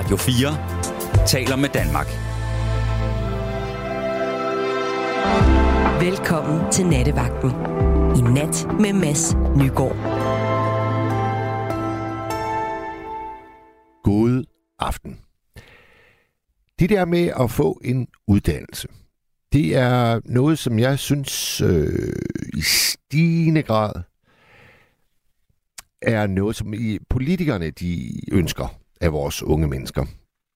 Radio 4 taler med Danmark. Velkommen til Nattevagten. I nat med Mads Nygaard. God aften. Det der med at få en uddannelse, det er noget, som jeg synes i stigende grad er noget, som politikerne de ønsker af vores unge mennesker.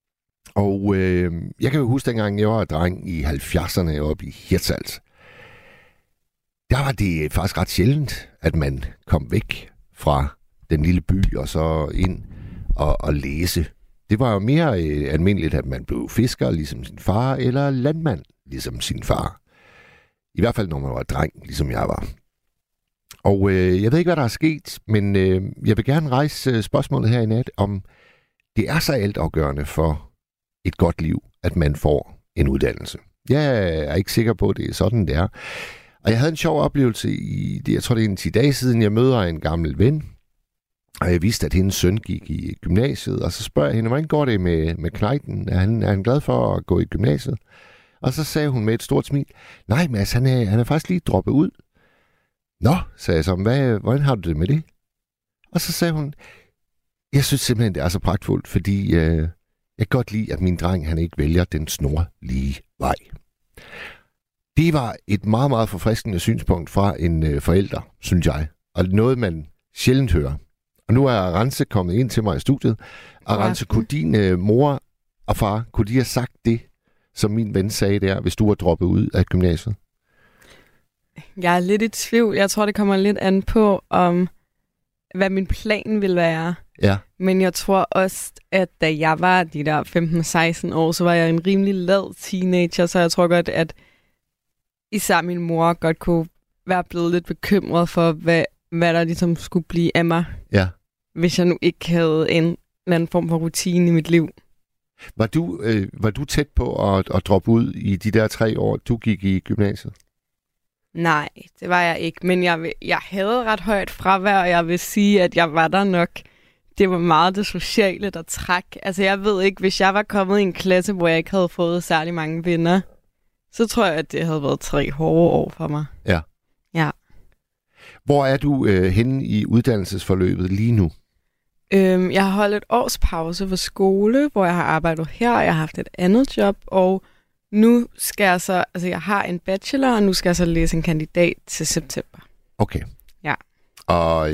Og jeg kan jo huske, dengang jeg var dreng i 70'erne oppe i Hirtshals, der var det faktisk ret sjældent, at man kom væk fra den lille by og så ind og læse. Det var jo mere almindeligt, at man blev fisker, ligesom sin far, eller landmand, ligesom sin far. I hvert fald, når man var dreng, ligesom jeg var. Og jeg ved ikke, hvad der er sket, men jeg vil gerne rejse spørgsmålet her i nat, om det er så altafgørende for et godt liv, at man får en uddannelse. Jeg er ikke sikker på, at det er sådan, det er. Og jeg havde en sjov oplevelse jeg tror det er en 10 dage siden, jeg møder en gammel ven, og jeg vidste, at hendes søn gik i gymnasiet, og så spørger jeg hende, hvordan går det med knejten? Er han glad for at gå i gymnasiet? Og så sagde hun med et stort smil, nej, Mads, han er faktisk lige droppet ud. Nå, sagde jeg så, hvordan har du det med det? Og så sagde hun, jeg synes simpelthen, det er så pragtfuldt, fordi jeg kan godt lide, at min dreng, han ikke vælger den snorlige vej. Det var et meget, meget forfriskende synspunkt fra en forælder, synes jeg. Og noget, man sjældent hører. Og nu er Arance kommet ind til mig i studiet. Arance, kunne din mor og far, kunne de have sagt det, som min ven sagde der, hvis du var droppet ud af gymnasiet? Jeg er lidt i tvivl. Jeg tror, det kommer lidt an på, om hvad min plan vil være. Ja. Men jeg tror også, at da jeg var de der 15-16 år, så var jeg en rimelig lad teenager, så jeg tror godt, at især min mor godt kunne være blevet lidt bekymret for, hvad der ligesom skulle blive af mig, hvis jeg nu ikke havde en eller anden form for rutine i mit liv. Var du tæt på at droppe ud i de der 3 år, du gik i gymnasiet? Nej, det var jeg ikke, men jeg havde ret højt fravær, og jeg vil sige, at jeg var der nok. Det var meget det sociale, der træk. Altså jeg ved ikke, hvis jeg var kommet i en klasse, hvor jeg ikke havde fået særlig mange venner, så tror jeg, at det havde været 3 hårde år for mig. Ja. Ja. Hvor er du henne i uddannelsesforløbet lige nu? Jeg har holdt et års pause for skole, hvor jeg har arbejdet her, og jeg har haft et andet job, og nu skal jeg så, altså jeg har en bachelor, og nu skal jeg så læse en kandidat til september. Okay. Ja. Og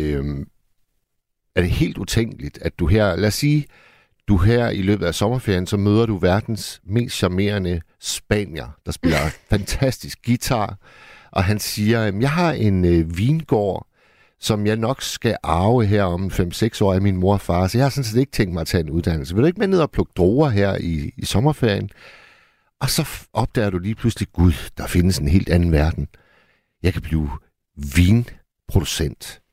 er det helt utænkeligt, at du her, lad os sige, du her i løbet af sommerferien, så møder du verdens mest charmerende spanier, der spiller fantastisk guitar, og han siger, jeg har en vingård, som jeg nok skal arve her om 5-6 år af min mor og far, så jeg har sådan set ikke tænkt mig at tage en uddannelse. Vil du ikke med ned og plukke druer her i sommerferien? Og så opdager du lige pludselig, gud, der findes en helt anden verden. Jeg kan blive vinproducent.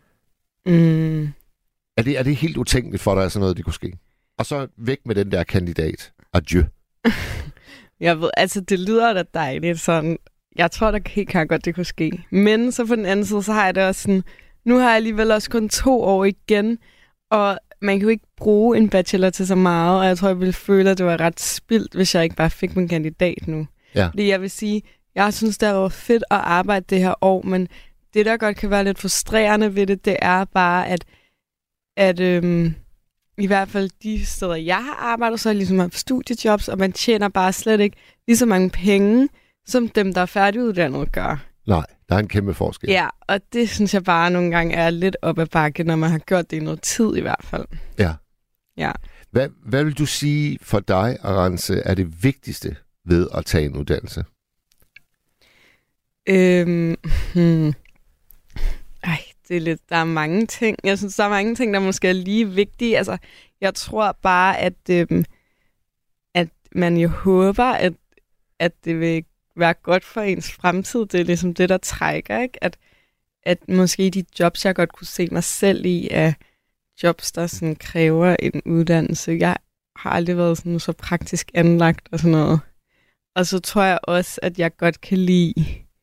Er det helt utænkeligt for dig, at sådan noget det kunne ske? Og så væk med den der kandidat. Adieu. Jeg ved, altså det lyder da dejligt sådan. Jeg tror da helt klart godt, det kunne ske. Men så på den anden side, så har jeg det også sådan, nu har jeg alligevel også kun 2 år igen, og man kan jo ikke bruge en bachelor til så meget, og jeg tror, jeg ville føle, at det var ret spildt, hvis jeg ikke bare fik min kandidat nu. Ja. Fordi jeg vil sige, jeg synes, det har været fedt at arbejde det her år, men det, der godt kan være lidt frustrerende ved det er bare, at i hvert fald de steder, jeg har arbejdet, så er ligesom haft studiejobs, og man tjener bare slet ikke lige så mange penge, som dem, der er færdiguddannede, gør. Nej, der er en kæmpe forskel. Ja, og det synes jeg bare nogle gange er lidt op ad bakke, når man har gjort det i noget tid i hvert fald. Ja. Ja. Hvad vil du sige for dig, Arance, er det vigtigste ved at tage en uddannelse? Det er lidt, der er mange ting. Jeg synes, der er mange ting, der måske er lige vigtige. Altså, jeg tror bare, at man jo håber, at det vil være godt for ens fremtid. Det er ligesom det, der trækker, ikke? At måske de jobs, jeg godt kunne se mig selv i, er jobs, der sådan kræver en uddannelse. Jeg har aldrig været sådan så praktisk anlagt og sådan noget. Og så tror jeg også, at jeg godt kan lide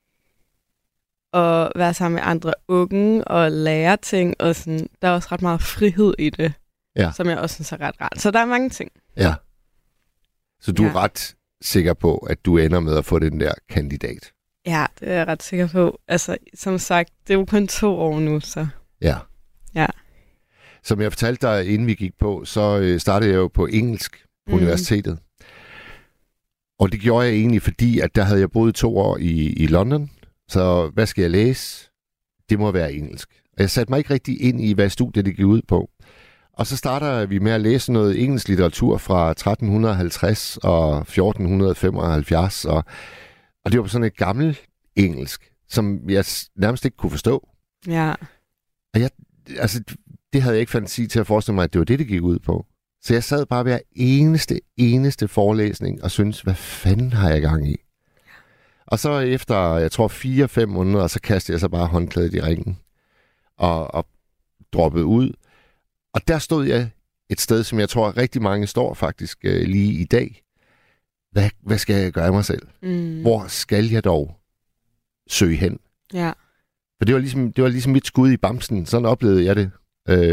at være sammen med andre unge og lære ting. Og sådan, der er også ret meget frihed i det. som jeg også synes er ret rart. Så der er mange ting. Ja. Så du er ret sikker på, at du ender med at få den der kandidat? Ja, det er jeg ret sikker på. Altså, som sagt, det er jo kun 2 år nu, så... Ja. Som jeg fortalte dig, inden vi gik på, så startede jeg jo på engelsk på universitetet. Og det gjorde jeg egentlig, fordi at der havde jeg boet 2 år i London. Så hvad skal jeg læse? Det må være engelsk. Og jeg satte mig ikke rigtig ind i, hvad studiet det gik ud på. Og så starter vi med at læse noget engelsk litteratur fra 1350 og 1475. Og det var på sådan et gammelt engelsk, som jeg nærmest ikke kunne forstå. Ja. Og det havde jeg ikke fantasi til at forestille mig, at det var det gik ud på. Så jeg sad bare hver eneste forelæsning og syntes, hvad fanden har jeg gang i? Og så efter, jeg tror 4-5 måneder, så kastede jeg så bare håndklædet i ringen og droppede ud. Og der stod jeg et sted, som jeg tror rigtig mange står faktisk lige i dag. Hvad skal jeg gøre af mig selv? Hvor skal jeg dog søge hen? Ja. For det var ligesom mit skud i bamsen. Sådan oplevede jeg det.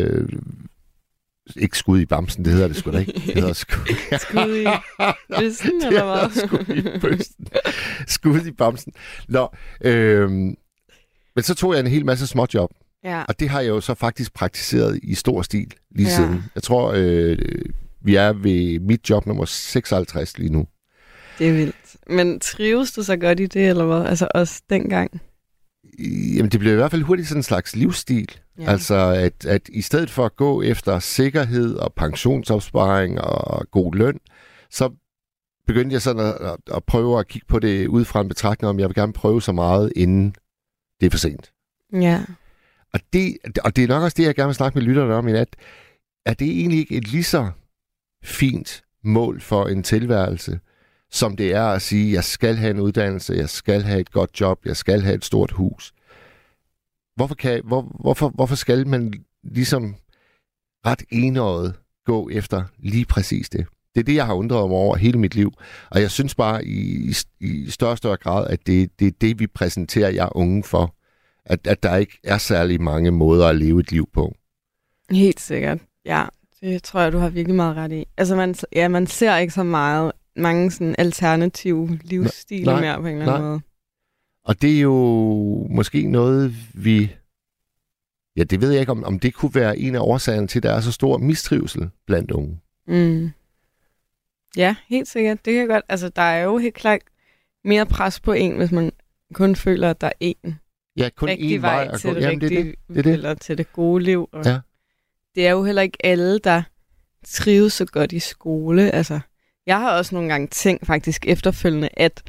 Ikke skud i bamsen, det hedder det sgu da ikke. Det hedder skud i bøsten, eller hvad? Skud i bøsten. Skud i bamsen. Nå, men så tog jeg en hel masse småjob. Ja. Og det har jeg jo så faktisk praktiseret i stor stil lige siden. Jeg tror, vi er ved mit job nummer 56 lige nu. Det er vildt. Men trives du så godt i det, eller hvad? Altså også dengang? Jamen, det blev i hvert fald hurtigt sådan en slags livsstil. Ja. Altså, at i stedet for at gå efter sikkerhed og pensionsopsparing og god løn, så begyndte jeg sådan at prøve at kigge på det ud fra en betragtning om, jeg vil gerne prøve så meget, inden det er for sent. Ja. Og det er nok også det, jeg gerne vil snakke med lytterne om i nat. Er det egentlig ikke et lige så fint mål for en tilværelse, som det er at sige, jeg skal have en uddannelse, jeg skal have et godt job, jeg skal have et stort hus? Hvorfor skal man ligesom ret enøjet gå efter lige præcis det? Det er det, jeg har undret mig over hele mit liv. Og jeg synes bare i større og større grad, at det er det, vi præsenterer jer unge for. At der ikke er særlig mange måder at leve et liv på. Helt sikkert, ja. Det tror jeg, du har virkelig meget ret i. Altså, man ser ikke så mange sådan alternative livsstile mere på en eller anden måde. Og det er jo måske noget, ja, det ved jeg ikke, om det kunne være en af årsagerne til, at der er så stor mistrivsel blandt unge. Ja, helt sikkert. Det kan godt. Altså, der er jo helt klart mere pres på en, hvis man kun føler, at der er én rigtig vej til det rigtige, eller til det gode liv. Og det er jo heller ikke alle, der trives så godt i skole. Altså, jeg har også nogle gange tænkt faktisk efterfølgende, at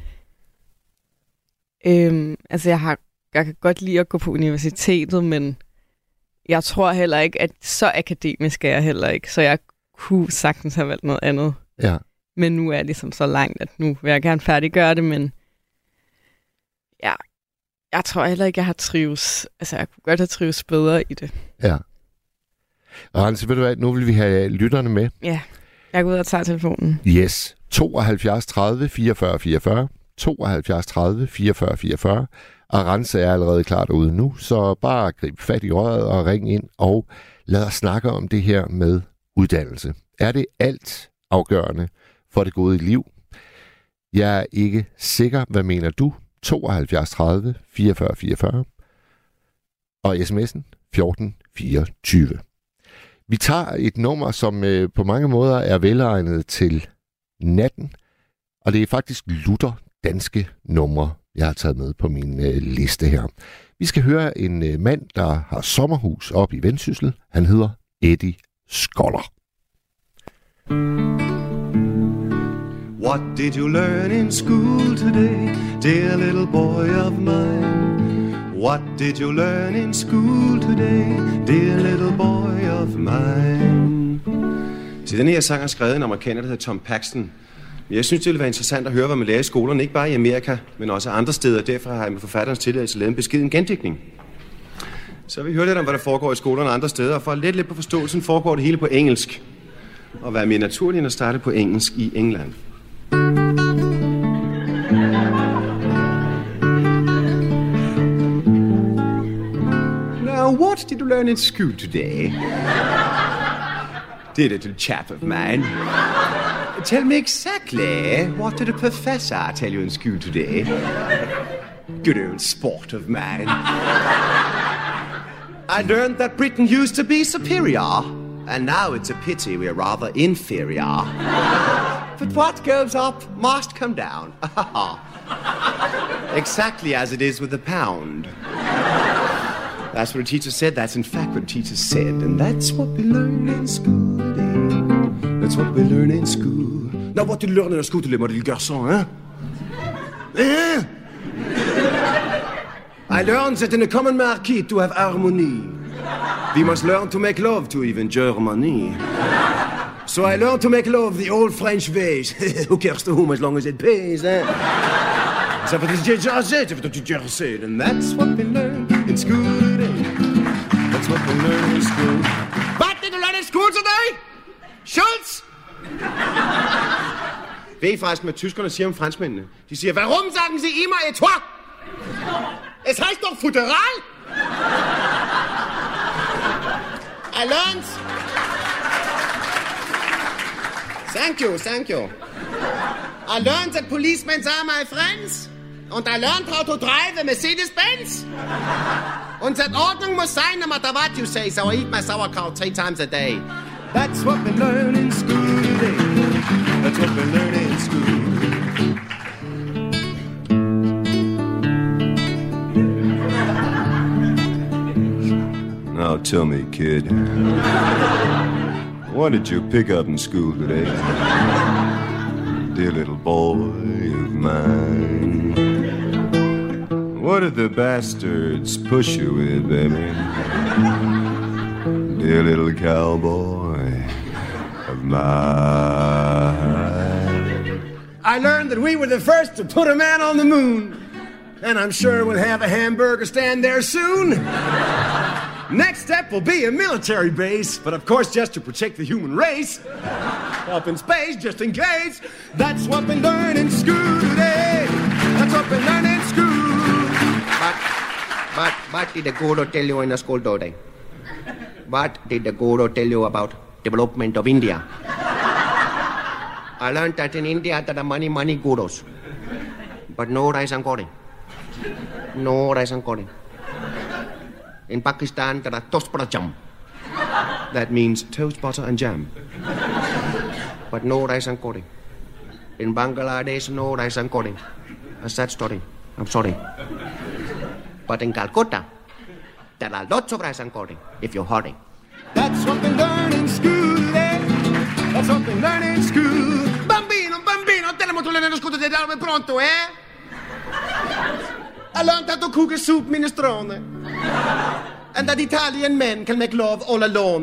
jeg kan godt lide at gå på universitetet, men jeg tror heller ikke, at så akademisk er jeg heller ikke, så jeg kunne sagtens have valgt noget andet. Ja. Men nu er jeg ligesom så langt, at nu vil jeg gerne færdiggøre det, men ja, jeg tror heller ikke, jeg har trives. Altså, jeg kunne godt have trives bedre i det. Ja. Og Hans, ved du hvad, nu vil vi have lytterne med. Ja, jeg går ud og tager telefonen. Yes. 72 30 44 44. 72 30 44 44. Og Rense er allerede klar derude nu, så bare grib fat i røret og ring ind, og lad os snakke om det her med uddannelse. Er det alt afgørende for det gode liv? Jeg er ikke sikker. Hvad mener du? 72 30 44 44. Og sms'en 14 24. Vi tager et nummer, som på mange måder er velegnet til natten, og det er faktisk lutter danske numre, jeg har taget med på min liste her. Vi skal høre en mand, der har sommerhus op i Vendsyssel. Han hedder Eddie Skoller. What did you learn in school today, dear little boy of mine? What did you learn in school today, dear little boy of mine? Til den her sang er skrevet en amerikaner, der hedder Tom Paxton. Jeg synes, det ville være interessant at høre, hvad man lærer i skolerne, ikke bare i Amerika, men også andre steder. Derfor har jeg med forfatterens tilladelse lavet en beskeden gendigtning. Så vi hører lidt om, hvad der foregår i skolerne andre steder, og for at lidt på forståelsen foregår det hele på engelsk. Og hvad er mere naturligt end at starte på engelsk i England? Now, what did you learn in school today? dear little chap of mine. Tell me exactly, what did the professor tell you in school today? Good old sport of mine. I learned that Britain used to be superior, and now it's a pity we're rather inferior. But what goes up must come down. Exactly as it is with the pound. That's what the teacher said. That's in fact what the teacher said. And that's what we learn in school today. That's what we learn in school. Now, what did you learn in school today, my little garçon, huh? Eh? I learned that in a common market to have harmony, we must learn to make love to even Germany. So I learned to make love the old French ways. Who cares to whom as long as it pays, eh? And that's what we learn in school today. That's what we learn in school. What did you learn in school today? Schultz! Ved I faktisk, hvad tyskerne siger om franskmændene? De siger, warum sagen Sie immer et toi? Es heißt doch Futteral! I learned... Thank you. I learned that policemen are my friends. And I learned how to drive a Mercedes-Benz. And that ordnung muss sein, no matter what you say, so I eat my sauerkraut 3 times a day. That's what we learn in school today. That's what we learn in school. Now tell me, kid, what did you pick up in school today? Dear little boy of mine. What did the bastards push you with, baby? Dear little cowboy of mine. I learned that we were the first to put a man on the moon. And I'm sure we'll have a hamburger stand there soon. Next step will be a military base, but of course just to protect the human race. Up in space, just in case. That's what we learn in school today. That's what we learn in school. But what did the guru tell you in the school today? What did the guru tell you about development of India? I learned that in India there are many gurus. But no rice and curry. No rice and curry. In Pakistan, there are toast butter jam. That means toast, butter and jam. But no rice and curry. In Bangladesh, no rice and curry. A sad story. I'm sorry. But in Calcutta, there are lots of rice and curry, if you hurry. That's what we learn in school, eh? That's what we learn in school. Bambino, te la molto learn in school today, darmi pronto, eh? I learned how to cook a soup minestrone. And that Italian men can make love all alone.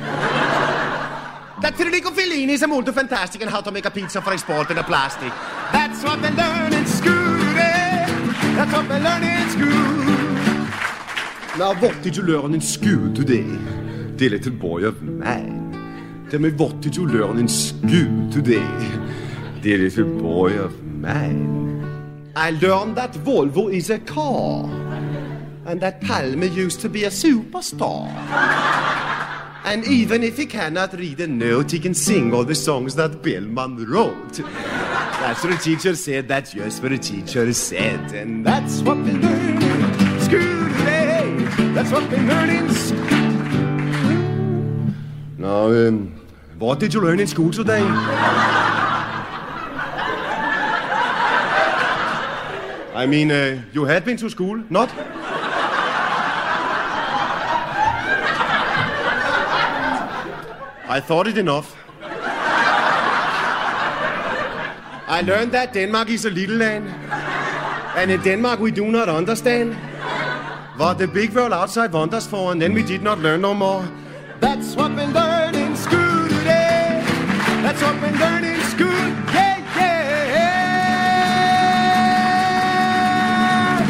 That Federico Fellini is molto fantastic and how to make a pizza for export in a plastic. That's what they learn in school, eh? That's what they learn in school. Now, what did you learn in school today, dear little boy of mine? Tell me, what did you learn in school today, dear little boy of mine? I learned that Volvo is a car. And that Palme used to be a superstar. And even if he cannot read a note, he can sing all the songs that Bellman wrote. That's what the teacher said, that's just what the teacher said. And that's what we learn in school today. That's what we learn in school. Now, what did you learn in school today? I mean, you had been to school, not? I thought it enough. I learned that Denmark is a little land. And in Denmark we do not understand what the big world outside wonders for, and then we did not learn no more. That's what we learn in school today. That's what we learn in school. Yeah, yeah.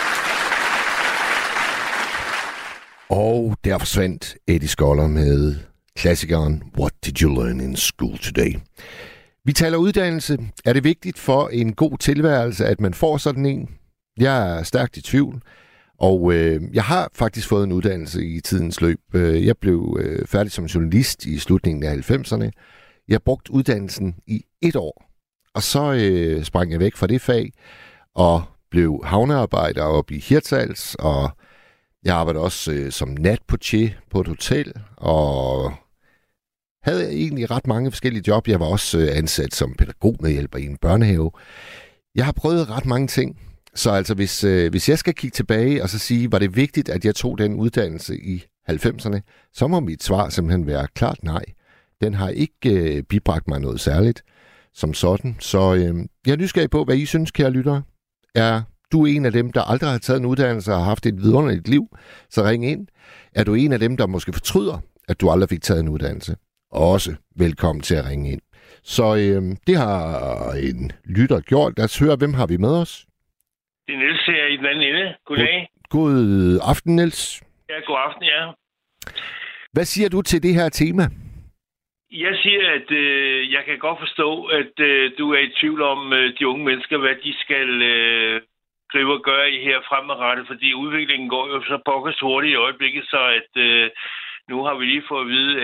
Og der forsvandt Eddie Skoller med klassikeren What Did You Learn in School Today? Vi taler uddannelse. Er det vigtigt for en god tilværelse, at man får sådan en? Jeg er stærkt i tvivl. Og jeg har faktisk fået en uddannelse i tidens løb. Jeg blev færdig som journalist i slutningen af 90'erne. Jeg brugte uddannelsen i 1 år. Og så sprang jeg væk fra det fag og blev havnearbejder oppe i Hirtshals. Og jeg arbejdede også som natportier på et hotel. Og havde egentlig ret mange forskellige job. Jeg var også ansat som pædagogmedhjælper i en børnehave. Jeg har prøvet ret mange ting. Så altså, hvis jeg skal kigge tilbage og så sige, var det vigtigt, at jeg tog den uddannelse i 90'erne, så må mit svar simpelthen være klart nej. Den har ikke bibragt mig noget særligt som sådan. Så jeg er nysgerrig på, hvad I synes, kære lyttere. Er du en af dem, der aldrig har taget en uddannelse og har haft et vidunderligt liv, så ring ind. Er du en af dem, der måske fortryder, at du aldrig fik taget en uddannelse? Også velkommen til at ringe ind. Så det har en lytter gjort. Lad os høre, hvem har vi med os? Det er Niels her i den anden ende. Goddag. God aften, Niels. Ja, god aften, ja. Hvad siger du til det her tema? Jeg siger, at jeg kan godt forstå, at du er i tvivl om de unge mennesker, hvad de skal gribe og gøre i her fremadrettet, fordi udviklingen går jo så pokkers hurtigt i øjeblikket, så at nu har vi lige fået at vide,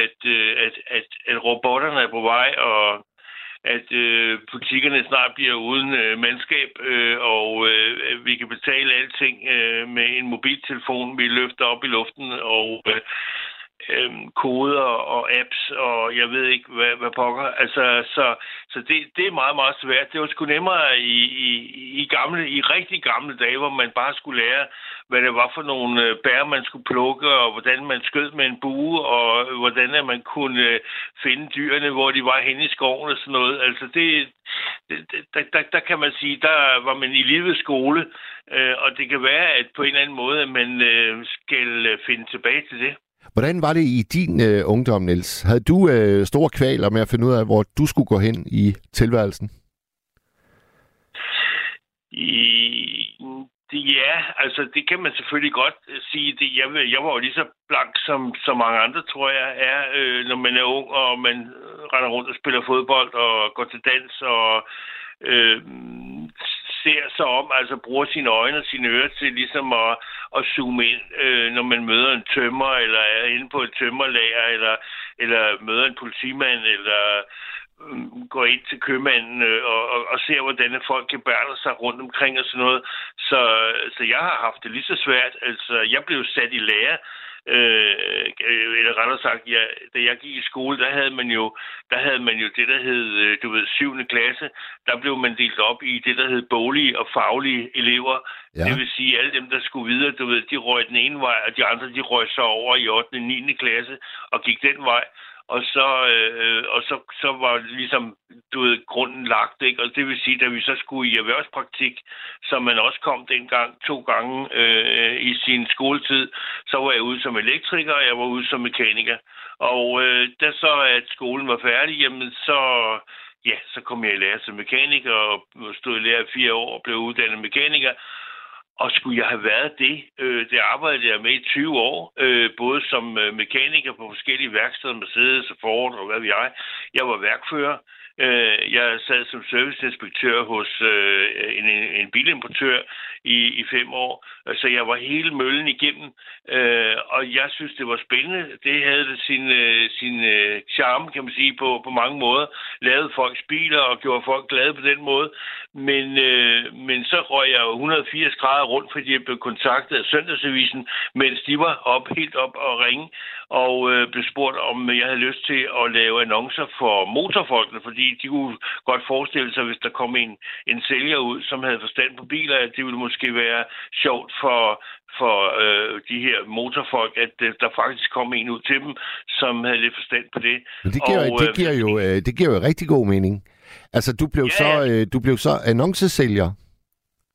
at robotterne er på vej, og at butikkerne snart bliver uden mandskab, og vi kan betale alting med en mobiltelefon, vi løfter op i luften, og koder og apps, og jeg ved ikke, hvad pokker. Altså, så det er meget, meget svært. Det var sgu nemmere i rigtig gamle dage, hvor man bare skulle lære, hvad det var for nogle bær, man skulle plukke, og hvordan man skød med en bue, og hvordan man kunne finde dyrene, hvor de var henne i skoven og sådan noget. Altså, der kan man sige, der var man i livets skole, og det kan være, at på en eller anden måde, at man skal finde tilbage til det. Hvordan var det i din ungdom, Niels? Havde du store kvaler med at finde ud af, hvor du skulle gå hen i tilværelsen? Ja, altså det kan man selvfølgelig godt sige. Jeg var jo lige så blank som mange andre, tror jeg, er, når man er ung, og man render rundt og spiller fodbold og går til dans og ser sig om, altså bruger sine øjne og sine ører til ligesom at zoome ind, når man møder en tømrer, eller er inde på et tømmerlager, eller møder en politimand, eller går ind til købmanden og ser, hvordan folk gebærder sig rundt omkring og sådan noget. Så jeg har haft det lige så svært. Altså, jeg blev sat i lære, eller rettere sagt, da jeg gik i skole, der havde man jo det, der hed, 7. klasse. Der blev man delt op i det, der hed boglige og faglige elever. Ja. Det vil sige, alle dem, der skulle videre, de røg den ene vej, og de andre, de røg så over i 8. og 9. klasse og gik den vej. Og så var det ligesom, grunden lagt, ikke? Og det vil sige, da vi så skulle i erhvervspraktik, som man også kom dengang 2 gange i sin skoletid, så var jeg ude som elektriker, og jeg var ude som mekaniker. Og da så, at skolen var færdig, jamen så kom jeg i lære som mekaniker, og stod i lære 4 år og blev uddannet mekaniker. Og skulle jeg have været det arbejdede jeg med i 20 år, både som mekaniker på forskellige værksteder, Mercedes og Ford og hvad ved jeg. Jeg var værkfører. Jeg sad som serviceinspektør hos en bilimportør i 5 år, så jeg var hele møllen igennem, og jeg synes, det var spændende. Det havde det sin charme, kan man sige, på mange måder. Lavede folks biler og gjorde folk glade på den måde, men så røg jeg jo 180 grader rundt, fordi jeg blev kontaktet af Søndagsavisen, mens de var helt op og ringe, og blev spurgt, om jeg havde lyst til at lave annoncer for motorfolkene, fordi de kunne godt forestille sig, hvis der kom en sælger ud, som havde forstand på biler, at det ville måske være sjovt for de her motorfolk, at der faktisk kom en ud til dem, som havde lidt forstand på det. Men det giver jo rigtig god mening. Altså, du blev så annoncesælger.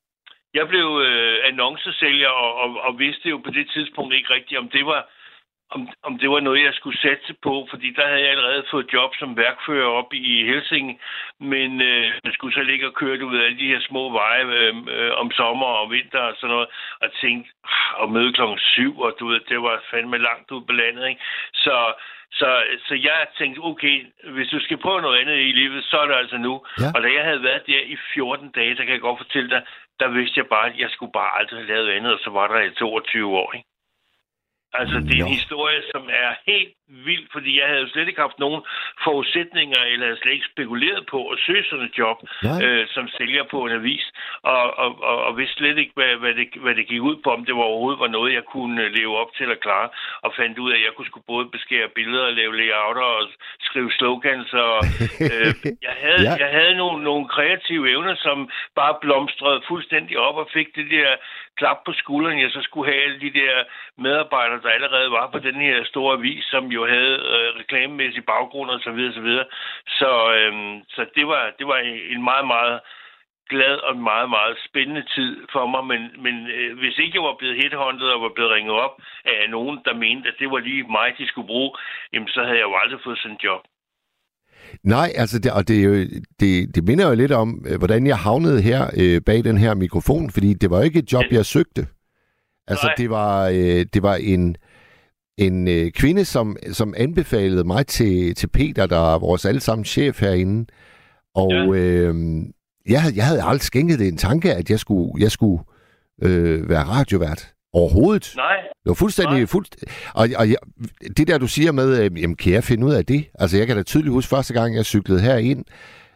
Jeg blev annoncesælger og vidste jo på det tidspunkt ikke rigtigt, om det var noget, jeg skulle satse på, fordi der havde jeg allerede fået job som værkfører op i Helsinge, men jeg skulle så ligge og køre, du ved, alle de her små veje om sommer og vinter og sådan noget, og tænkte, at møde 7:00, og du ved, det var fandme langt ud på landet, ikke? Så jeg tænkte, okay, hvis du skal prøve noget andet i livet, så er det altså nu. Ja. Og da jeg havde været der i 14 dage, så kan jeg godt fortælle dig, der vidste jeg bare, at jeg skulle bare aldrig have lavet andet, og så var der i 22 år, ikke? Altså, det er en historie, som er helt vild, fordi jeg havde jo slet ikke haft nogen forudsætninger, eller havde slet ikke spekuleret på at søge sådan et job, som sælger på en avis, og vidste slet ikke, hvad det gik ud på, om det var overhovedet var noget, jeg kunne leve op til at klare, og fandt ud af, at jeg kunne sgu både beskære billeder, lave layouter og skrive slogans, og jeg havde nogle kreative evner, som bare blomstrede fuldstændig op, og fik det der klap på skulderen, jeg så skulle have alle de der medarbejdere, der allerede var på den her store avis, som jo havde reklamemæssig baggrund og så videre, så videre. Så det var en meget, meget glad og meget, meget spændende tid for mig, men hvis ikke jeg var blevet headhunted og var blevet ringet op af nogen, der mente, at det var lige mig, de skulle bruge, jamen så havde jeg jo aldrig fået sådan en job. Nej, altså det minder jo lidt om, hvordan jeg havnede her bag den her mikrofon, fordi det var jo ikke et job, jeg søgte. Altså det var en kvinde, som anbefalede mig til Peter, der er vores allesammen chef herinde. Og jeg havde aldrig skænket det en tanke, at jeg skulle være radiovært. Overhovedet. Nej. Det var fuldstændig Og det der, du siger med, jamen, kan jeg finde ud af det? Altså, jeg kan da tydeligt huske første gang, jeg cyklede herind,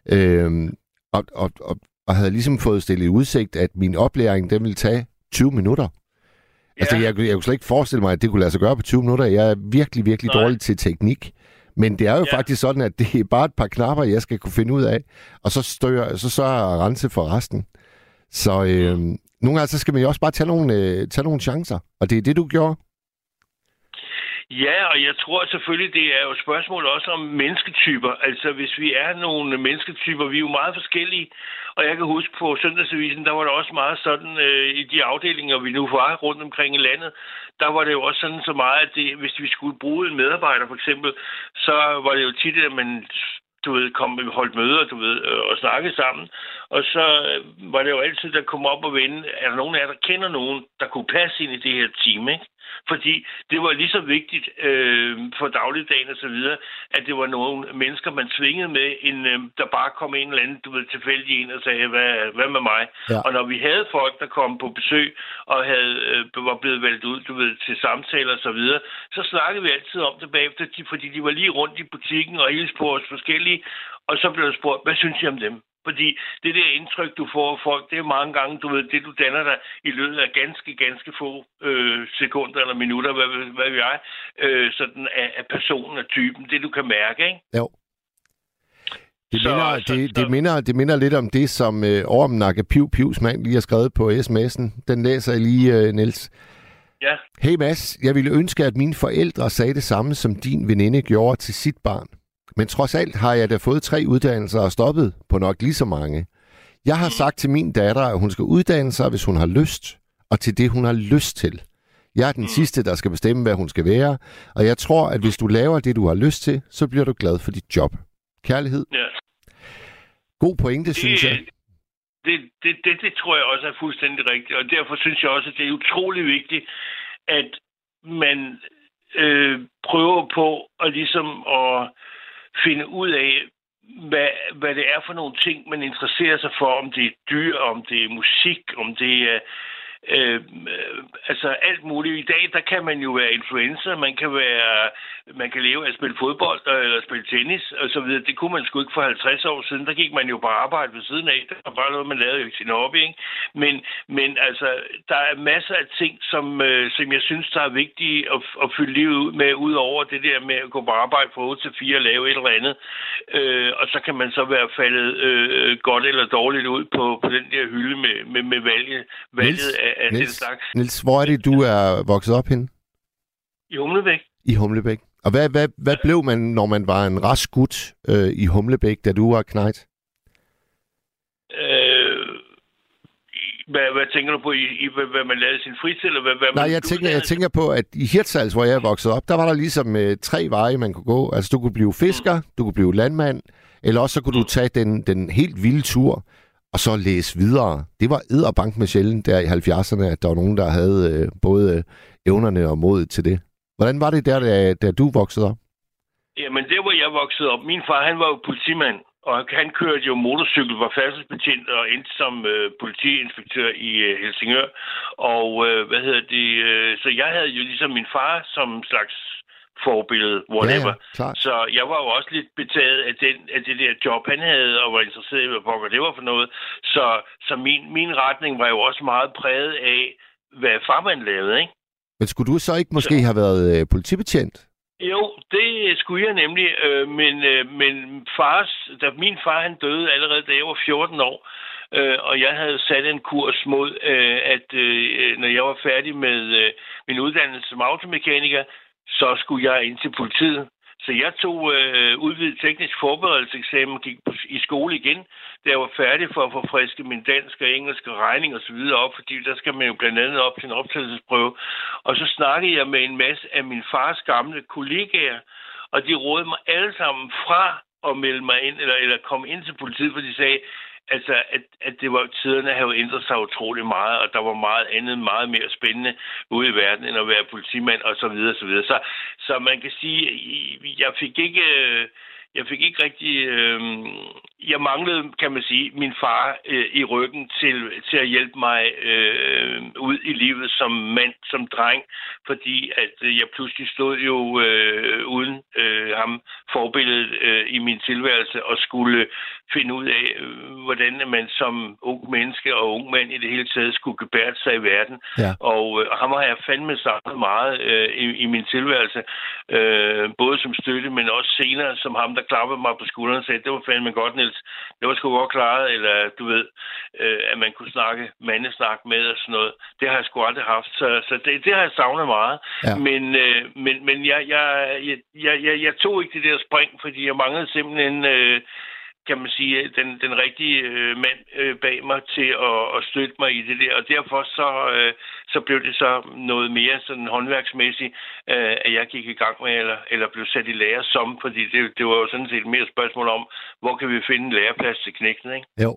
og havde ligesom fået stillet i udsigt, at min oplæring, den ville tage 20 minutter. Ja. Altså, jeg kunne slet ikke forestille mig, at det kunne lade sig gøre på 20 minutter. Jeg er virkelig, virkelig dårlig til teknik. Men det er jo faktisk sådan, at det er bare et par knapper, jeg skal kunne finde ud af, og så sørger jeg at rense for resten. Så nogle gange, så skal man jo også bare tage nogle chancer. Og det er det, du gjorde? Ja, og jeg tror selvfølgelig, det er jo et spørgsmål også om mennesketyper. Altså, hvis vi er nogle mennesketyper, vi er jo meget forskellige. Og jeg kan huske på Søndagsavisen, der var der også meget sådan, i de afdelinger, vi nu var rundt omkring i landet, der var det jo også sådan så meget, at hvis vi skulle bruge en medarbejder for eksempel, så var det jo tit, at man holdt møder, og snakke sammen. Og så var det jo altid, der kom op og vende, er der nogen af jer, der kender nogen, der kunne passe ind i det her team, ikke? Fordi det var lige så vigtigt for dagligdagen og så videre, at det var nogle mennesker, man svingede med, end der bare kom en eller anden, tilfældig ind og sagde, hvad med mig? Ja. Og når vi havde folk, der kom på besøg og var blevet valgt ud, til samtaler og så videre, så snakkede vi altid om det bagefter, fordi de var lige rundt i butikken og hilste på os forskellige, og så blev der spurgt, hvad synes I om dem? Fordi det der indtryk, du får af folk, det er mange gange, det du danner dig i løbet af ganske få sekunder eller minutter, hvad vi er, sådan af personen og typen, det du kan mærke, ikke? Jo. Det minder lidt om det, som Ormen Nakke Pivs mand lige har skrevet på sms'en. Den læser jeg lige, Niels. Ja. Hey Mads, jeg ville ønske, at mine forældre sagde det samme, som din veninde gjorde til sit barn. Men trods alt har jeg da fået 3 uddannelser og stoppet på nok lige så mange. Jeg har sagt til min datter, at hun skal uddanne sig, hvis hun har lyst, og til det, hun har lyst til. Jeg er den sidste, der skal bestemme, hvad hun skal være, og jeg tror, at hvis du laver det, du har lyst til, så bliver du glad for dit job. Kærlighed. Ja. God pointe, synes jeg. Det tror jeg også er fuldstændig rigtigt, og derfor synes jeg også, at det er utrolig vigtigt, at man prøver på at ligesom at finde ud af, hvad det er for nogle ting, man interesserer sig for, om det er dyr, om det er musik, om det er altså alt muligt. I dag, der kan man jo være influencer, man kan leve af at spille fodbold eller spille tennis og så videre. Det kunne man sgu ikke for 50 år siden. Der gik man jo på arbejde ved siden af. Det var bare noget, man lavede i sin hobby, ikke? Men altså, der er masser af ting, som jeg synes, der er vigtige at fylde livet ud med, ud over det der med at gå på arbejde fra 8 til 4 og lave et eller andet. Og så kan man så være faldet godt eller dårligt ud på den der hylde med valget af den slags. Niels, hvor er det, du er vokset op henne? I Humlebæk. I Humlebæk. Og hvad blev man, når man var en rask gut i Humlebæk, da du var knejt? Hvad tænker du på, hvad man lavede i sin fritid? Eller hvad Nej, jeg tænker på, at i Hirtshals, hvor jeg voksede op, der var der ligesom 3 veje, man kunne gå. Altså, du kunne blive fisker, du kunne blive landmand, eller også så kunne du tage den helt vilde tur, og så læse videre. Det var edderbank med sjældent der i 70'erne, at der var nogen, der havde både evnerne og modet til det. Hvordan var det der, da du voksede op? Jamen, der hvor jeg voksede op, min far, han var jo politimand, og han kørte jo motorcykel, var færdselsbetjent og endte som politiinspektør i Helsingør. Og så jeg havde jo ligesom min far som slags forbillede, whatever. Ja, så jeg var jo også lidt betaget af det der job, han havde, og var interesseret i, hvad det var for noget. Så min retning var jo også meget præget af, hvad farmand lavede, ikke? Men skulle du så ikke måske have været politibetjent? Jo, det skulle jeg nemlig, men da min far han døde allerede, da jeg var 14 år, og jeg havde sat en kurs mod, at når jeg var færdig med min uddannelse som automekaniker, så skulle jeg ind til politiet. Så jeg tog udvidet teknisk forberedelseseksamen og gik i skole igen, da jeg var færdig for at forfriske min dansk og engelsk og regning og så videre op, fordi der skal man jo blandt andet op til en optagelsesprøve. Og så snakkede jeg med en masse af min fars gamle kollegaer, og de rådede mig alle sammen fra at melde mig ind, eller komme ind til politiet, for de sagde, altså, at det var tiderne havde ændret sig utrolig meget, og der var meget andet, meget mere spændende ude i verden, end at være politimand, og så videre, så videre. Så man kan sige, jeg fik ikke rigtig... jeg manglede, kan man sige, min far i ryggen til at hjælpe mig ud i livet som mand, som dreng, fordi at jeg pludselig stod jo uden ham forbilledet i min tilværelse og skulle finde ud af, hvordan man som ung menneske og ung mand i det hele taget skulle gebære sig i verden. Ja. Og ham har jeg fandme savnet meget i min tilværelse, både som støtte, men også senere som ham, der klappede mig på skulderen og sagde, det var fandme godt, Niels. Det var sgu godt klaret, eller du ved, at man kunne snakke mandesnak med og sådan noget. Det har jeg sgu aldrig haft, så det har jeg savnet meget. Ja. Men jeg tog ikke det der spring, fordi jeg manglede simpelthen... kan man sige, den rigtige mand bag mig til at støtte mig i det der. Og derfor så blev det så noget mere sådan håndværksmæssigt, at jeg gik i gang med, eller blev sat i lære som, fordi det var jo sådan set mere et spørgsmål om, hvor kan vi finde en læreplads til knægten, ikke? Jo.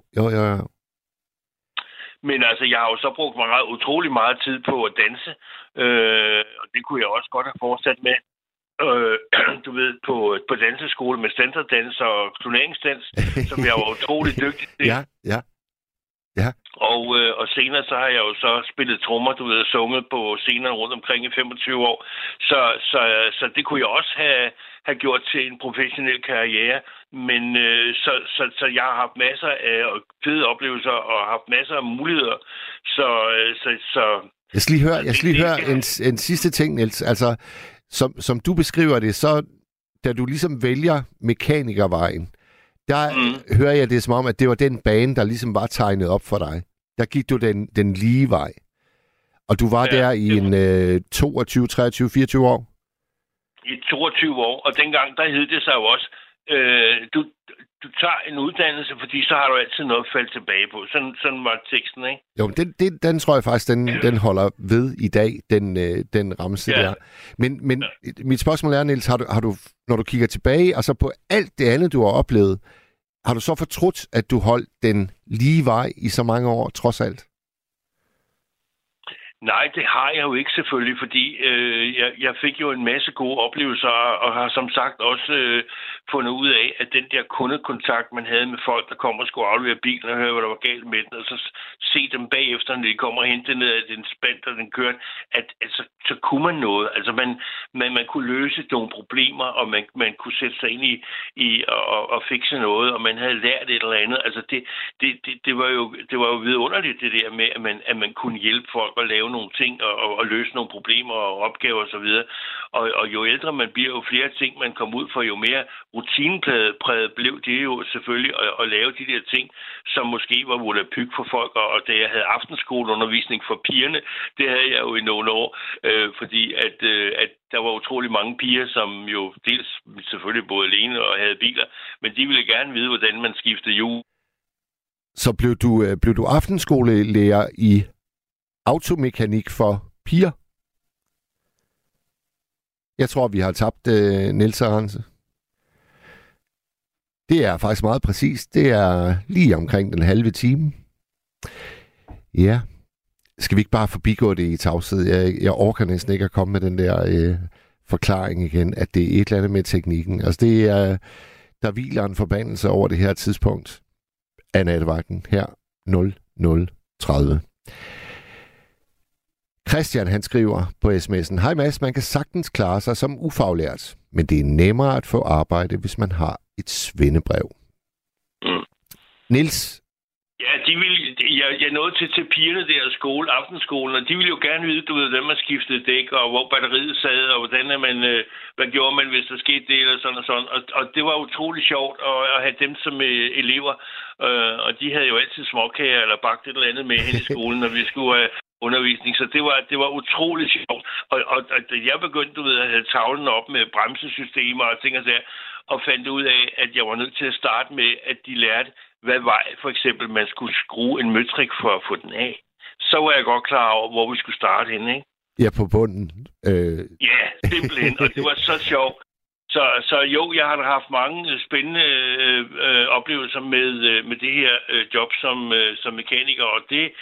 Men altså, jeg har jo så brugt utrolig meget tid på at danse, og det kunne jeg også godt have fortsat med. Du ved, på danseskole med standarddans og turneringsdans, som jeg var utrolig dygtig til. Ja. Og senere så har jeg jo så spillet trommer, du ved, og sunget på scener rundt omkring i 25 år. Så det kunne jeg også have gjort til en professionel karriere. Men så jeg har haft masser af fede oplevelser og haft masser af muligheder. Så jeg skal lige høre en sidste ting, Niels. Altså, som du beskriver det, så da du ligesom vælger mekanikervejen, der hører jeg det som om, at det var den bane, der ligesom var tegnet op for dig. Der gik du den lige vej. Og du var der i en 22, 23, 24 år? I 22 år, og dengang, der hed det sig jo også, du tager en uddannelse, fordi så har du altid noget at falde tilbage på. Sådan var teksten, ikke? Jo, den tror jeg faktisk, den holder ved i dag, den ramse der. Men mit spørgsmål er, Niels, har du, når du kigger tilbage, og så på alt det andet, du har oplevet, har du så fortrudt, at du holdt den lige vej i så mange år, trods alt? Nej, det har jeg jo ikke selvfølgelig, fordi jeg fik jo en masse gode oplevelser, og har som sagt også fundet ud af, at den der kundekontakt, man havde med folk, der kom og skulle aflevere bilen og høre, hvad der var galt med den, og så se dem bagefter, når de kommer og hente ned af den spændt, og den kørte, at altså, så kunne man noget. Altså man kunne løse nogle problemer, og man kunne sætte sig ind i og fikse noget, og man havde lært et eller andet. Altså det var jo vidunderligt, det der med, at man kunne hjælpe folk at lave nogle ting og løse nogle problemer og opgaver osv. Og jo ældre man bliver, jo flere ting man kom ud for, jo mere rutinepræget blev det jo selvfølgelig at lave de der ting, som måske var volapyk for folk. Og da jeg havde aftenskoleundervisning for pigerne, det havde jeg jo i nogle år, fordi at der var utrolig mange piger, som jo dels selvfølgelig boede alene og havde biler, men de ville gerne vide, hvordan man skiftede hjul Så blev du aftenskolelærer i automekanik for piger? Jeg tror, vi har tabt Niels Arnse. Det er faktisk meget præcist. Det er lige omkring den halve time. Ja. Skal vi ikke bare forbigå det i tavshed? Jeg orker næsten ikke at komme med den der forklaring igen, at det er et eller andet med teknikken. Altså det er, der hviler en forbandelse over det her tidspunkt af nattevagten her 00:30. Christian, han skriver på sms'en: Hej Mads, man kan sagtens klare sig som ufaglært, men det er nemmere at få arbejde, hvis man har et svendebrev. Niels? Ja, jeg nåede til pigerne der aftenskolen, og de ville jo gerne vide, du ved, hvordan man skiftede dæk, og hvor batteriet sad, og hvordan hvad gjorde man, hvis der skete det, eller sådan og sådan. Og det var utrolig sjovt at have dem som elever, og de havde jo altid småkager eller bagt et eller andet med hen i skolen, når vi skulle have undervisning, så det var utrolig sjovt. Og jeg begyndte, du ved, at have tavlen op med bremsesystemer og ting og sager, og fandt ud af, at jeg var nødt til at starte med, at de lærte, hvad vej for eksempel man skulle skrue en møtrik for at få den af. Så var jeg godt klar over, hvor vi skulle starte henne, ikke? Ja, på bunden. Ja, simpelthen, og det var så sjovt. Så jo, jeg har haft mange spændende oplevelser med det her job som mekaniker, og det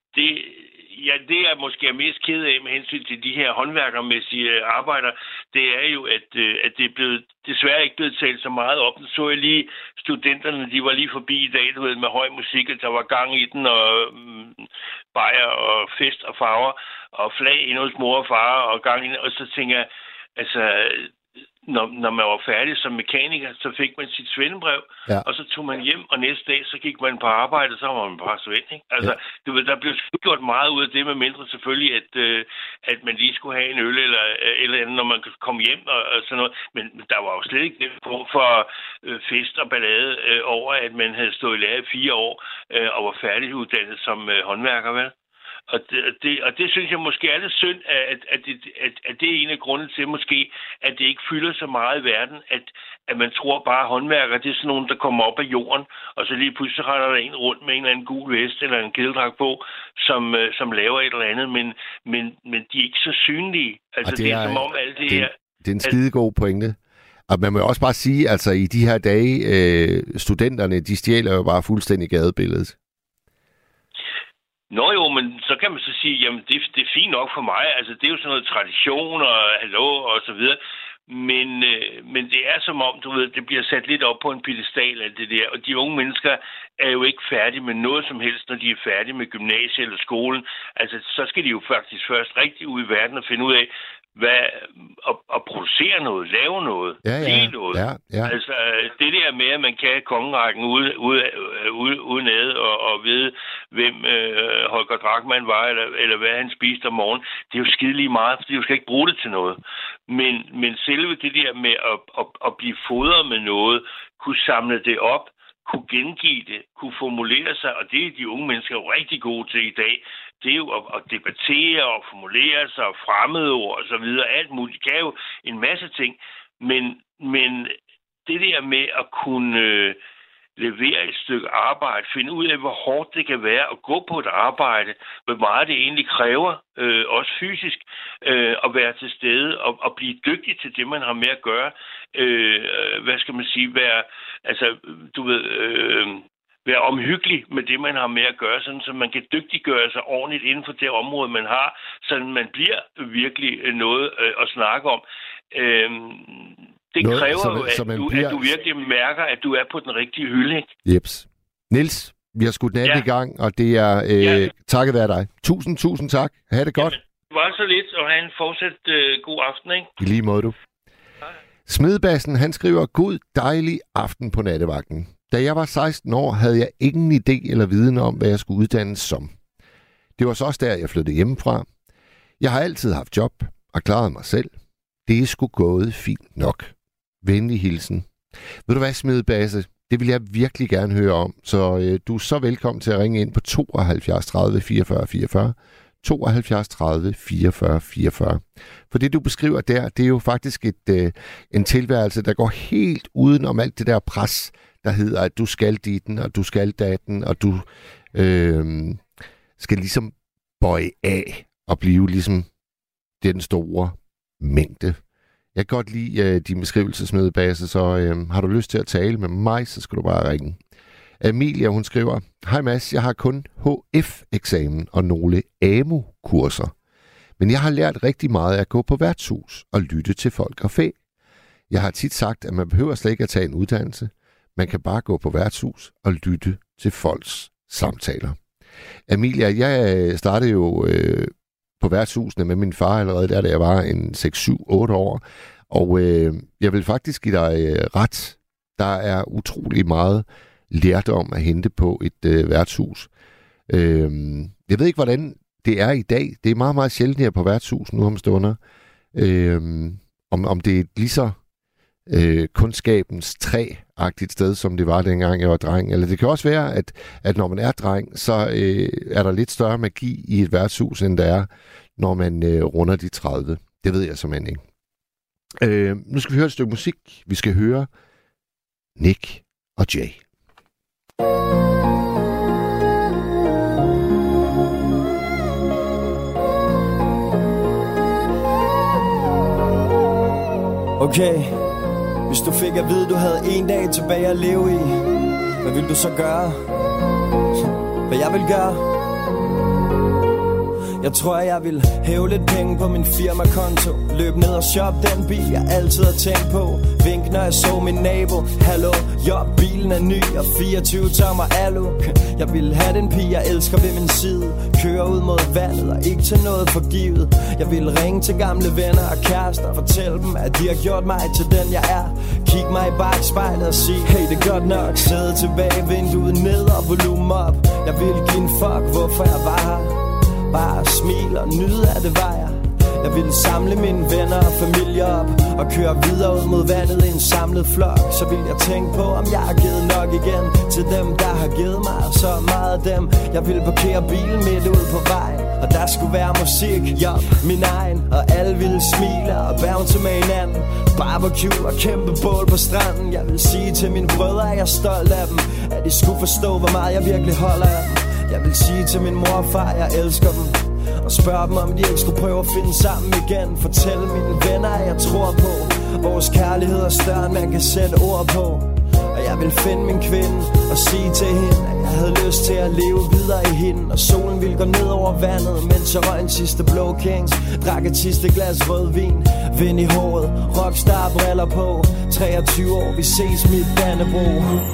er måske jeg mest ked af med hensyn til de her håndværkermæssige arbejder, det er jo, at det er desværre ikke blevet talt så meget op. Så jeg lige studenterne, de var lige forbi i dag, du ved, med høj musik, og der var gang i den, og bajer og fest og farver, og flag ind hos mor og far, og gang i den, og så tænker jeg, altså, når man var færdig som mekaniker, så fik man sit svendebrev, ja. Og så tog man hjem, og næste dag, så gik man på arbejde, og så var man bare svend, ikke? Altså, ja. Du ved, der blev gjort meget ud af det, med mindre selvfølgelig, at man lige skulle have en øl eller andet, når man kom hjem og sådan noget. Men der var jo slet ikke det for fest og ballade over, at man havde stået i lære i 4 år og var færdiguddannet som håndværker, vel? Og det synes jeg måske er lidt synd, at det er en af grundene til måske, at det ikke fylder så meget i verden, at man tror bare, at håndværkere, det er sådan nogen, der kommer op af jorden, og så lige pludselig render der en rundt med en eller anden gul vest eller en kedeldragt på, som laver et eller andet, men de er ikke så synlige. Altså det er som om alt det her... Det er en skidegod pointe. Og man må jo også bare sige, altså i de her dage, studenterne, de stjæler jo bare fuldstændig gadebilledet. Nå jo, men så kan man så sige, jamen det er fint nok for mig. Altså det er jo sådan noget tradition og hallo og så videre. Men det er som om, du ved, det bliver sat lidt op på en piedestal af det der. Og de unge mennesker er jo ikke færdige med noget som helst, når de er færdige med gymnasiet eller skolen. Altså så skal de jo faktisk først rigtig ud i verden og finde ud af, at producere noget, lave noget, blive noget. Ja. Altså det der med, at man kan kongerækken udenad og vide, hvem Holger Drachmann var, eller hvad han spiste om morgenen, det er jo skideligt meget, fordi du skal ikke bruge det til noget. Men selve det der med at blive fodret med noget, kunne samle det op, kunne gengive det, kunne formulere sig, og det er de unge mennesker jo rigtig gode til i dag. Det er jo at debattere og formulere sig og fremmedord og så videre, alt muligt. Det kan jo en masse ting, men det der med at kunne levere et stykke arbejde, finde ud af, hvor hårdt det kan være at gå på et arbejde, hvor meget det egentlig kræver, også fysisk, at være til stede og blive dygtig til det, man har med at gøre. Hvad skal man sige? Være omhyggelig med det, man har med at gøre, sådan så man kan dygtiggøre sig ordentligt inden for det område, man har, så man bliver virkelig noget at snakke om. Det kræver jo, at du virkelig mærker, at du er på den rigtige hylde, ikke? Jeps. Niels, vi har skudt natten i gang, og det er takket være dig. Tusind tak. Ha' det godt. Jamen, det var så lidt, og have en fortsat god aften, ikke? I lige måde, du. Smedebassen, han skriver, god dejlig aften på nattevagten. Da jeg var 16 år, havde jeg ingen idé eller viden om, hvad jeg skulle uddannes som. Det var så også der, jeg flyttede hjemmefra. Jeg har altid haft job og klaret mig selv. Det er sgu gået fint nok. Venlig hilsen. Ved du hvad, Smedebasse? Det vil jeg virkelig gerne høre om. Så du er så velkommen til at ringe ind på 72 30 44 44. 72 30 44 44. For det, du beskriver der, det er jo faktisk en tilværelse, der går helt uden om alt det der pres, der hedder, at du skal ditten, og du skal datten, og du skal ligesom bøje af og blive ligesom den store mængde. Jeg kan godt lide din beskrivelsesmødebase, så har du lyst til at tale med mig, så skal du bare ringe. Amelia, hun skriver, hej Mads, jeg har kun HF-eksamen og nogle AMU-kurser. Men jeg har lært rigtig meget at gå på værtshus og lytte til folk og fæ. Jeg har tit sagt, at man behøver slet ikke at tage en uddannelse. Man kan bare gå på værtshus og lytte til folks samtaler. Amelia, jeg startede jo på værtshusene med min far allerede da jeg var en 6, 7, 8 år. Og jeg vil faktisk give dig ret. Der er utrolig meget lærdom at hente på et værtshus. Jeg ved ikke, hvordan det er i dag. Det er meget, meget sjældent her på værtshus nu om stunder. Om det er lige så kundskabens træ-agtigt sted, som det var dengang jeg var dreng. Eller det kan også være, at når man er dreng, så er der lidt større magi i et værtshus, end der er, når man runder de 30. Det ved jeg simpelthen ikke. Nu skal vi høre et stykke musik. Vi skal høre Nick og Jay. Okay, hvis du fik at vide, du havde en dag tilbage at leve i, hvad ville du så gøre? Hvad jeg vil gøre? Jeg tror, jeg vil hæve lidt penge på min firmakonto. Løb ned og shop den bil, jeg altid har tænkt på. Vink, når jeg så min nabo. Hallo, jo, bilen er ny og 24 tommer alu. Jeg vil have den pige, jeg elsker ved min side. Køre ud mod vandet og ikke til noget forgivet. Jeg vil ringe til gamle venner og kærester og fortælle dem, at de har gjort mig til den, jeg er. Kig mig i bagspejlet og sige, hey, det er godt nok. Sæde tilbage, vinduet ned og volumen op. Jeg vil give en fuck, hvorfor jeg var her. Bare smil og nyde af det var jeg. Jeg ville samle mine venner og familie op og køre videre ud mod vandet i en samlet flok. Så vil jeg tænke på, om jeg har givet nok igen til dem, der har givet mig så meget af dem. Jeg ville parkere bilen midt ud på vejen, og der skulle være musik, job, min egen. Og alle ville smile og bounce med hinanden. Barbecue og kæmpe bål på stranden. Jeg vil sige til mine brødre, at jeg er stolt af dem, at de skulle forstå, hvor meget jeg virkelig holder af dem. Jeg vil sige til min mor og far, jeg elsker dem, og spørge dem, om de ikke skulle prøve at finde sammen igen. Fortælle mine venner, at jeg tror på vores kærlighed er større, end man kan sætte ord på. Og jeg vil finde min kvinde og sige til hende, at jeg havde lyst til at leve videre i hende. Og solen ville gå ned over vandet, mens jeg røg en sidste Blå Kings. Drak et sidste glas rødvin, vind i håret, rockstar briller på. 23 år, vi ses mit Dannebro.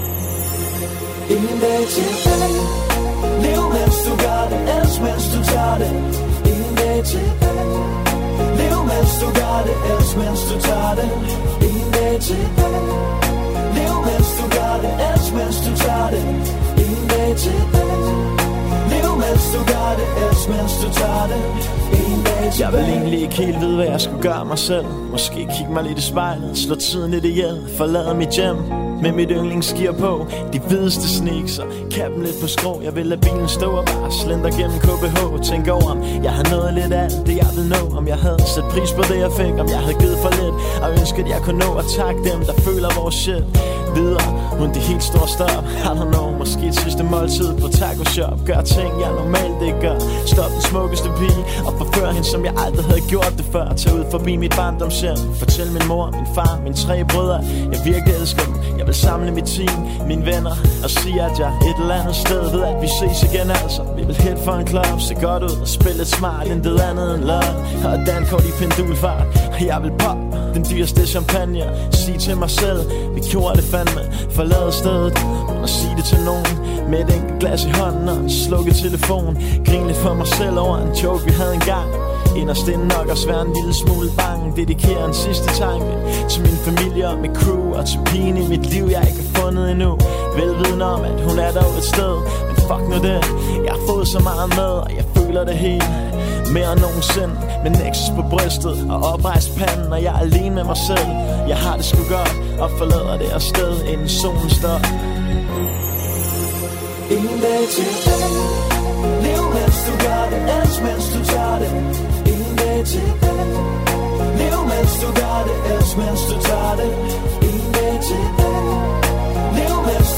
Ingen dag tilbage. Lev mens du gør det, elsk mens du tager det. Ingen dag tilbage. Lev mens du gør det, elsk mens du tager det. Ingen dag tilbage. Lev mens du gør det, elsk mens du tager det. Ingen dag tilbage. Lev mens du gør det, elsk mens du tager det. Jeg vil egentlig ikke helt vide, hvad jeg skulle gøre mig selv. Måske kigge mig lidt i spejlet, slå tiden lidt ihjel, forlade mit hjem med mit yndlingsgear på. De hvideste sneaks og kappen lidt på skrå. Jeg vil lade bilen stå og bare slender gennem KBH. Tænk over, om jeg har nået lidt af det, jeg vil nå. Om jeg havde sat pris på det, jeg fik. Om jeg havde givet for lidt og ønsket, jeg kunne nå at takke dem, der føler vores shit. Videre, hun det helt store stop. I don't know, måske et sidste måltid på taco shop. Gør ting, jeg normalt ikke gør. Stop den smukkeste pige og forfør hende, som jeg aldrig havde gjort det før. Tag ud forbi mit barndomshjem. Fortæl min mor, min far, mine 3 brødre, jeg virkelig elsker dem. Jeg vil samle mit team, mine venner, og sige, at jeg et eller andet sted ved, at vi ses igen altså. Vi vil hit for en club, se godt ud og spille lidt smart, intet andet end love. Og dankort i pendulfart, og jeg vil pop den dyreste champagne. Sige til mig selv, vi gjorde det fandme. Forlade stedet, uden at sige det til nogen. Med et enkelt glas i hånden og en slukket telefon. Grin lidt for mig selv over en joke, vi havde engang. Inderst inden nok også være en lille smule bange. Dedikerer en sidste tanke til min familie og mit crew. Og til pigen i mit liv, jeg ikke har fundet endnu. Velviden om, at hun er dog et sted. Men fuck nu det, jeg har fået så meget med, og jeg føler det helt mere end nogensinde. Med Nexus på brystet og oprejst panden, og jeg er alene med mig selv. Jeg har det sgu godt, og forlader det afsted, inden solen står. Ingen dag tilbage. Lev mens du gør det, elsk mens du tager det. Ingen dag tilbage. Lev mens du gør det, elsk mens du tager det. Ingen dag tilbage. Lev mens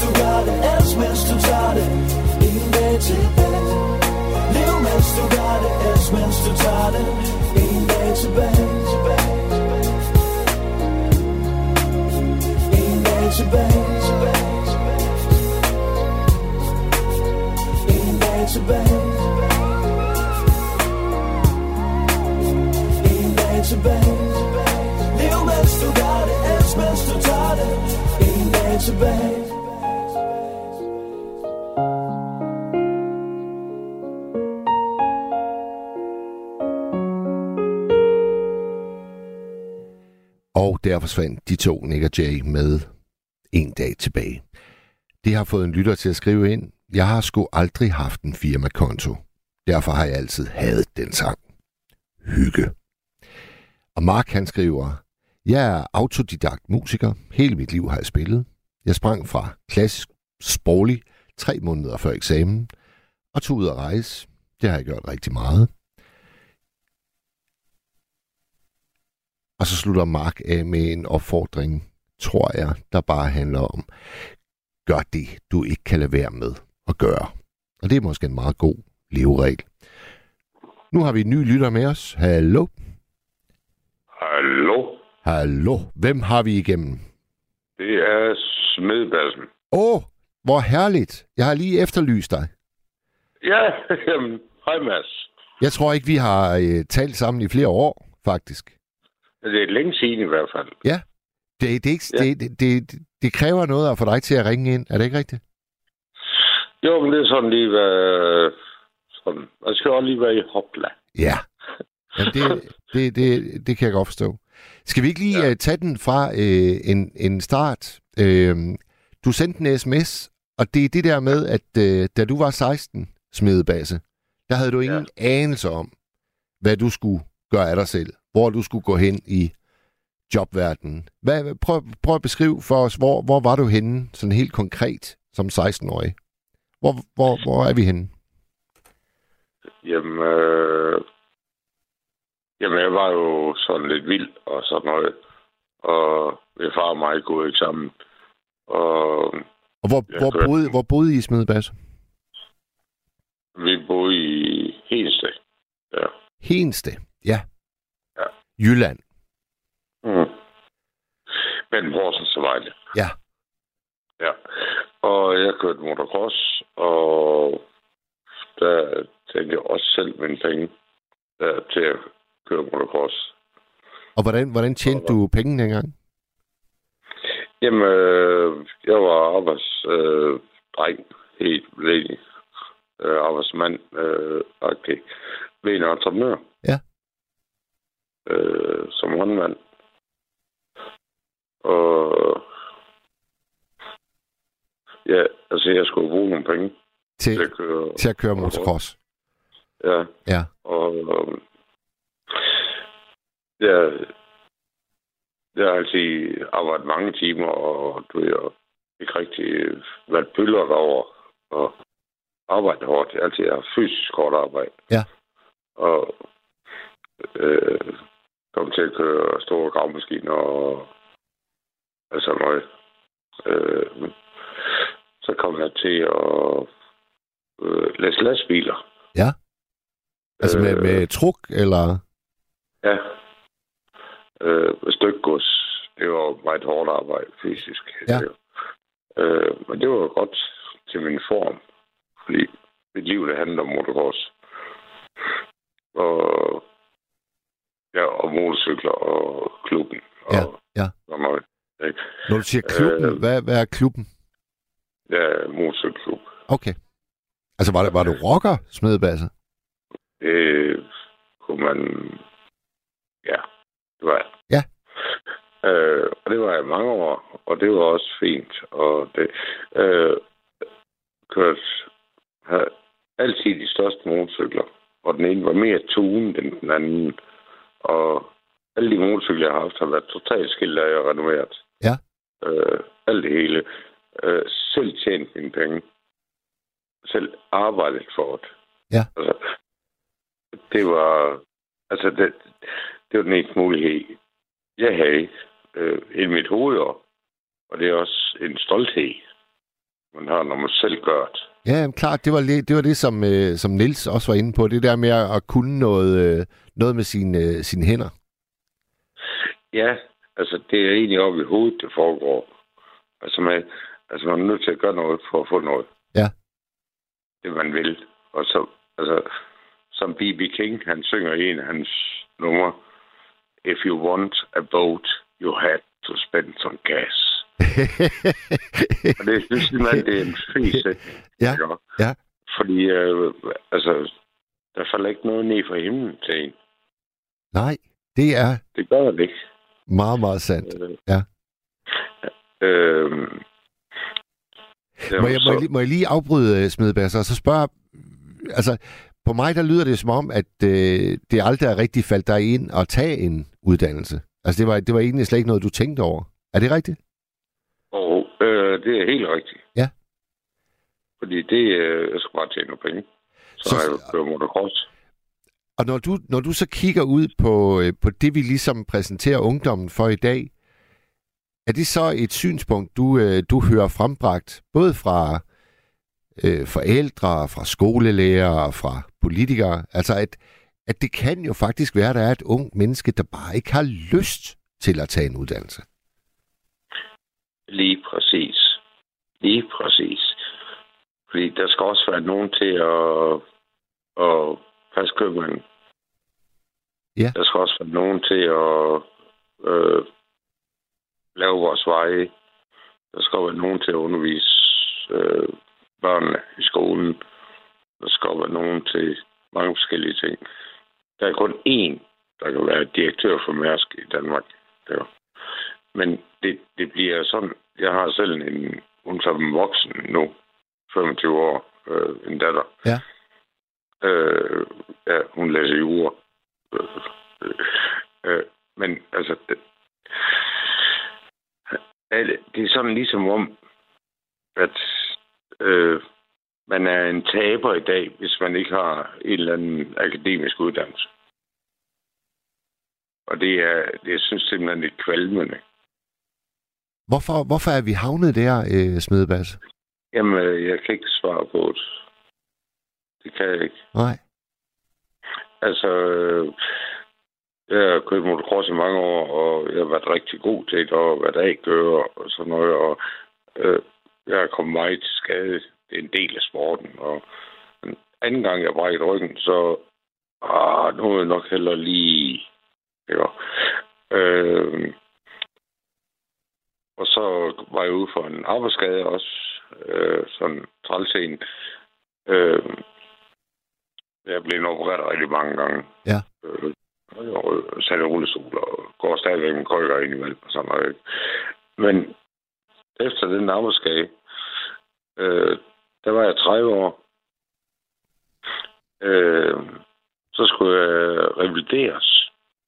tilbage. En dag tilbage. En dag tilbage. Lev mens du gør det, elsk mens du tager det. En dag tilbage. Og der forsvandt de to, Nick og Jay, med En dag tilbage. Det har fået en lytter til at skrive ind: Jeg har sgu aldrig haft en firmakonto. Derfor har jeg altid hadet den sang. Hygge. Og Mark, han skriver: Jeg er autodidakt musiker. Hele mit liv har jeg spillet. Jeg sprang fra klassisk sproglig 3 måneder før eksamen og tog ud at rejse. Det har jeg gjort rigtig meget. Og så slutter Mark af med en opfordring, tror jeg, der bare handler om: gør det, du ikke kan lade være med at gøre. Og det er måske en meget god leveregel. Nu har vi en ny lytter med os. Hallo? Hallo? Hallo. Hvem har vi igennem? Det er Smedbassen. Hvor herligt. Jeg har lige efterlyst dig. Ja, jamen, hej Mads. Jeg tror ikke, vi har talt sammen i flere år, faktisk. Det er længe siden i hvert fald. Ja. Det kræver noget at få dig til at ringe ind. Er det ikke rigtigt? Jo, men det er sådan lige sådan. Jeg skal også lige være i hopla. Ja. Jamen, det kan jeg godt forstå. Skal vi ikke lige tage den fra en start? Du sendte en sms, og det er det der med, at da du var 16, Smedebasse, der havde du ingen anelse om, hvad du skulle gøre af dig selv. Hvor du skulle gå hen i jobverdenen. Prøv at beskrive for os, hvor var du henne, sådan helt konkret, som 16-årig? Hvor er vi henne? Jamen, jeg var jo sådan lidt vild og sådan noget. Og min far og mig gået ikke sammen. Og hvor boede I i Smedebasse? Vi boede i Hensted. Ja. Hensted, ja. Ja. Jylland. Men Horsens og Vejle. Ja. Ja. Og jeg kørte motocross, og der tænkte jeg også selv mine penge til at køre motocross. Og hvordan tjente du penge dengang? Jamen, jeg var arbejdsdreng, helt ledig. Arbejdsmand, okay. Ved en entreprenør. Ja. Som håndmand. Og ja, altså jeg skulle bruge nogle penge til at køre motocross. Ja. Ja. Og jeg har altid arbejdet mange timer, og du har ikke rigtig været pøller derovre og arbejdet hårdt. Jeg har altid haft fysisk hårdt arbejde. Ja. Og kom til at køre store gravmaskiner og altså noget. Så kom jeg til at læse lastbiler. Ja. Altså med truk, eller? Ja. Stykgods. Det var meget hårdt arbejde fysisk. Ja. Men det var godt til min form. Fordi mit liv, det handler om motocross. Og motorcykler og klubben. Og sådan noget. Når du siger klubben, hvad er klubben? Ja, motorcykelklub. Okay. Altså var du rocker, Smedebasse? Det kunne man... Ja, det var jeg. Ja. Og det var jeg mange år, og det var også fint. Og det havde altid de største motorcykler. Og den ene var mere tunet end den anden. Og alle de motorcykler, jeg har haft, har været totalt skilt af og renoveret. Ja. Alt det hele. Selv tjent mine penge. Selv arbejdet for det. Ja. Altså, det var... Altså, det var den eneste mulighed, jeg havde i mit hoved. Og det er også en stolthed, man har, når man selv gør det. Ja, klart. Det var det, som Niels også var inde på. Det der med at kunne noget med sine hænder. Ja, altså det er egentlig oppe i hovedet, det foregår. Altså, man er nødt til at gøre noget for at få noget. Ja. Det, man vil. Og så, som B.B. King, han synger i en af hans numre, If you want a boat, you had to spend some gas. Og det synes simpelthen, det er en fri sætning. Ja. Fordi, der falder ikke noget ned fra himlen til en. Nej, det gør det ikke. Meget, meget sandt. Ja. Må jeg lige afbryde, Smedberg, og så spørge, altså, på mig, der lyder det som om, at det aldrig er rigtig faldt dig ind at tage en uddannelse. Altså, det var egentlig slet ikke noget, du tænkte over. Er det rigtigt? Det er helt rigtigt. Ja. Fordi jeg skal bare tjene nogle penge. Så har jeg kørt motocross. Og når du så kigger ud på det, vi ligesom præsenterer ungdommen for i dag, er det så et synspunkt, du hører frembragt, både fra forældre, fra skolelærer, fra politikere? Altså, at det kan jo faktisk være, at der er et ungt menneske, der bare ikke har lyst til at tage en uddannelse. Lige præcis. Fordi der skal også være nogen til at passe købmanden. Ja. Der skal også være nogen til at lave vores veje. Der skal være nogen til at undervise børnene i skolen. Der skal være nogen til mange forskellige ting. Der er kun én, der kan være direktør for Mærsk i Danmark. Men det bliver sådan. Jeg har selv hun som voksen nu, 25 år, en datter. Ja. Hun læser jura. Men altså, det er sådan ligesom om, at man er en taber i dag, hvis man ikke har en eller anden akademisk uddannelse. Og jeg synes simpelthen, det er kvalmende. Hvorfor er vi havnet der, Smedberg? Jamen, jeg kan ikke svare på det. Det kan jeg ikke. Nej. Altså, jeg har kørt motocross i mange år, og jeg har været rigtig god til det, og hvad der ikke gør, og sådan noget, og jeg har kommet meget til skade. Det er en del af sporten, og anden gang jeg brækkede ryggen, så nu er jeg nok heller lige... og så var jeg ude for en arbejdsskade også, sådan trælsen. Jeg blev opereret rigtig mange gange. Ja. Og sat i rullestol og går stadigvæk med krykker ind imellem og sådan noget. Men efter den arbejdsskade, der var jeg 30 år. Så skulle jeg revalideres.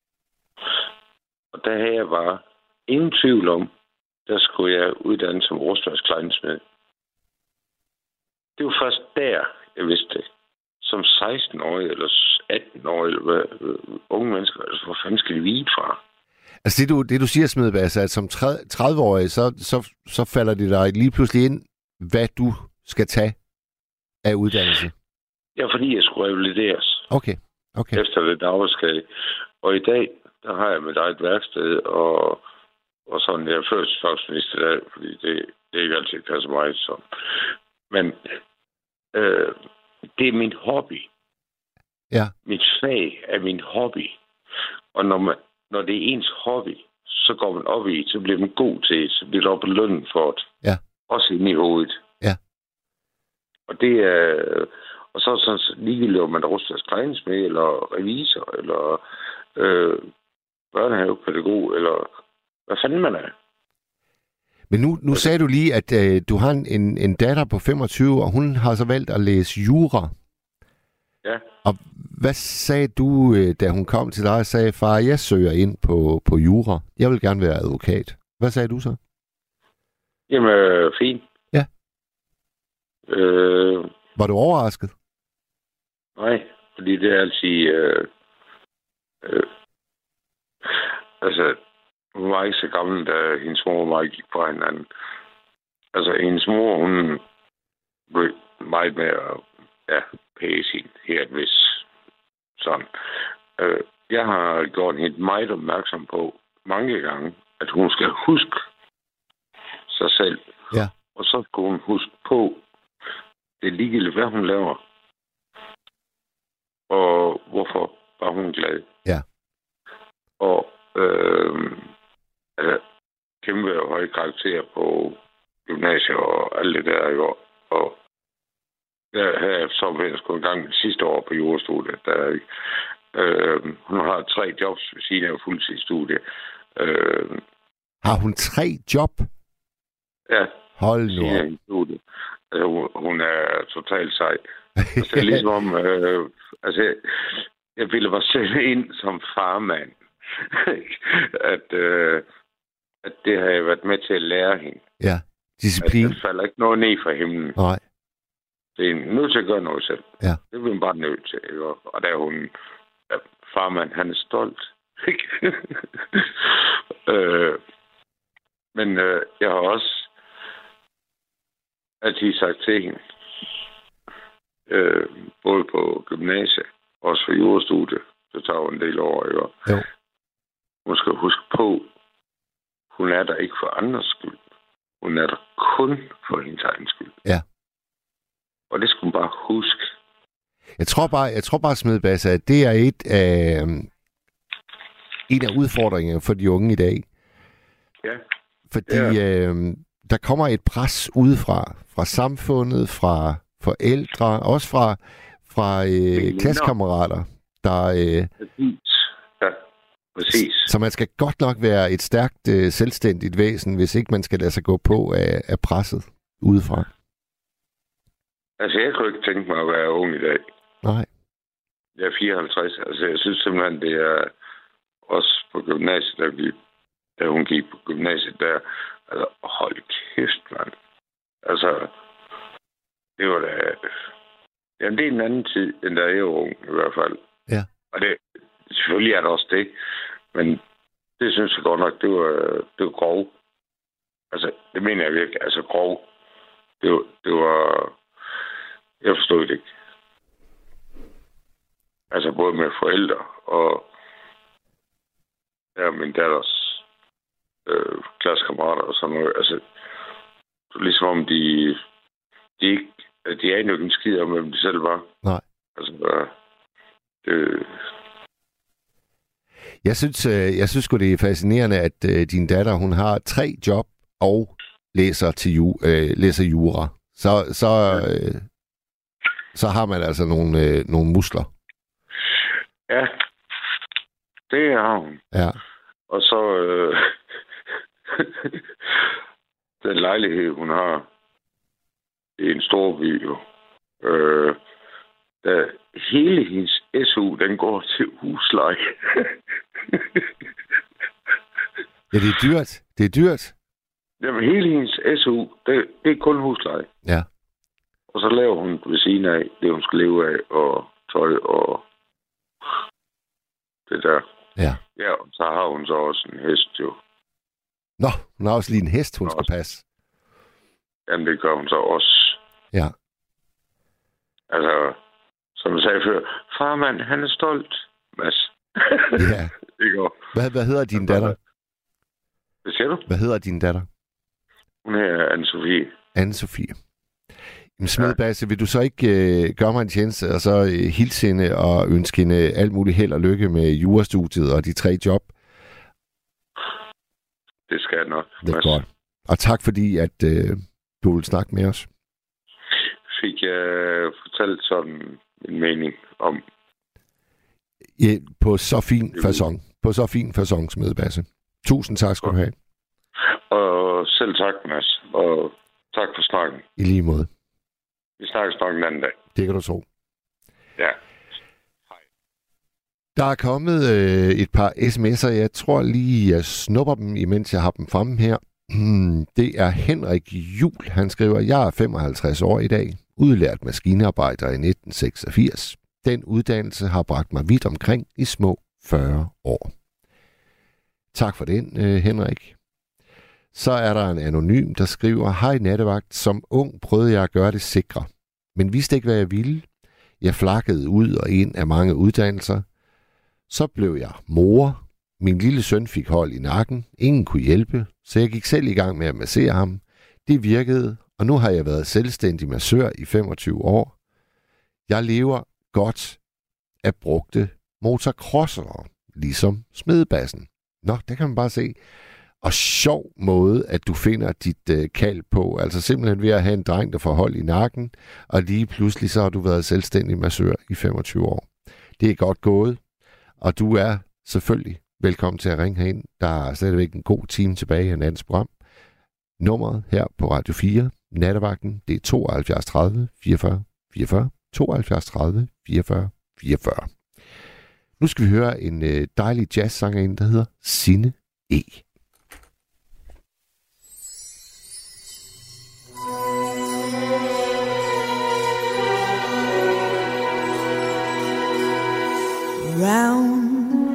Og der havde jeg bare ingen tvivl om, der skulle jeg uddanne som rustværsklejnsmed. Det var først der, jeg vidste det. Som 16-årig eller 18-årig, eller unge mennesker, altså, hvor fanden skal de vide fra? Altså det du siger, Smedberg, altså, at som 30-årig, så falder det dig lige pludselig ind, hvad du skal tage af uddannelse. Ja, fordi jeg skulle revalideres. Okay. Efter det arbejdsskade. Og i dag, der har jeg mit eget værksted, og sådan, jeg er førsteminister i dag, fordi det ikke altid passer mig sådan. Men det er min hobby. Ja. Mit fag er min hobby. Og når det er ens hobby, så går man op i, så bliver man god til, så bliver der op på lønnen for det. Ja. Også inde i hovedet. Ja. Og det er... Og så sådan ligegyldigt, om man er rustværsklejnsmed, eller revisor, eller børnehavepædagog, eller hvad fanden man er. Men nu sagde du lige, at du har en datter på 25, og hun har så valgt at læse jura. Ja. Og hvad sagde du, da hun kom til dig og sagde, far, jeg søger ind på jura. Jeg vil gerne være advokat. Hvad sagde du så? Jamen, fint. Ja. Var du overrasket? Nej, fordi det er altid... altså, hun var ikke så gammel, da hendes mor og mig gik på hinanden. Altså, hendes mor, hun blev meget mere pæs hende her, hvis sådan. Jeg har gjort hende meget opmærksom på mange gange, at hun skal huske sig selv. Ja. Og så skulle hun huske på, det er ligegyldigt, hvad hun laver. Og hvorfor var hun glad. Ja. Og kæmpe høje karakterer på gymnasiet og alt det der, jo. Og der havde jeg så været sgu en gang sidste år på jurastudiet. Hun har 3 jobs ved siden af fuldtidsstudie. Har hun 3 job? Ja. Hold nu op. Altså, hun er totalt sej. Altså, det er ligesom om... jeg ville mig selv ind som farmand. at det har jeg været med til at lære hende. Ja, disciplin. At der falder ikke noget ned fra himlen. Nej. Det er nødt til at gøre noget selv. Ja. Det bliver bare nødt til. Ikke? Og der er hun... farmand, han er stolt. Men jeg har også altid sagt til hende, både på gymnasiet, også for jurastudiet, så tager hun en del år, ikke? Jo. Hun skal huske på, hun er der ikke for andres skyld. Hun er der kun for hendes egen skyld. Ja. Og det skulle hun bare huske. Jeg tror bare, Smedbasse, at det er en af udfordringerne for de unge i dag. Ja. Fordi der kommer et pres udefra, fra samfundet, fra forældre, også fra klassekammerater, der... Ja, præcis. Så man skal godt nok være et stærkt, selvstændigt væsen, hvis ikke man skal lade sig gå på af presset udefra. Altså, jeg kunne ikke tænke mig at være ung i dag. Nej. Jeg er 54. Altså, jeg synes simpelthen, det er også på gymnasiet, da hun gik på gymnasiet der. Altså, hold kæft, mand. Altså, det var da... Jamen, det er en anden tid, end da jeg var ung, i hvert fald. Ja. Og det, selvfølgelig er det også det. Men det synes jeg godt nok, det var grov. Altså, det mener jeg virkelig. Altså, grov. Det var... Jeg forstod det ikke. Altså, både med forældre og min datters klassekammerater og sådan noget. Altså, det er ligesom om de er jo ikke en skid om, hvem de selv var. Nej. Altså, Jeg synes sgu, det er fascinerende, at din datter, hun har 3 job og læser jura. Så har man altså nogle muskler. Ja, det har hun. Ja. Og så den lejlighed, hun har i en stor by, jo. Hele hendes SU, den går til husleje. Ja, det er dyrt. Det er dyrt. Jamen, hele hendes SU, det er kun husleje. Ja. Og så laver hun ved siden af det, hun skal leve af, og tøj og det der. Ja. Ja, og så har hun så også en hest, jo. Nå, hun har også lige en hest, hun skal passe. Jamen, det gør hun så også. Ja. Altså, som jeg sagde før, farmand, han er stolt, Mads. Ja. Det går. Hvad hedder din datter? Hvad siger du? Hvad hedder din datter? Hun er Anne-Sophie. Anne-Sophie. Smedbasse, vil du så ikke gøre mig en tjeneste, og så hilse hende og ønske hende alt muligt held og lykke med jurastudiet og de 3 job? Det skal jeg nok. Det er godt. Og tak fordi, at du vil snakke med os. Fik jeg fortalt sådan en mening om... Ja, på så fin facon. På så fin facon, Smedbasse. Tusind tak skal du have. Og selv tak, Mads. Og tak for snakken. I lige måde. Vi snakkes nok en anden dag. Det kan du tro. Ja. Hej. Der er kommet et par sms'er. Jeg tror lige, jeg snupper dem, imens jeg har dem fremme her. Det er Henrik Juhl. Han skriver, jeg er 55 år i dag. Udlært maskinarbejder i 1986. Den uddannelse har bragt mig vidt omkring i små 40 år. Tak for den, Henrik. Så er der en anonym, der skriver, hej nattevagt, som ung prøvede jeg at gøre det sikre, men vidste ikke, hvad jeg ville. Jeg flakkede ud og ind af mange uddannelser. Så blev jeg mor. Min lille søn fik hold i nakken. Ingen kunne hjælpe, så jeg gik selv i gang med at massere ham. Det virkede, og nu har jeg været selvstændig massør i 25 år. Jeg lever godt af brugte motocrossere, ligesom Smedebassen. Nå, det kan man bare se. Og sjov måde, at du finder dit kald på. Altså simpelthen ved at have en dreng, der får hold i nakken, og lige pludselig så har du været selvstændig massør i 25 år. Det er godt gået, og du er selvfølgelig velkommen til at ringe herind. Der er stadigvæk en god time tilbage i nattens program. Nummeret her på Radio 4, Nattevagten, det er 72 30 44 44, 72 30 44 44. Nu skal vi høre en dejlig jazzsangerinde, der hedder Signe E. Round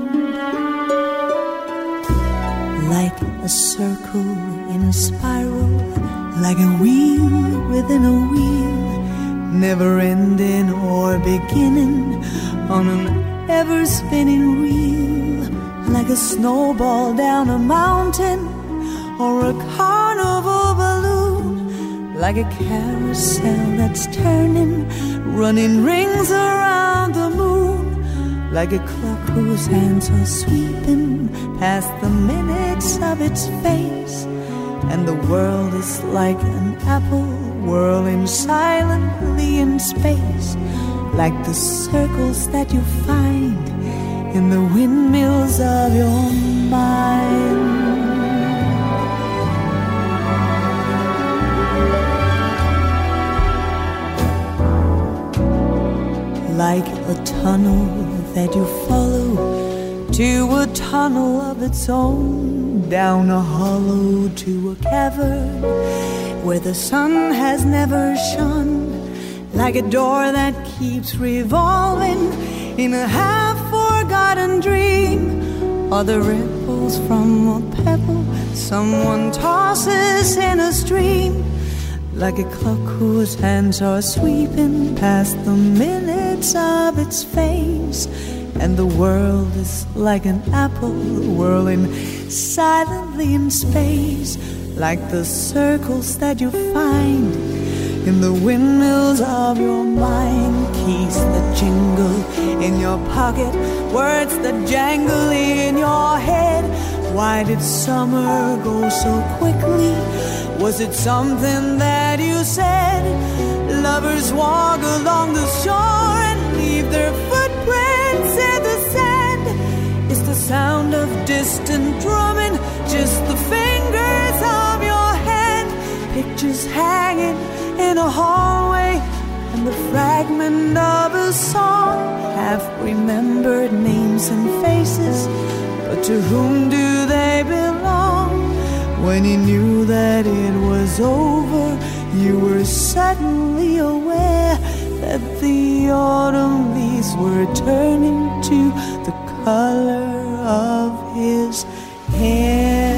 like a circle in a spiral, like a wheel within a wheel, never ending or beginning on an ever spinning wheel, like a snowball down a mountain or a carnival balloon, like a carousel that's turning, running rings around the moon, like a clock whose hands are sweeping past the minutes of its face, and the world is like an apple whirling silently in space, like the circles that you find in the windmills of your mind. Like a tunnel that you follow to a tunnel of its own, down a hollow to a cavern where the sun has never shone, like a door that keeps revolving in a half-forgotten dream, or the ripples from a pebble someone tosses in a stream, like a clock whose hands are sweeping past the minutes of its face, and the world is like an apple whirling silently in space, like the circles that you find in the windmills of your mind. Keys that jingle in your pocket, words that jangle in your head. Why did summer go so quickly? Was it something that you said? Lovers walk along the shore and leave their footprints in the sand. It's the sound of distant drumming, just the fingers of your hand. Pictures hanging in a hallway, and the fragment of a song. Half-remembered names and faces, but to whom do they belong? When you knew that it was over, you were suddenly aware that the autumn leaves were turning to the color of his hair.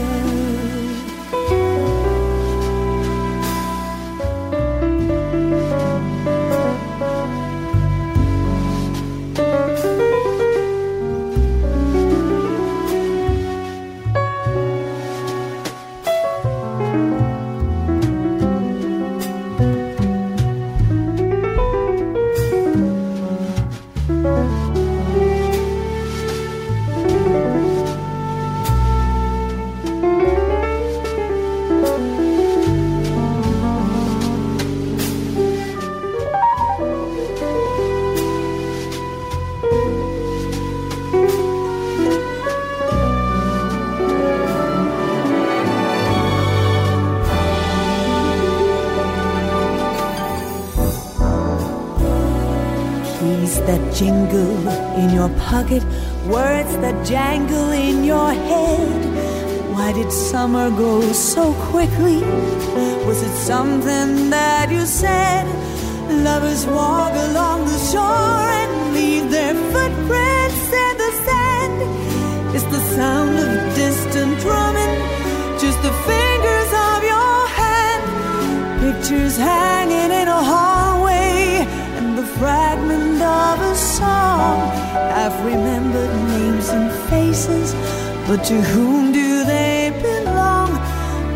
That jingle in your pocket, words that jangle in your head. Why did summer go so quickly? Was it something that you said? Lovers walk along the shore and leave their footprints in the sand. It's the sound of distant drumming, just the fingers of your hand. Pictures hanging in a hallway, and the fragment of a song. I've remembered names and faces, but to whom do they belong?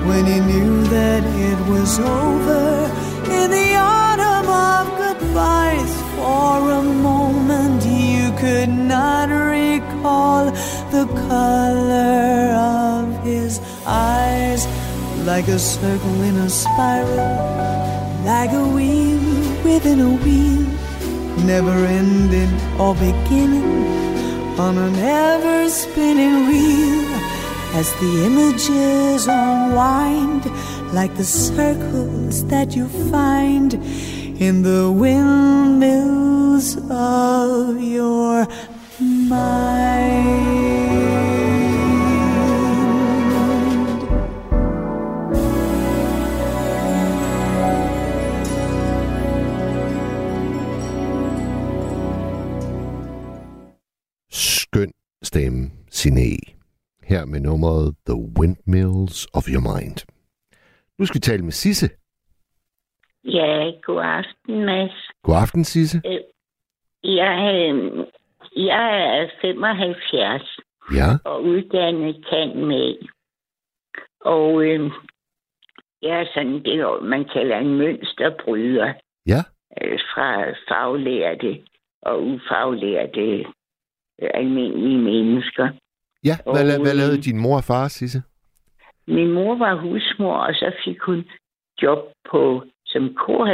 when he knew that it was over. In the autumn of goodbyes, for a moment you could not recall the color of his eyes. Like a circle in a spiral, like a wheel within a wheel, never ending or beginning on an ever-spinning reel. As the images unwind, like the circles that you find in the windmills of your mind. Skøn stemme, Signe. Her med nummeret The Windmills of Your Mind. Nu skal vi tale med Sisse. Ja, god aften, Mads. God aften, Sisse. Jeg er 75 og uddannet cand.mag. Og jeg er sådan det, man kalder en mønsterbryder. Ja. Fra faglærte og ufaglærte almindelige mennesker. Ja, hvad lavede din mor og far, Sisse? Min mor var husmor, og så fik hun job som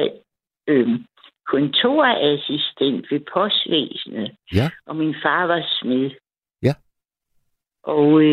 kontorassistent ved postvæsenet. Ja. Og min far var smed. Ja. Og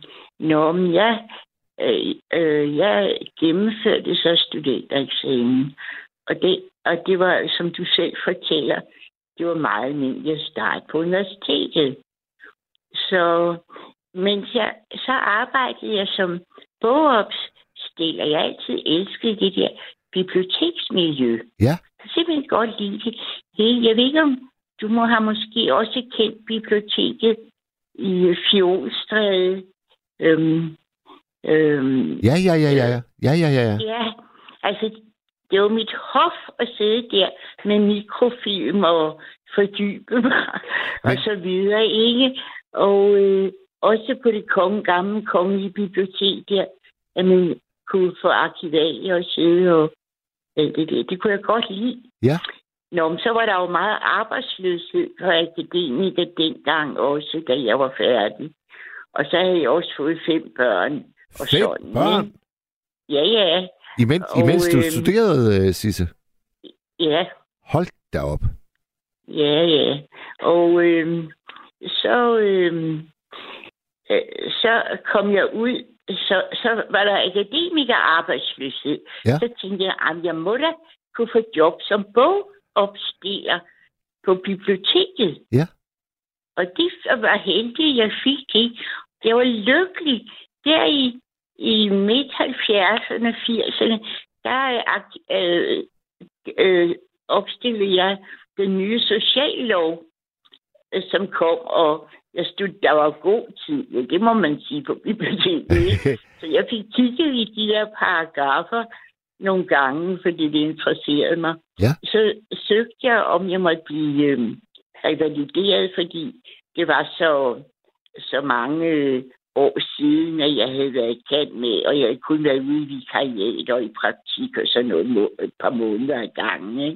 jeg gennemførte så studentereksamen. Og det var, som du selv fortæller, det var meget almindeligt at starte på universitetet. Så så arbejdede jeg som bogopstiller. Jeg altid elskede det der biblioteksmiljø. Ja. Jeg kan simpelthen godt lide det. Jeg ved ikke, om du har måske også kendt biblioteket i Fjolstræde. Ja. Ja, altså det var mit hof at sidde der med mikrofilm og fordybe mig og så videre, ikke? Og også på det gamle kongelige bibliotek der, at man kunne få arkivalier og sidde og det kunne jeg godt lide. Ja. Men så var der jo meget arbejdsløshed for akademikere dengang også, da jeg var færdig. Og så havde jeg også fået 5 børn. Og 5 sådan, børn? Ja. Imens du studerede, Sisse? Ja. Hold da op. Ja. Og så kom jeg ud, så var der akademikerarbejdsløshed. Ja. Så tænkte jeg, at jeg må da kunne få job som bogopstiller på biblioteket. Ja. Og det var heldigt, jeg fik det. Jeg var lykkelig. Der i midt-70'erne, 80'erne, der opstillede jeg den nye sociallov, som kom, og der var god tid, det må man sige på biblioteket. Så jeg fik kigget i de der paragrafer nogle gange, fordi det interesserede mig. Ja. Så søgte jeg, om jeg måtte blive revalideret, fordi det var så mange år siden, at jeg havde været kendt med, og jeg kunne være ude i vikariat og i praktik og sådan noget et par måneder ad gangen. Ikke?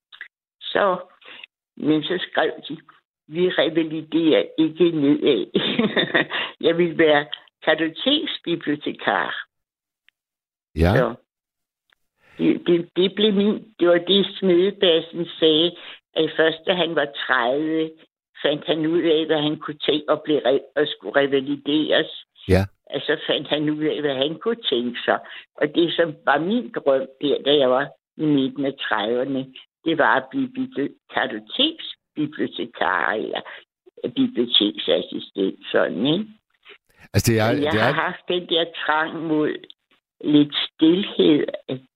Men så skrev de, vi revaliderer ikke nedad. Jeg ville være kartoteksbibliotekar. Ja. Så det blev det var det Smedebassen sagde, at først da han var 30, fandt han ud af, hvad han kunne tænke og skulle revalideres. Ja. Altså fandt han ud af, hvad han kunne tænke sig. Og det, som var min drøm der, da jeg var i midten af 30'erne, det var at blive kartoteksbibliotekar eller biblioteksassistent, sådan, ikke? Altså, jeg har haft den der trang mod lidt stilhed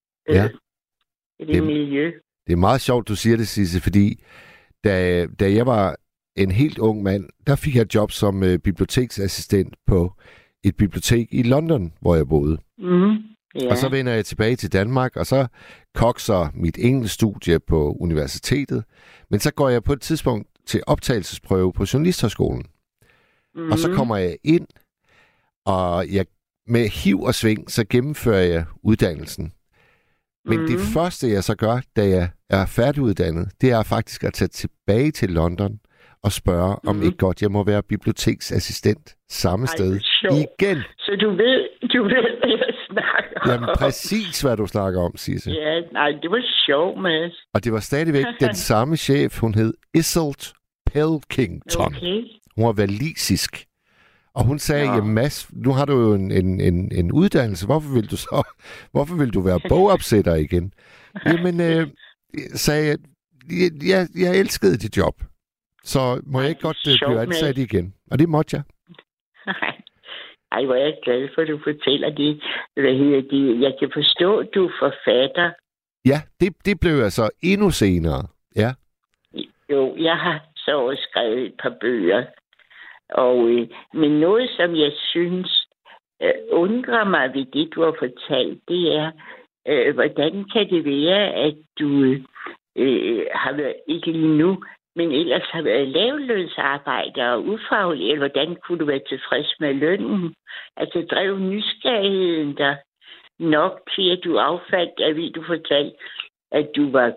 i det miljø. Det er meget sjovt, du siger det, Sisse, fordi da jeg var en helt ung mand, der fik jeg job som biblioteksassistent på et bibliotek i London, hvor jeg boede. Mm, yeah. Og så vender jeg tilbage til Danmark, og så kokser mit engelskstudie på universitetet. Men så går jeg på et tidspunkt til optagelsesprøve på Journalisthøjskolen. Mm. Og så kommer jeg ind, og med hiv og sving, så gennemfører jeg uddannelsen. Men det første, jeg så gør, da jeg er færdiguddannet, det er faktisk at tage tilbage til London og spørge, om ikke godt jeg må være biblioteksassistent samme sted igen. Så du ved, hvad jeg snakker om. Jamen præcis, hvad du snakker om, Sisse. Ja, nej, det var sjovt, Mads. Og det var stadigvæk den samme chef, hun hed Iseult Pilkington. Okay. Hun var walisisk. Og hun sagde, ja, Mads, nu har du jo en uddannelse. Hvorfor vil du være bogopsætter igen? Jamen, sagde jeg elskede dit job. Så må jeg ikke godt blive ansat igen? Og det måtte jeg. Ej, hvor er jeg glad for, at du fortæller det. Jeg kan forstå, at du er forfatter. Ja, det blev jeg så endnu senere. Ja. Jo, jeg har så også skrevet et par bøger. Men noget, som jeg synes undrer mig ved det, du har fortalt, det er, hvordan kan det være, at du har været, ikke lige nu, men ellers har været lavlønsarbejder og ufaglært. Hvordan kunne du være tilfreds med lønnen? Altså drev nysgerrigheden der nok til, at du affandt, at du fortalte, at du var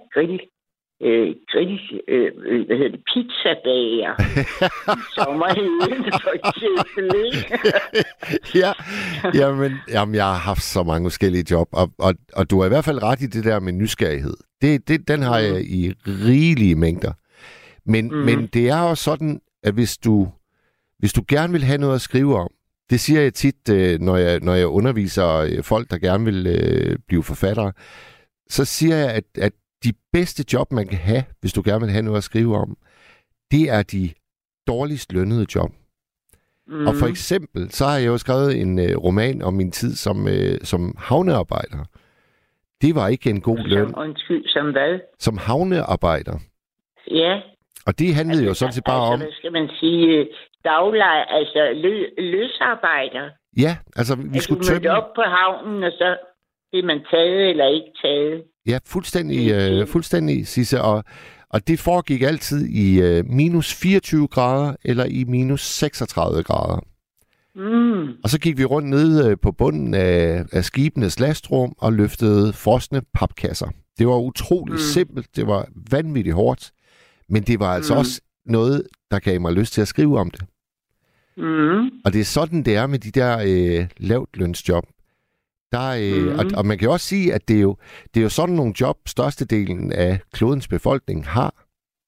pizzabager i sommerheden, for eksempel, ikke? Jamen, jeg har haft så mange forskellige job, og du har i hvert fald ret i det der med nysgerrighed. Den har jeg i rigelige mængder. Men det er jo sådan, at hvis du gerne vil have noget at skrive om, det siger jeg tit, når jeg underviser folk, der gerne vil blive forfattere, så siger jeg, at de bedste job, man kan have, hvis du gerne vil have noget at skrive om, det er de dårligst lønnede job. Og for eksempel, så har jeg jo skrevet en roman om min tid som havnearbejder. Det var ikke en god løn. Som hvad? Som havnearbejder. Ja. Og det handlede jo sådan set bare om... Hvad skal man sige? Dagleje, altså løsarbejder. Ja, altså vi skulle tømme... op på havnen, og så bliver man taget eller ikke taget. Ja, fuldstændig, Sisse. Og det foregik altid i minus 24 grader eller i minus 36 grader. Og så gik vi rundt nede på bunden af skibenes lastrum og løftede frosne papkasser. Det var utroligt simpelt. Det var vanvittigt hårdt. Men det var altså også noget, der gav mig lyst til at skrive om det. Og det er sådan, det er med de der lavt lønsjob. Og man kan jo også sige, at det er jo sådan nogle job, størstedelen af klodens befolkning har.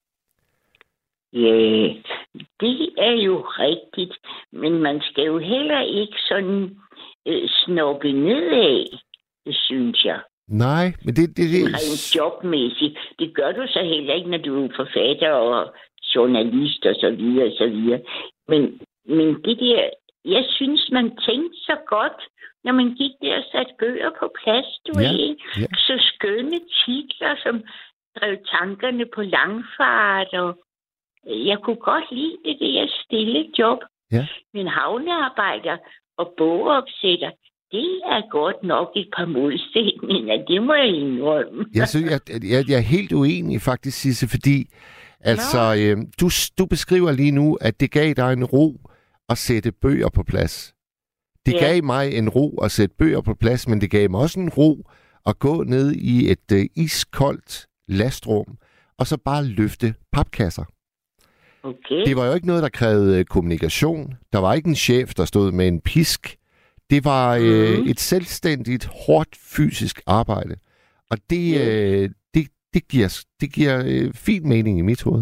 Ja, det er jo rigtigt. Men man skal jo heller ikke sådan snoppe nedad, synes jeg. Nej, men det rent jobmæssigt. Det gør du så heller ikke, når du er forfatter og journalist og så videre, og så videre. Men det der, jeg synes, man tænkte så godt, når man gik der og satte bøger på plads, så skønne titler, som drev tankerne på langfart, og jeg kunne godt lide det der stille job. Ja. Men havnearbejder og bogopsætter, det er godt nok et par modsætninger, det må jeg indrømme. Jeg er helt uenig faktisk, Sisse, fordi du beskriver lige nu, at det gav dig en ro at sætte bøger på plads. Det gav mig en ro at sætte bøger på plads, men det gav mig også en ro at gå ned i et iskoldt lastrum, og så bare løfte papkasser. Okay. Det var jo ikke noget, der krævede kommunikation. Der var ikke en chef, der stod med en pisk. Det var et selvstændigt, hårdt fysisk arbejde. Og det giver fin mening i mit hoved.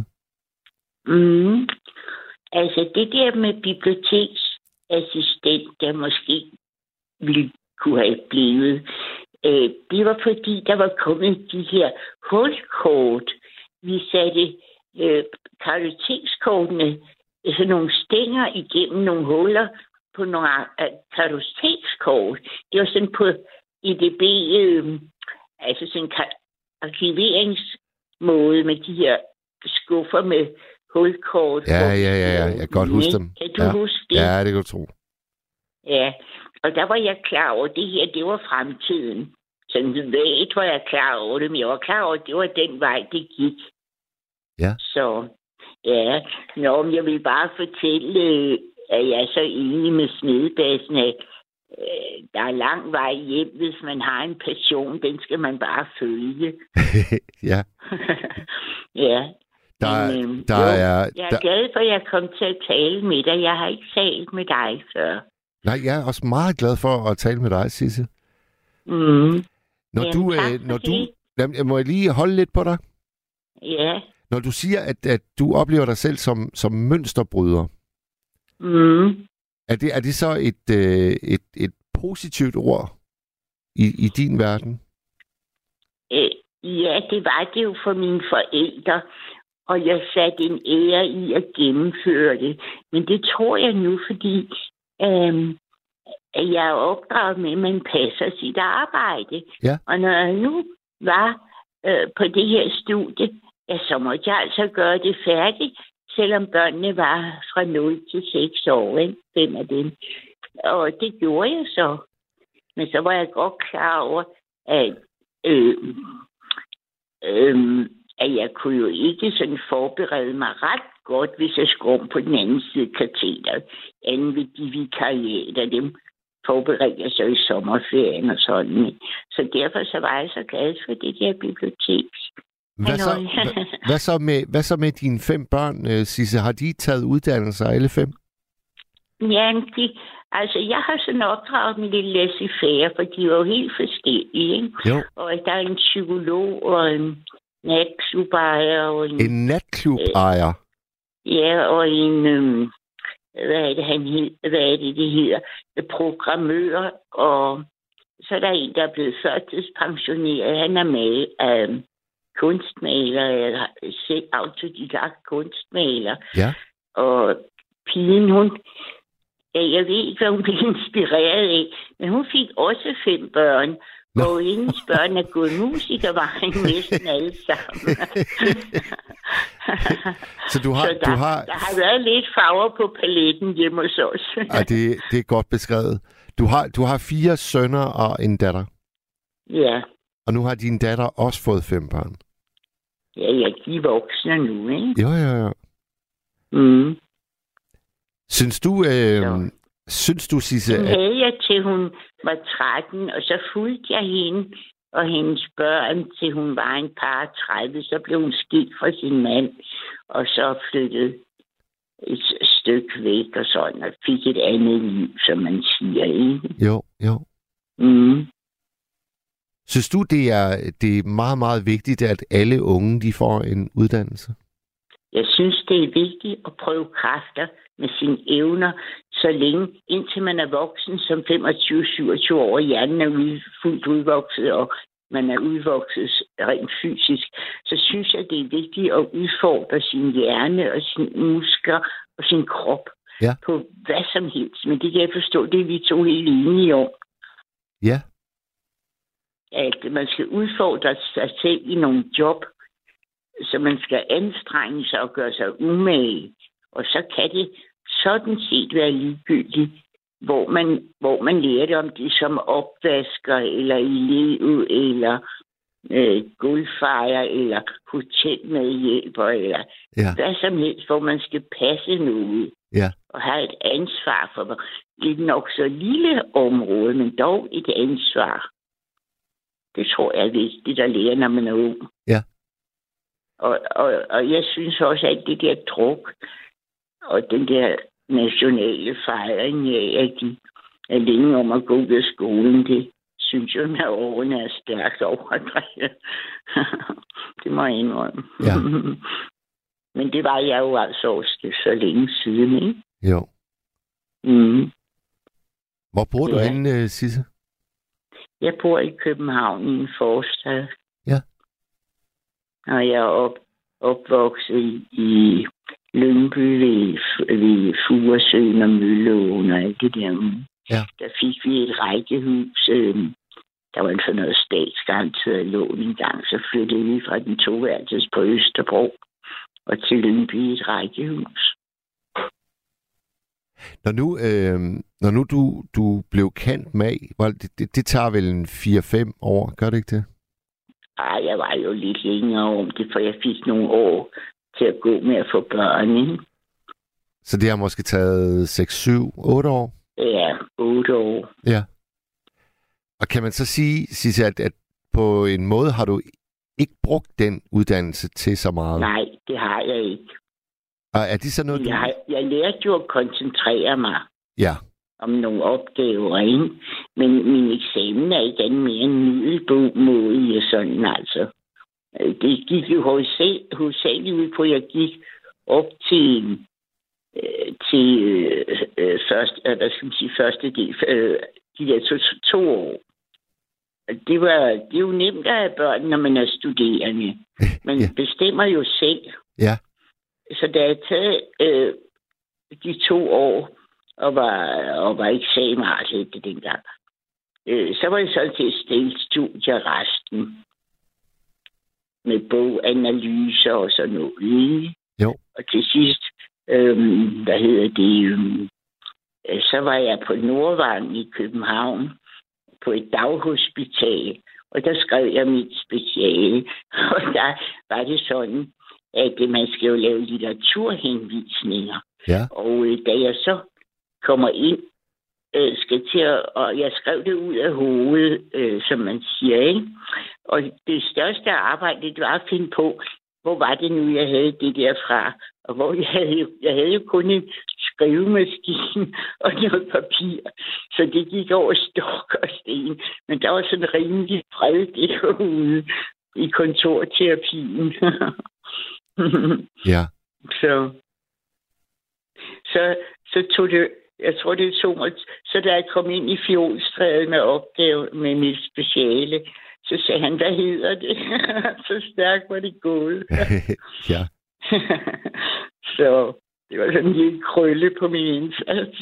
Altså det der med biblioteksassistent, der måske ville kunne have blevet, det var fordi, der var kommet de her hulkort. Vi satte kartotekskortene, sådan nogle stænger igennem nogle huller på nogle kartotekskort. Det var sådan på EDB, altså sådan en arkiveringsmåde med de her skuffer med hulkort. Ja, jeg kan godt huske dem. Kan du huske det? Ja, det kan du tro. Ja, og der var jeg klar over, at det her, det var fremtiden. Sådan vægt var jeg klar over det, men jeg var klar over, at det var den vej, det gik. Ja. Så, ja. Men jeg vil bare fortælle, at jeg er så enig med Smedebassen, Der er lang vej hjem, hvis man har en passion. Den skal man bare følge. Ja. Ja. Jeg er glad for, at jeg kom til at tale med dig. Jeg har ikke talt med dig før. Nej, jeg er også meget glad for at tale med dig, Sisse. Må jeg lige holde lidt på dig? Ja. Når du siger, at du oplever dig selv som mønsterbryder, er det så et positivt ord i din verden? Ja, det var det jo for mine forældre, og jeg satte en ære i at gennemføre det. Men det tror jeg nu, fordi jeg er opdraget med, at man passer sit arbejde. Ja. Og når jeg nu var på det her studie, så måtte jeg altså gøre det færdigt, selvom børnene var fra 0 til 6 år, ikke? 5 af dem. Og det gjorde jeg så. Men så var jeg godt klar over, at jeg kunne jo ikke sådan forberede mig ret godt, hvis jeg skulle om på den anden side katedret, anden ved de vikariater, dem forberedte jeg så i sommerferien og sådan. Så derfor så var jeg så glad for det der bibliotek. Hvad så med dine 5 børn, Sisse? Har de taget uddannelser, alle 5? Ja, jeg har sådan opdraget med lidt laissez-faire, for de var jo helt forskellige, ikke? Jo. Og der er en psykolog og en natklubejer. Og en natklubejer? Ja, og en... hvad er det hedder? Programmør, og så er der en, der er blevet førtidspensioneret. Han er kunstmaler, eller selv autodidakt kunstmaler. Ja. Og pigen, jeg ved ikke, hvad hun blev inspireret af, men hun fik også 5 børn. No. Og hendes børn er gået musikervejen næsten alle sammen. Så der har været lidt farver på paletten hjemme hos os. Ej, det er godt beskrevet. Du har 4 sønner og en datter. Ja. Og nu har din datter også fået 5 børn. Ja, de er voksne nu, ikke? Jo. Synes du, Sisse... Den havde jeg til hun var 13, og så fulgte jeg hende og hendes børn, til hun var en par 30. Så blev hun skilt fra sin mand, og så flyttede et stykke væk og sådan, og fik et andet liv, som man siger, ikke? Jo. Synes du, det er meget, meget vigtigt, at alle unge de får en uddannelse? Jeg synes, det er vigtigt at prøve kræfter med sine evner, så længe, indtil man er voksen som 25-27 år, hjernen er fuldt udvokset, og man er udvokset rent fysisk, så synes jeg, det er vigtigt at udfordre sin hjerne og sine muskler og sin krop på hvad som helst. Men det kan jeg forstå, det er vi 2 helt enige om. Ja. At man skal udfordre sig selv i nogle job, så man skal anstrenge sig og gøre sig umage. Og så kan det sådan set være ligegyldigt, hvor man lærer det, om det som opvasker, eller elev, eller gulvfejer, eller hotelmedhjælper, eller hvad som helst, hvor man skal passe noget. Ja. Og have et ansvar for det er nok så lille område, men dog et ansvar. Det tror jeg er vigtigt at lære, når man er ung. Ja. Og jeg synes også, at det der druk og den der nationale fejring af, at de er længe om at gå ud af skolen, det synes jeg, at årene er stærkt overdrevet. Det må jeg indrømme. Ja. Men det var jeg jo altså også så længe siden, ikke? Jo. Hvor bor du henne, Sisse? Jeg bor i København i en forstad. Ja. Og jeg er opvokset i Lyngby ved Furesøen og Mølleåen og alt det der. Ja. Der fik vi et rækkehus. Der var sådan noget statsgaranteret lån engang. Så flyttede vi fra den 2-værelses på Østerbro og til Lyngby et rækkehus. Når nu du blev kendt med, det tager vel en 4-5 år, gør det ikke det? Ej, jeg var jo lidt længere om det, for jeg fik nogle år til at gå med at få børn, ikke? Så det har måske taget 6, 7, 8 år? Ja, 8 år. Ja. Og kan man så sige, Sisse, at på en måde har du ikke brugt den uddannelse til så meget? Nej, det har jeg ikke. Og er det så noget, Jeg lærte jo at koncentrere mig om nogle opgaver, ikke? Men min eksamen er ikke andet mere en middelmåde, sådan altså. Det gik jo hovedsageligt ud på, at jeg gik op til første del, de der 2 år. Det er jo nemt at have børn, når man er studerende. Man bestemmer jo selv. Ja. Så da jeg taget de 2 år og var ikke særlig det dengang, så var jeg så til stilstudier resten. Med boganalyser og sådan noget. Jo. Og til sidst, så var jeg på Nordvang i København på et daghospital, og der skrev jeg mit speciale. Og der var det sådan, at man skal jo lave litteraturhenvisninger. Ja. Og da jeg så kommer ind, og jeg skrev det ud af hovedet, som man siger, ikke? Og det største arbejde, det var at finde på, hvor var det nu, jeg havde det derfra, og hvor jeg havde jo kun en skrivemaskine og noget papir, så det gik over stok og sten, men der var sådan rimelig fred derude i kontorterapien. Ja. Så tog det, jeg tror det tog mig, så da jeg kom ind i Fjolstræde med opgave med mit speciale, så sagde han, hvad hedder det? Så stærkt var det gået. Ja. Så det var sådan en lille krølle på min indsats.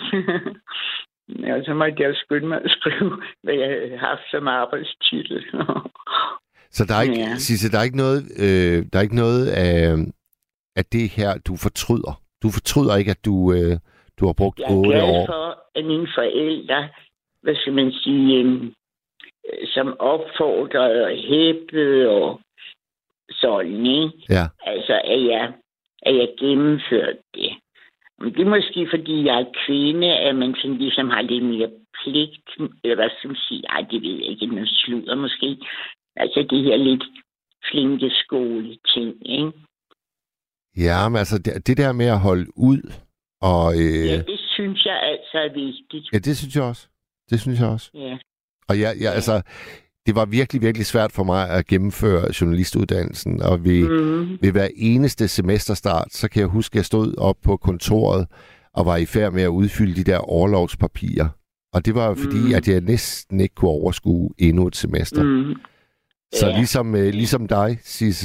Og så måtte jeg skynde mig at skrive, hvad jeg havde haft som arbejdstitel. Så der er ikke, Sisse, der er ikke noget af det her, du fortryder. Du fortryder ikke, at du har brugt 8 år. Jeg er glad for, at mine forældre, hvad skal man sige, som opfordrede og hæppede og sådan, ikke? Ja. Altså, at jeg gennemførte det. Det er måske, fordi jeg er kvinde, at man sådan ligesom har lidt mere pligt, eller hvad skal man sige, det ved jeg ikke, noget sludder måske. Altså, det her lidt flinke skole-ting, ikke? Ja, men altså, det der med at holde ud og... Ja, det synes jeg altså er vigtigt. Ja, det synes jeg også. Ja. Og altså, det var virkelig, virkelig svært for mig at gennemføre journalistuddannelsen, og ved hver eneste semesterstart, så kan jeg huske, at jeg stod op på kontoret og var i færd med at udfylde de der orlovspapirer. Og det var fordi, at jeg næsten ikke kunne overskue endnu et semester. Så ligesom dig, Sisse,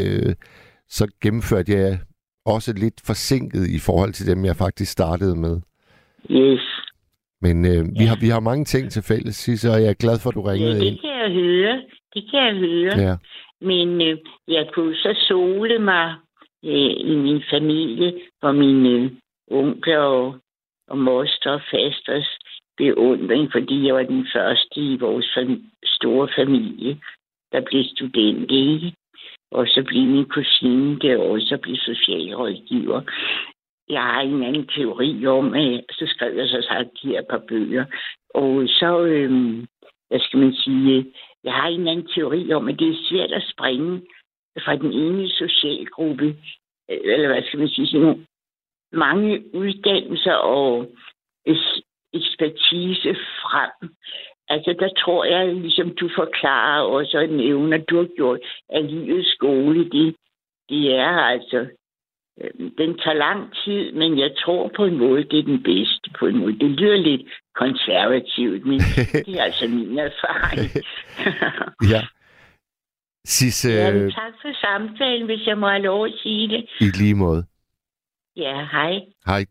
så gennemførte jeg også lidt forsinket i forhold til dem, jeg faktisk startede med. Yes. Men vi har mange ting til fælles, Sisse, og jeg er glad for, at du ringede ind. Det kan jeg høre. Ja. Men jeg kunne så sole mig i min familie, hvor mine onkler og moster og fasters beundring, fordi jeg var den første i vores store familie, der blev student, ikke? Og så blev min kusine der også blev socialrådgiver. Jeg har en anden teori om, så skrev jeg så de her par bøger. Og så, hvad skal man sige, jeg har en anden teori om, at det er svært at springe fra den ene socialgruppe, eller hvad skal man sige, sådan mange uddannelser og ekspertise frem. Altså, der tror jeg, ligesom du forklarer også og nævner, du har gjort, at livets skole, det er altså, den tager lang tid, men jeg tror på en måde, det er den bedste på en måde. Det lyder lidt konservativt, men det er altså min erfaring. Ja. Sisse... tak for samtalen, hvis jeg må have lov at sige det. I lige måde. Ja, hej. Hej.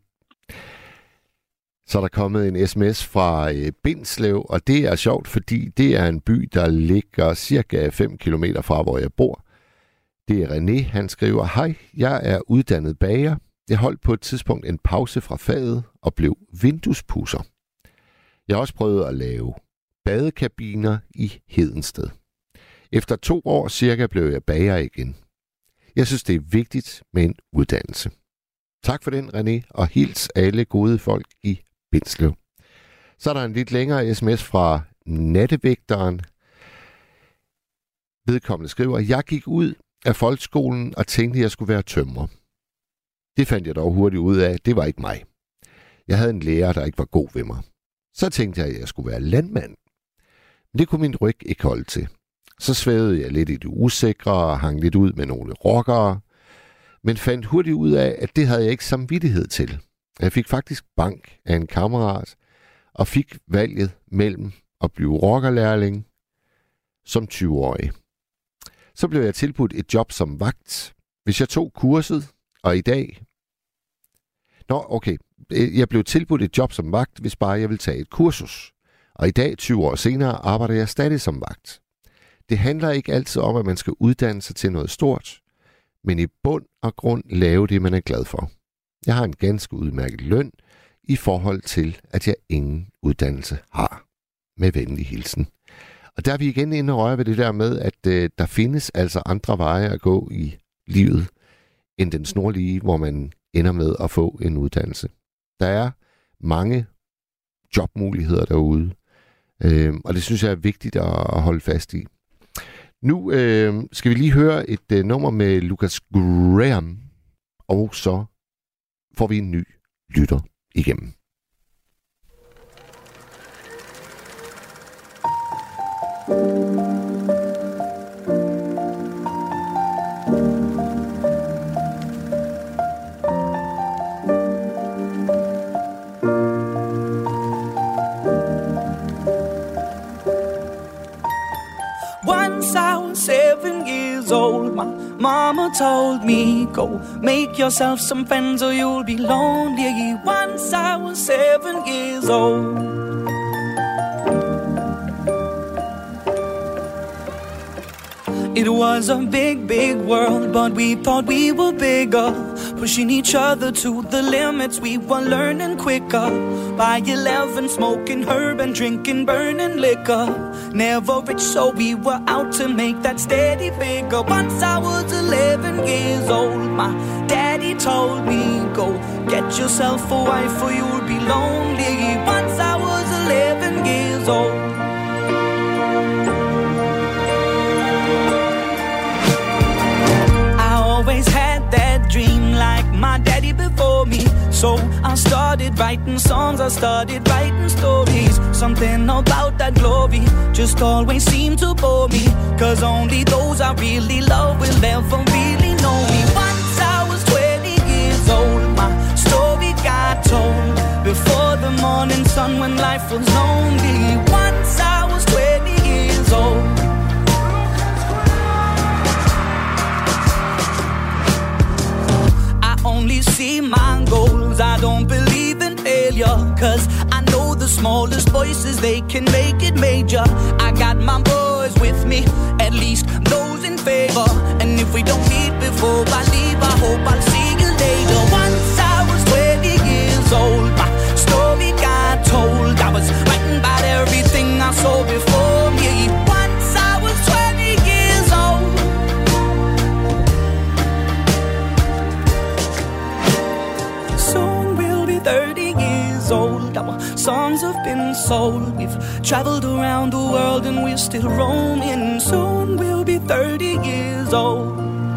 Så er der kommet en sms fra Bindslev, og det er sjovt, fordi det er en by, der ligger cirka 5 kilometer fra, hvor jeg bor. Det er René, han skriver, hej, jeg er uddannet bager. Jeg holdt på et tidspunkt en pause fra faget og blev vinduespudser. Jeg har også prøvet at lave badekabiner i Hedensted. Efter 2 år cirka blev jeg bager igen. Jeg synes, det er vigtigt med en uddannelse. Tak for den, René, og hils alle gode folk i Bindslev. Så er der en lidt længere sms fra Nattevægteren. Vedkommende skriver, jeg gik ud af folkeskolen og tænkte, at jeg skulle være tømrer. Det fandt jeg dog hurtigt ud af, det var ikke mig. Jeg havde en lærer, der ikke var god ved mig. Så tænkte jeg, at jeg skulle være landmand. Men det kunne min ryg ikke holde til. Så svævede jeg lidt i det usikre og hang lidt ud med nogle rockere, men fandt hurtigt ud af, at det havde jeg ikke samvittighed til. Jeg fik faktisk bank af en kammerat og fik valget mellem at blive rockerlærling som 20-årig. Så blev jeg tilbudt et job som vagt, hvis jeg tog kurset, og i dag... Jeg blev tilbudt et job som vagt, hvis bare jeg ville tage et kursus. Og i dag, 20 år senere, arbejder jeg stadig som vagt. Det handler ikke altid om, at man skal uddanne sig til noget stort, men i bund og grund lave det, man er glad for. Jeg har en ganske udmærket løn i forhold til, at jeg ingen uddannelse har. Med venlig hilsen. Og der er vi igen inde og røre ved det der med, at der findes altså andre veje at gå i livet, end den snorlige, hvor man ender med at få en uddannelse. Der er mange jobmuligheder derude, og det synes jeg er vigtigt at holde fast i. Nu skal vi lige høre et nummer med Lucas Graham, og så får vi en ny lytter igennem. Once I was 7 years old, my mama told me, go make yourself some friends or you'll be lonely. Once I was 7 years old. It was a big, big world, but we thought we were bigger, pushing each other to the limits. We were learning quicker. By 11, smoking herb and drinking burning liquor. Never rich, so we were out to make that steady figure. Once I was 11 years old, my daddy told me, go get yourself a wife or you'll be lonely. Once I was 11 years old. Always had that dream like my daddy before me. So I started writing songs, I started writing stories. Something about that glory just always seemed to bore me, 'cause only those I really love will ever really know me. Once I was 20 years old, my story got told before the morning sun when life was lonely. Once I was 20 years old. Only see my goals, I don't believe in failure, 'cause I know the smallest voices, they can make it major. I got my boys with me, at least those in favor. And if we don't meet before I leave, I hope I'll see you later. Once I was 20 years old, my story got told. I was writing about everything I saw before me. Once I was 20 years old. Soon we'll be 30 years old. Our songs have been sold. We've traveled around the world and we're still roaming. Soon we'll be 30 years old.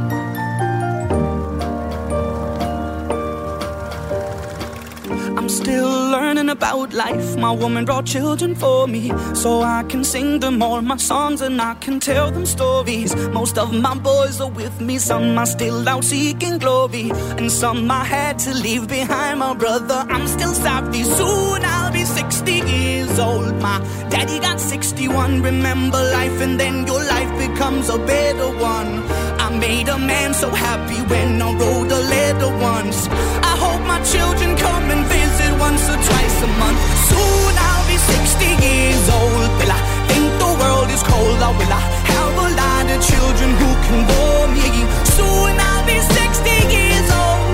I'm still learning about life. My woman brought children for me, so I can sing them all my songs and I can tell them stories. Most of my boys are with me, some are still out seeking glory, and some I had to leave behind. My brother, I'm still sorry. Soon I'll be 60 years old. My daddy got 61. Remember life and then your life becomes a better one. I made a man so happy when I wrote a letter once. I hope my children come and visit once or twice a month. Soon I'll be 60 years old. Will I think the world is cold, or will I have a lot of children who can warm me? Soon I'll be 60 years old.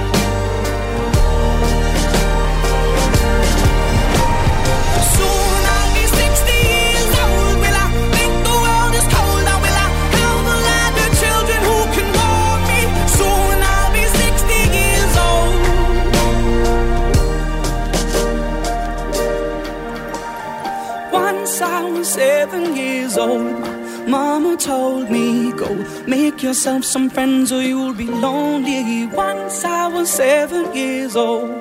Soon I'll be 60 years old. Will I think the world is cold, or will I have a lot of children who can warm me? Soon I'll be 60 years old. go. Make yourself some friends or you'll be lonely. Once I was 7 years old.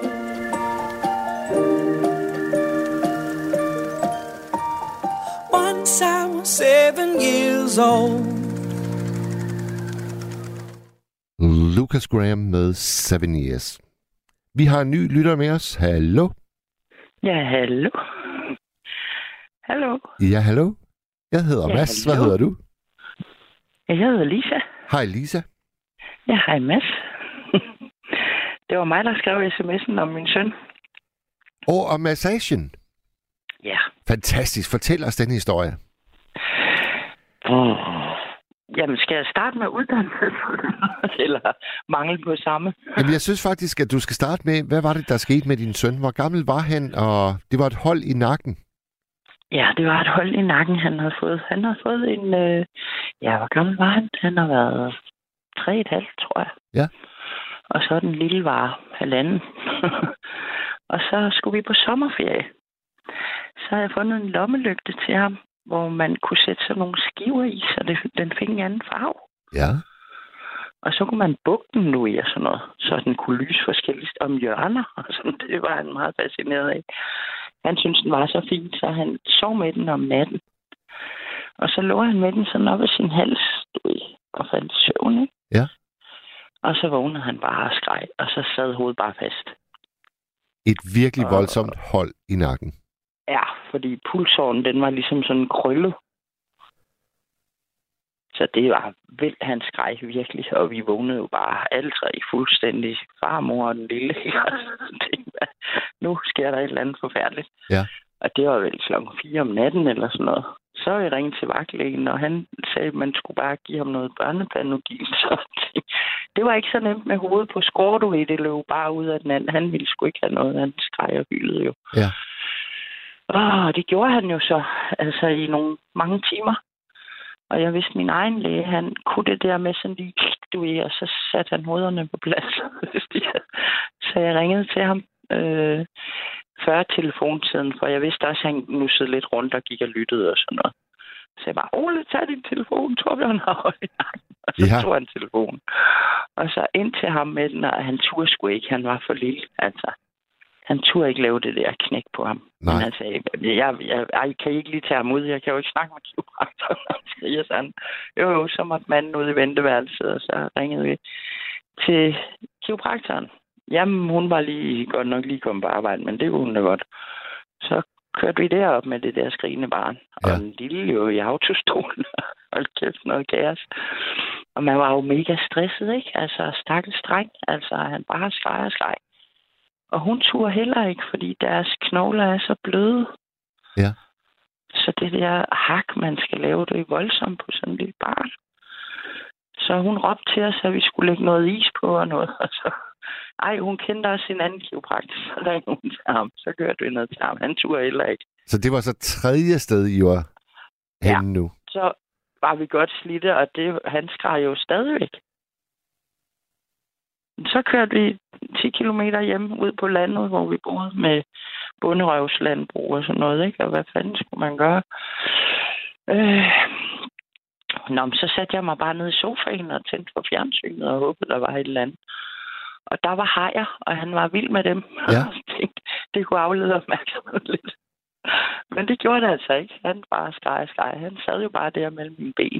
Once I was 7 years old. Lucas Graham med 7 Years. Vi har en ny lytter med os. Hallo? Ja, hallo. Hallo. Ja, hallo. Jeg hedder Mads. Hvad hedder du? Jeg hedder Lisa. Hej, Lisa. Ja, hej Mads. Det var mig, der skrev sms'en om min søn. Og massagen. Ja. Fantastisk. Fortæl os den historie. Jamen, skal jeg starte med uddannelse? Eller mangel på samme? Jamen, jeg synes faktisk, at du skal starte med, hvad var det, der skete med din søn? Hvor gammel var han, og det var et hold i nakken? Ja, det var et hold i nakken, han havde fået. Han har fået en... Ja, hvor gammel var han? Han har været 3,5, tror jeg. Ja. Og så den lille var 1,5. Og så skulle vi på sommerferie. Så har jeg fundet en lommelygte til ham, hvor man kunne sætte sådan nogle skiver i, så den fik en anden farve. Ja. Og så kunne man bukke den nu i og sådan noget, så den kunne lyse forskelligt om hjørner. Og sådan, det var han meget fascineret af. Han syntes, den var så fin, så han sov med den om natten. Og så lå han med den sådan op ad sin hals, og faldt i søvn, ikke? Ja. Og så vågnede han bare og skreg, og så sad hovedet bare fast. Et virkelig voldsomt hold i nakken. Ja, fordi pulsåren, den var ligesom sådan krøllet. Så det var vildt, han skreg virkelig, og vi vågnede jo bare alle tre fuldstændig, farmor og den lille. Nu sker der et eller andet forfærdeligt. Ja. Og det var vel 4:00 om natten eller sådan noget. Så jeg ringede til vagtlægen, og han sagde, at man skulle bare give ham noget børneplanodil. Så det var ikke så nemt med hovedet på skårdu i, det løb bare ud af den anden. Han ville sgu ikke have noget, han skreg og hyldede jo. Ja. Og det gjorde han jo så, altså i mange timer. Og jeg vidste, min egen læge, han kunne det der med sådan lige, og så satte han hovederne på plads. Så jeg ringede til ham før telefontiden, for jeg vidste også, at han nussede lidt rundt og gik og lyttede og sådan noget. Så jeg bare, Ole, tag din telefon, Torbjørn har højt i nakken. Og så tog han telefonen. Og så ind til ham med den, og han turde sgu ikke, han var for lille, altså. Han turde ikke lave det der knæk på ham. Nej. Men han sagde, jeg kan ikke lige tage ham ud. Jeg kan jo ikke snakke med kiropraktoren. Siger sådan. Jo, så måtte manden ud i venteværelset, og så ringede vi til kiropraktoren. Jamen, hun var godt nok lige kommet på arbejde, men det kunne hun da godt. Så kørte vi derop med det der skrigende barn. Ja. Og den lille jo i autostolen. Hold kæft, noget kaos. Og man var jo mega stresset, ikke? Altså, stakkels dreng. Altså, han bare skreg. Og hun turde heller ikke, fordi deres knogler er så bløde. Ja. Så det der hak, man skal lave, det er voldsomt på sådan en lille barn. Så hun råbte til os, at vi skulle lægge noget is på og noget. Og så, hun kendte også en anden kiropraktor, så der ikke nogen til ham. Så kørte vi noget til ham. Han turde heller ikke. Så det var så tredje sted, I var henne nu? Så var vi godt slidte, og han skreg jo stadigvæk. Så kørte vi 10 kilometer hjem ud på landet, hvor vi boede med bunderøvslandbrug og sådan noget, ikke? Og hvad fanden skulle man gøre? Så satte jeg mig bare ned i sofaen og tændte for fjernsynet og håbede, der var et eller andet. Og der var hajer, og han var vild med dem. Ja. Det kunne aflede opmærksomhed lidt. Men det gjorde det altså ikke. Han bare skreg. Han sad jo bare der mellem mine ben.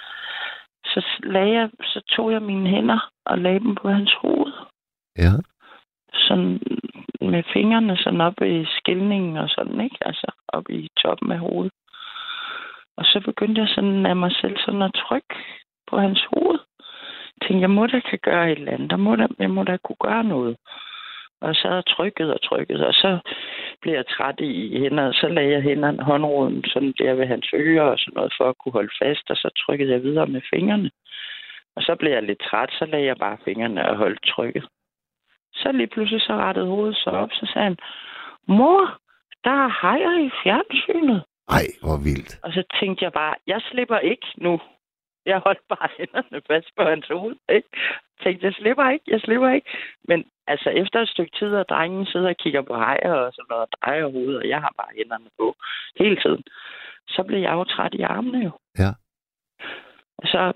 Så tog jeg mine hænder og lagde dem på hans hoved. Ja. Sådan med fingrene sådan op i skilningen og sådan, ikke? Altså op i toppen af hovedet. Og så begyndte jeg sådan af mig selv sådan at trykke på hans hoved. Jeg tænkte, jeg må da kan gøre et eller andet. Jeg må da kunne gøre noget. Og så havde jeg trykket, og så blev jeg træt i hænderne, og så lagde jeg håndroden sådan der ved hans ører og sådan noget, for at kunne holde fast, og så trykkede jeg videre med fingrene. Og så blev jeg lidt træt, så lagde jeg bare fingrene og holdt trykket. Så lige pludselig så rettede hovedet så op, så sagde han, mor, der er hajer i fjernsynet. Ej, hvor vildt. Og så tænkte jeg bare, jeg slipper ikke nu. Jeg holdt bare hænderne fast på hans hoved, ikke? Jeg tænkte, jeg slipper ikke. Men altså, efter et stykke tid, og drengen sidder og kigger på hajer og sådan noget, og drejer hovedet, og jeg har bare hænderne på hele tiden. Så blev jeg jo træt i armene jo. Ja. Og så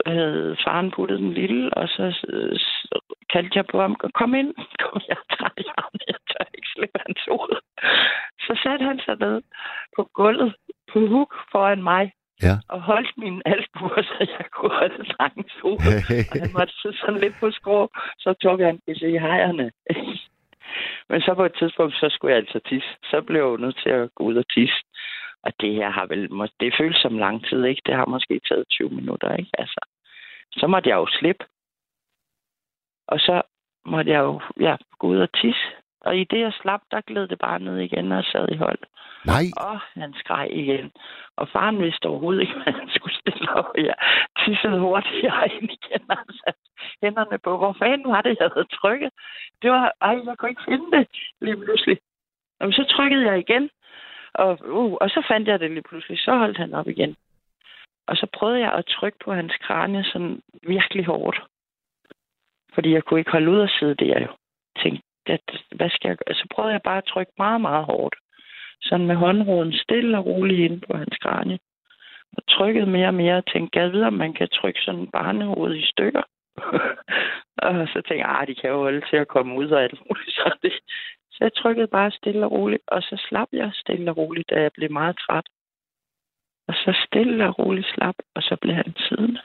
havde faren puttet den lille, og så kaldte jeg på ham, kom ind, kom, jeg tager i armen, jeg tør ikke slippe hans hoved. Så satte han sig ned på gulvet på huk foran mig, og holdt mine albuer, så jeg kunne holde drengens hoved. Og han måtte sidde sådan lidt på skrå, så tog han i hejerne. Men så på et tidspunkt, så skulle jeg altså tisse. Så blev jeg nødt til at gå ud og tisse. Og det her har vel, det føles som lang tid, ikke? Det har måske taget 20 minutter, ikke? Altså, så måtte jeg jo slippe. Og så måtte jeg jo gå ud og tisse. Og i det, jeg slap, der gled det bare ned igen og sad i hold. Nej. Og han skreg igen. Og faren vidste overhovedet ikke, hvad han skulle stille op. Jeg tissede hurtigere ind igen og satte hænderne på. Hvor fanden var det, jeg havde trykket? Det var, jeg kunne ikke finde det lige pludselig. Og så trykkede jeg igen. Og så fandt jeg det lige pludselig. Så holdt han op igen. Og så prøvede jeg at trykke på hans kranie sådan virkelig hårdt. Fordi jeg kunne ikke holde ud og sidde der jo. Tænkte, hvad skal jeg gøre? Så prøvede jeg bare at trykke meget, meget hårdt. Sådan med håndroden stille og roligt inde på hans kranie. Og trykkede mere og mere og tænkte, jeg ved, om man kan trykke sådan en barnehoved i stykker. Og så tænkte jeg, de kan jo holde til at komme ud og alt muligt. Så jeg trykkede bare stille og roligt, og så slap jeg stille og roligt, da jeg blev meget træt. Og så stille og roligt slap, og så blev han siddende.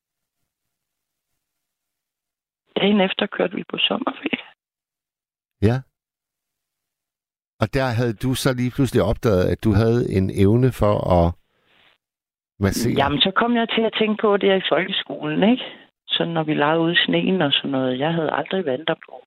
Dagen efter kørte vi på sommerferie. Ja. Og der havde du så lige pludselig opdaget, at du havde en evne for at massere? Jamen, så kom jeg til at tænke på det i folkeskolen, ikke? Så når vi legede ude i sneen og sådan noget. Jeg havde aldrig vandret på.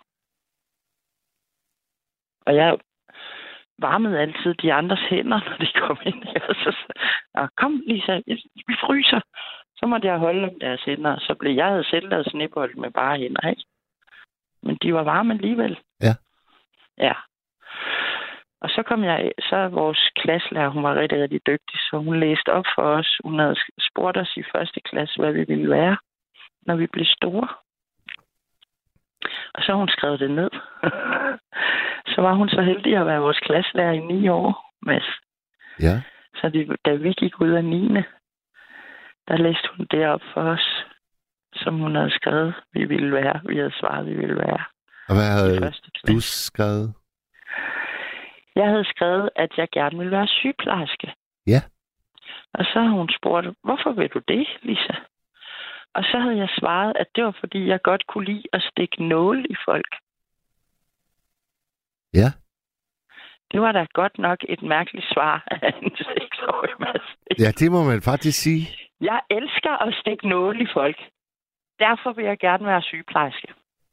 Og jeg varmede altid de andres hænder, når de kom ind. Så kom Lisa, vi fryser. Så måtte jeg holde om deres hænder. Så blev jeg havde selv lavet snebold med bare hænder, ikke? Men de var varme alligevel. Ja. Ja. Og så kom jeg, så vores klasselærer, hun var rigtig, rigtig dygtig, så hun læste op for os. Hun havde spurgt os i første klasse, hvad vi ville være, når vi blev store. Og så hun skrev det ned. Så var hun så heldig at være vores klasselærer i 9 år, Mads. Ja. Så da vi gik ud af 9. der læste hun det op for os, som hun havde skrevet, vi ville være. Vi havde svaret, vi ville være. Og hvad havde du skrevet? Jeg havde skrevet, at jeg gerne ville være sygeplejerske. Ja. Og så havde hun spurgt, hvorfor vil du det, Lisa? Og så havde jeg svaret, at det var, fordi jeg godt kunne lide at stikke nåle i folk. Ja. Det var da godt nok et mærkeligt svar af en 6-årig Mads. Ja, det må man faktisk sige. Jeg elsker at stikke nåle i folk. Derfor vil jeg gerne være sygeplejerske.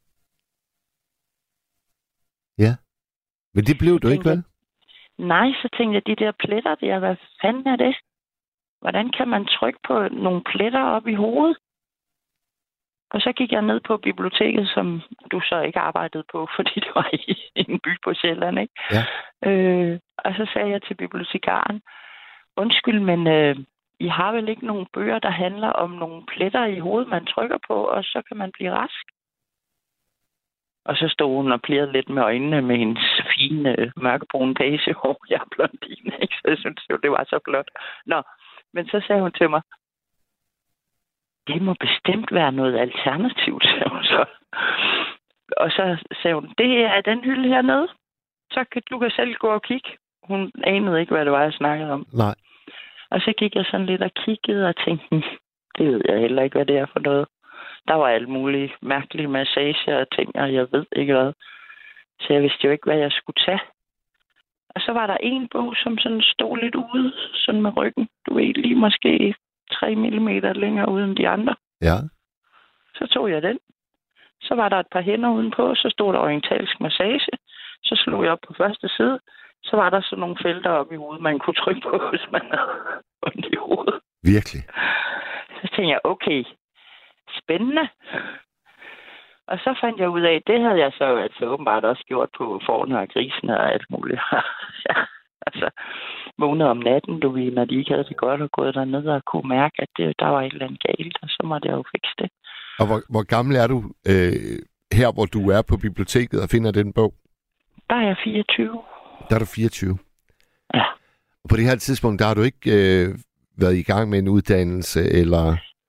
Ja. Men det blev du ikke, vel? Nej, så tænkte jeg, de der pletter der, hvad fanden er det? Hvordan kan man trykke på nogle pletter op i hovedet? Og så gik jeg ned på biblioteket, som du så ikke arbejdede på, fordi det var i en by på Sjælland, ikke? Ja. Og så sagde jeg til bibliotekaren, undskyld, men I har vel ikke nogen bøger, der handler om nogle pletter i hovedet, man trykker på, og så kan man blive rask? Og så stod hun og plirede lidt med øjnene med hendes fine mørkebrune pagehår. Jeg er blondine, ikke? Så jeg synes jo, det var så flot. Nå, men så sagde hun til mig, det må bestemt være noget alternativt, sagde hun så. Og så sagde hun, det er den hylde hernede. Så kan du selv gå og kigge. Hun anede ikke, hvad det var, jeg snakkede om. Nej. Og så gik jeg sådan lidt og kiggede og tænkte, det ved jeg heller ikke, hvad det er for noget. Der var alle mulige mærkelige massager og ting, og jeg ved ikke hvad. Så jeg vidste jo ikke, hvad jeg skulle tage. Og så var der en bog, som sådan stod lidt ude, sådan med ryggen. Du ved, lige måske 3 millimeter længere ude end de andre. Ja. Så tog jeg den. Så var der et par hænder udenpå, så stod der orientalsk massage. Så slog jeg op på første side. Så var der sådan nogle felter op i hovedet, man kunne trykke på, hvis man havde ondt i hovedet. Virkelig? Så tænkte jeg, okay, spændende. Og så fandt jeg ud af, det havde jeg så altså åbenbart også gjort på fårene og grisene og alt muligt. Ja, altså vågnede om natten, du ved, når de ikke havde det godt og gået dernede og kunne mærke, at der var et eller andet galt, og så måtte jeg jo fikse det. Og hvor gammel er du her, hvor du er på biblioteket og finder den bog? Der er jeg 24. Der er du 24? Ja. Og på det her tidspunkt, der har du ikke været i gang med en uddannelse, eller?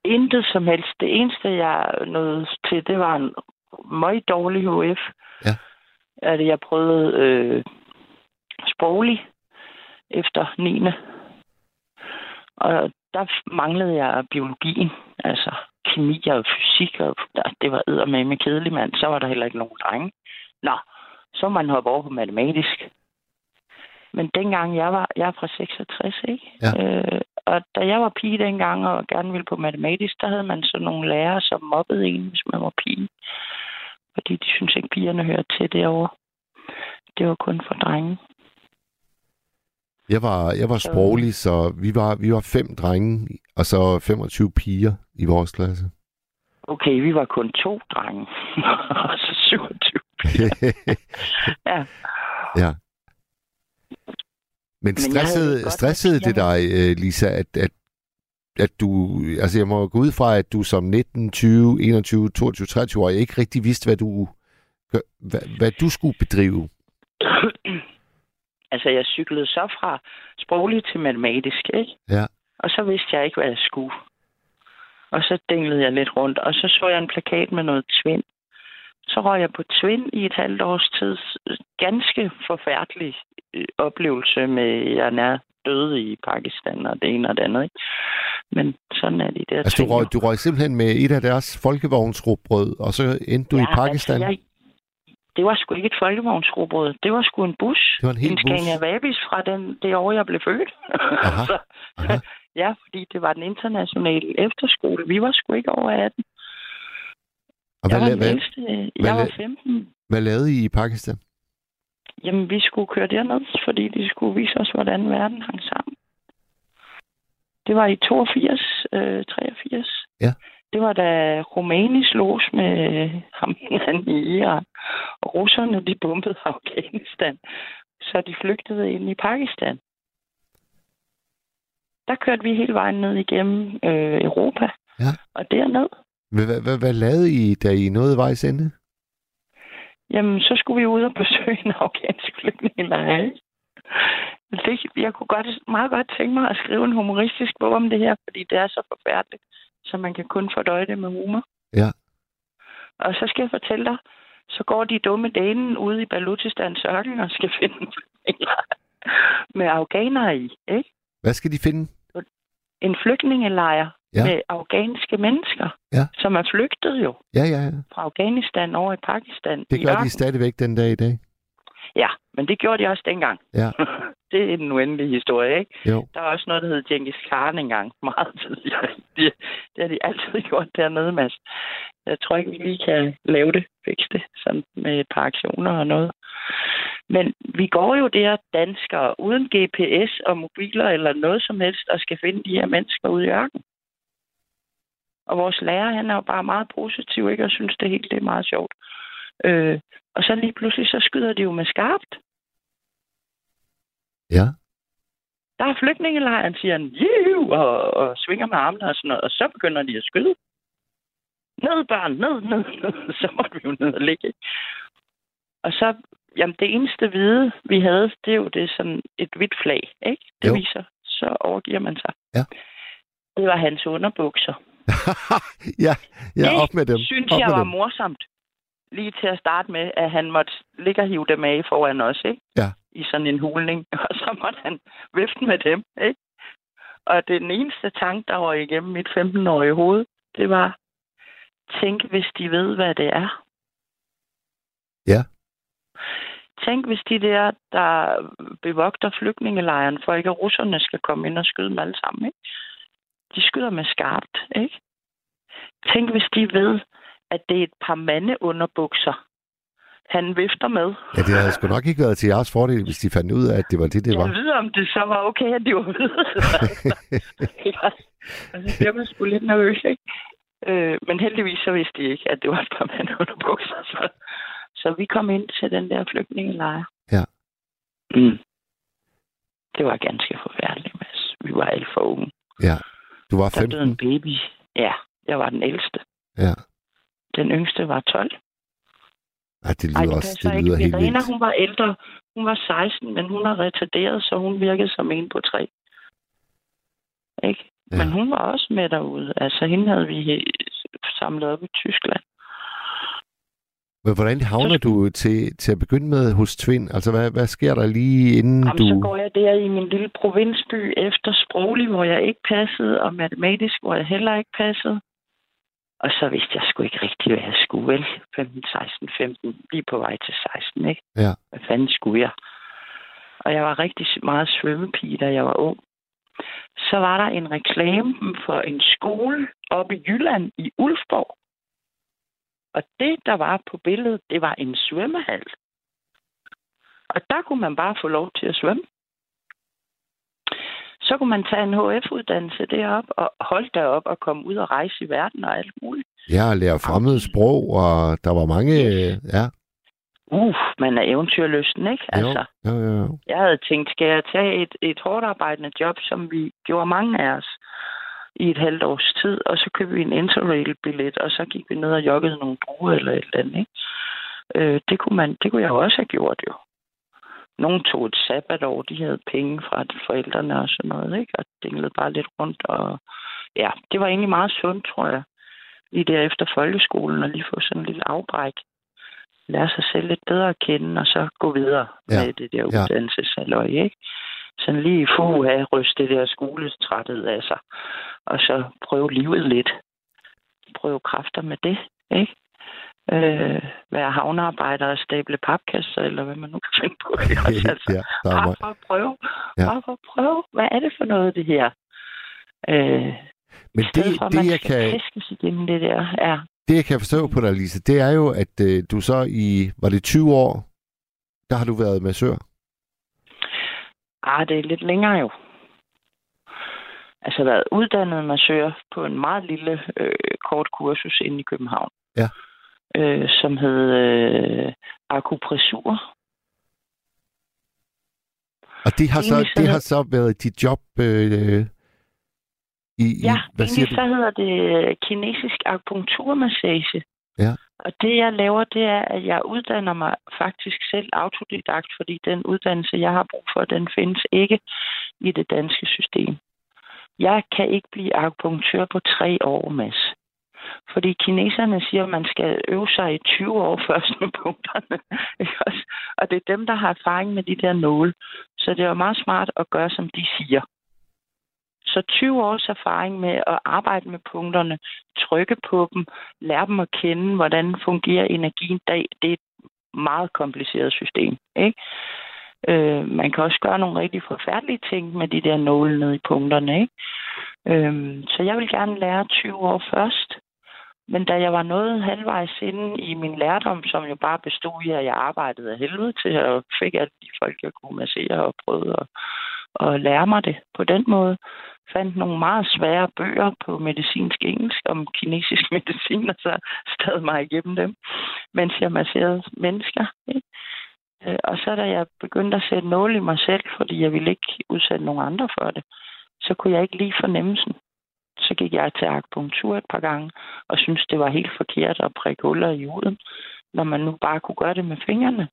Intet som helst. Det eneste, jeg nåede til, det var en meget dårlig HF. Ja. At jeg prøvede sproglig efter 9. Og der manglede jeg biologien. Altså kemi og fysik, og det var eddermame kedelig, mand. Så var der heller ikke nogen drenge. Nå, så man hoppe over på matematisk. Men dengang, jeg er fra 66, ikke? Ja. Og da jeg var pige dengang, og gerne ville på matematisk, der havde man så nogle lærere, som mobbede en, hvis man var pige. Fordi de synes ikke, pigerne hørte til derovre. Det var kun for drenge. Jeg var sproglig, så vi var 5 drenge, og så 25 piger i vores klasse. Okay, vi var kun 2 drenge, og så 27 piger. Ja. Ja. Men stressede det dig, Lisa, at du... Altså, jeg må gå ud fra, at du som 19, 20, 21, 22, 23 år ikke rigtig vidste, hvad du skulle bedrive. Altså, jeg cyklede så fra sproglig til matematisk, ikke? Ja. Og så vidste jeg ikke, hvad jeg skulle. Og så dinglede jeg lidt rundt, og så jeg en plakat med noget tvind. Så røg jeg på tvind i et halvt års tid. Ganske forfærdelig oplevelse med, jeg er døde i Pakistan, og det ene og det andet, ikke? Men sådan er de der altså, ting. Du røg simpelthen med et af deres folkevognsrugbrød, og så endte du i Pakistan? Altså, det var sgu ikke et folkevognsrugbrød. Det var sgu en bus. Det var en hel bus? Scania Vabis fra det år, jeg blev født. Aha. Aha. Ja, fordi det var den internationale efterskole. Vi var sgu ikke over 18. Og jeg var 15. Hvad lavede I Pakistan? Jamen, vi skulle køre derned, fordi de skulle vise os, hvordan verden hang sammen. Det var i 82, 83. Ja. Det var da Rumæni slogs med ham i Irak, og russerne, de bombede Afghanistan, så de flygtede ind i Pakistan. Der kørte vi hele vejen ned igennem Europa, ja. Og derned. Hvad lavede I, da I nåede vejs ende? Jamen, så skulle vi ud og besøge en afghansk flygtningelejr. Jeg kunne meget godt tænke mig at skrive en humoristisk bog om det her, fordi det er så forfærdeligt, så man kan kun fordøje det med humor. Ja. Og så skal jeg fortælle dig, så går de dumme danen ude i Balutistans ørken og skal finde en flygtningelejr med afghanere i, ikke? Hvad skal de finde? En flygtningelejr med afghanske mennesker, som er flygtet jo fra Afghanistan over i Pakistan. Det gør de stadigvæk den dag i dag. Ja, men det gjorde de også dengang. Ja. Det er en uendelig historie, ikke? Jo. Der er også noget, der hedder Genghis Khan engang. Meget tidligere. Det har de altid gjort dernede, Mads. Jeg tror ikke, vi lige kan lave det, fikse det, sådan med et par aktioner og noget. Men vi går jo der danskere uden GPS og mobiler eller noget som helst, og skal finde de her mennesker ude i ørken. Og vores lærer, han er jo bare meget positiv, ikke? Og synes det er meget sjovt. Og så lige pludselig, så skyder de jo med skarpt. Ja. Der er flygtningelejren, siger han, og svinger med armene og sådan noget, og så begynder de at skyde. Ned, børn, ned. Så måtte vi jo ned og ligge. Og så, jamen det eneste hvide, vi havde, det er jo det sådan et hvidt flag, ikke? Det viser, så overgiver man sig. Ja. Det var hans underbukser. ja, op med dem. Det synes jeg var morsomt. Lige til at starte med, at han måtte ligge og hive dem af foran os, ikke? Ja. I sådan en hulning. Og så måtte han vifte med dem, ikke? Og den eneste tanke, der var igennem mit 15-årige hoved, det var, tænk, hvis de ved, hvad det er. Ja. Tænk, hvis de der bevogter flygtningelejren, for ikke at russerne skal komme ind og skyde dem alle sammen, ikke? De skyder med skarpt, ikke? Tænk, hvis de ved, at det er et par mandeunderbukser, han vifter med. Ja, det havde sgu nok ikke været til jeres fordel, hvis de fandt ud af, at det var det var. Jeg ved, om det så var okay, at de var hvide. Altså, jeg var sgu lidt nervøs, ikke? Men heldigvis så vidste de ikke, at det var et par mandeunderbukser. Så vi kom ind til den der flygtningelejr. Ja. Det var ganske forfærdeligt, Mads. Vi var alt for unge. Ja. Du var 15? Der døde en baby. Ja, jeg var den ældste. Ja. Den yngste var 12. Ej, det lyder helt Irena, hun var ældre. Hun var 16, men hun er retarderet, så hun virkede som en på 3. Ikke? Ja. Men hun var også med derude. Altså, hende havde vi samlet op i Tyskland. Men hvordan havner du til at begynde med hos Tvind? Altså, hvad sker der lige inden Jamen, så går jeg der i min lille provinsby efter sproglig, hvor jeg ikke passede, og matematisk, hvor jeg heller ikke passede. Og så vidste jeg sgu ikke rigtig, hvad jeg skulle, vel? 15, 16, 15, lige på vej til 16, ikke? Ja. Hvad fanden skulle jeg? Og jeg var rigtig meget svømmepige, da jeg var ung. Så var der en reklame for en skole oppe i Jylland i Ulfborg. Og det, der var på billedet, det var en svømmehal. Og der kunne man bare få lov til at svømme. Så kunne man tage en HF-uddannelse deroppe og holde derop og komme ud og rejse i verden og alt muligt. Ja, og lære fremmede sprog, og der var mange... Ja. Man er eventyrlysten, ikke? Altså, jo. Jeg havde tænkt, skal jeg tage et hårdt arbejdende job, som vi gjorde mange af os i et halvt års tid, og så købte vi en Interrail-billet, og så gik vi ned og joggede nogle druer eller et eller andet, ikke? Det kunne jeg også have gjort, jo. Nogle tog et sabbatår, de havde penge fra forældrene og sådan noget, ikke? Og dinglede bare lidt rundt, og ja, det var egentlig meget sundt, tror jeg. Lige der efter folkeskolen, og lige få sådan en lille afbræk. Lære sig selv lidt bedre at kende, og så gå videre med det der uddannelseshalløj, ikke? Sådan lige ryste det der skoletrættet af sig, og så prøve livet lidt. Prøve kræfter med det, ikke? Være havnearbejder og stable papkasser, eller hvad man nu kan finde på. Altså, bare for at prøve. Bare for at prøve. Hvad er det for noget, det her? Men det jeg kan... Igennem det der, ja. Det, jeg kan forstå på dig, Lise, det er jo, at du så var det 20 år, der har du været massør? Det er lidt længere jo. Altså, jeg har været uddannet massør på en meget lille, kort kursus inde i København. Ja. Som hed akupressur. Og det har så været dit job... så hedder det kinesisk akupunkturmassage. Ja. Og det, jeg laver, det er, at jeg uddanner mig faktisk selv autodidakt, fordi den uddannelse, jeg har brug for, den findes ikke i det danske system. Jeg kan ikke blive akupunktør på 3 år, Mads. Fordi kineserne siger, at man skal øve sig i 20 år først med punkterne. Og det er dem, der har erfaring med de der nåle. Så det er jo meget smart at gøre, som de siger. Så 20 års erfaring med at arbejde med punkterne, trykke på dem, lære dem at kende, hvordan fungerer energien. Det er et meget kompliceret system, ikke? Man kan også gøre nogle rigtig forfærdelige ting med de der nåle nede i punkterne, ikke? Så jeg vil gerne lære 20 år først. Men da jeg var nået halvvejs inde i min lærdom, som jo bare bestod i, at jeg arbejdede af helvede til, og fik alle de folk, jeg kunne massere og prøvede at lære mig det på den måde, fandt nogle meget svære bøger på medicinsk engelsk om kinesisk medicin, og så stadig mig igennem dem, mens jeg masserede mennesker. Ikke? Og så da jeg begyndte at sætte nåle i mig selv, fordi jeg ville ikke udsætte nogen andre for det, så kunne jeg ikke lide fornemmelsen. Så gik jeg til akupunktur et par gange, og syntes, det var helt forkert at prikke huller i huden, når man nu bare kunne gøre det med fingrene.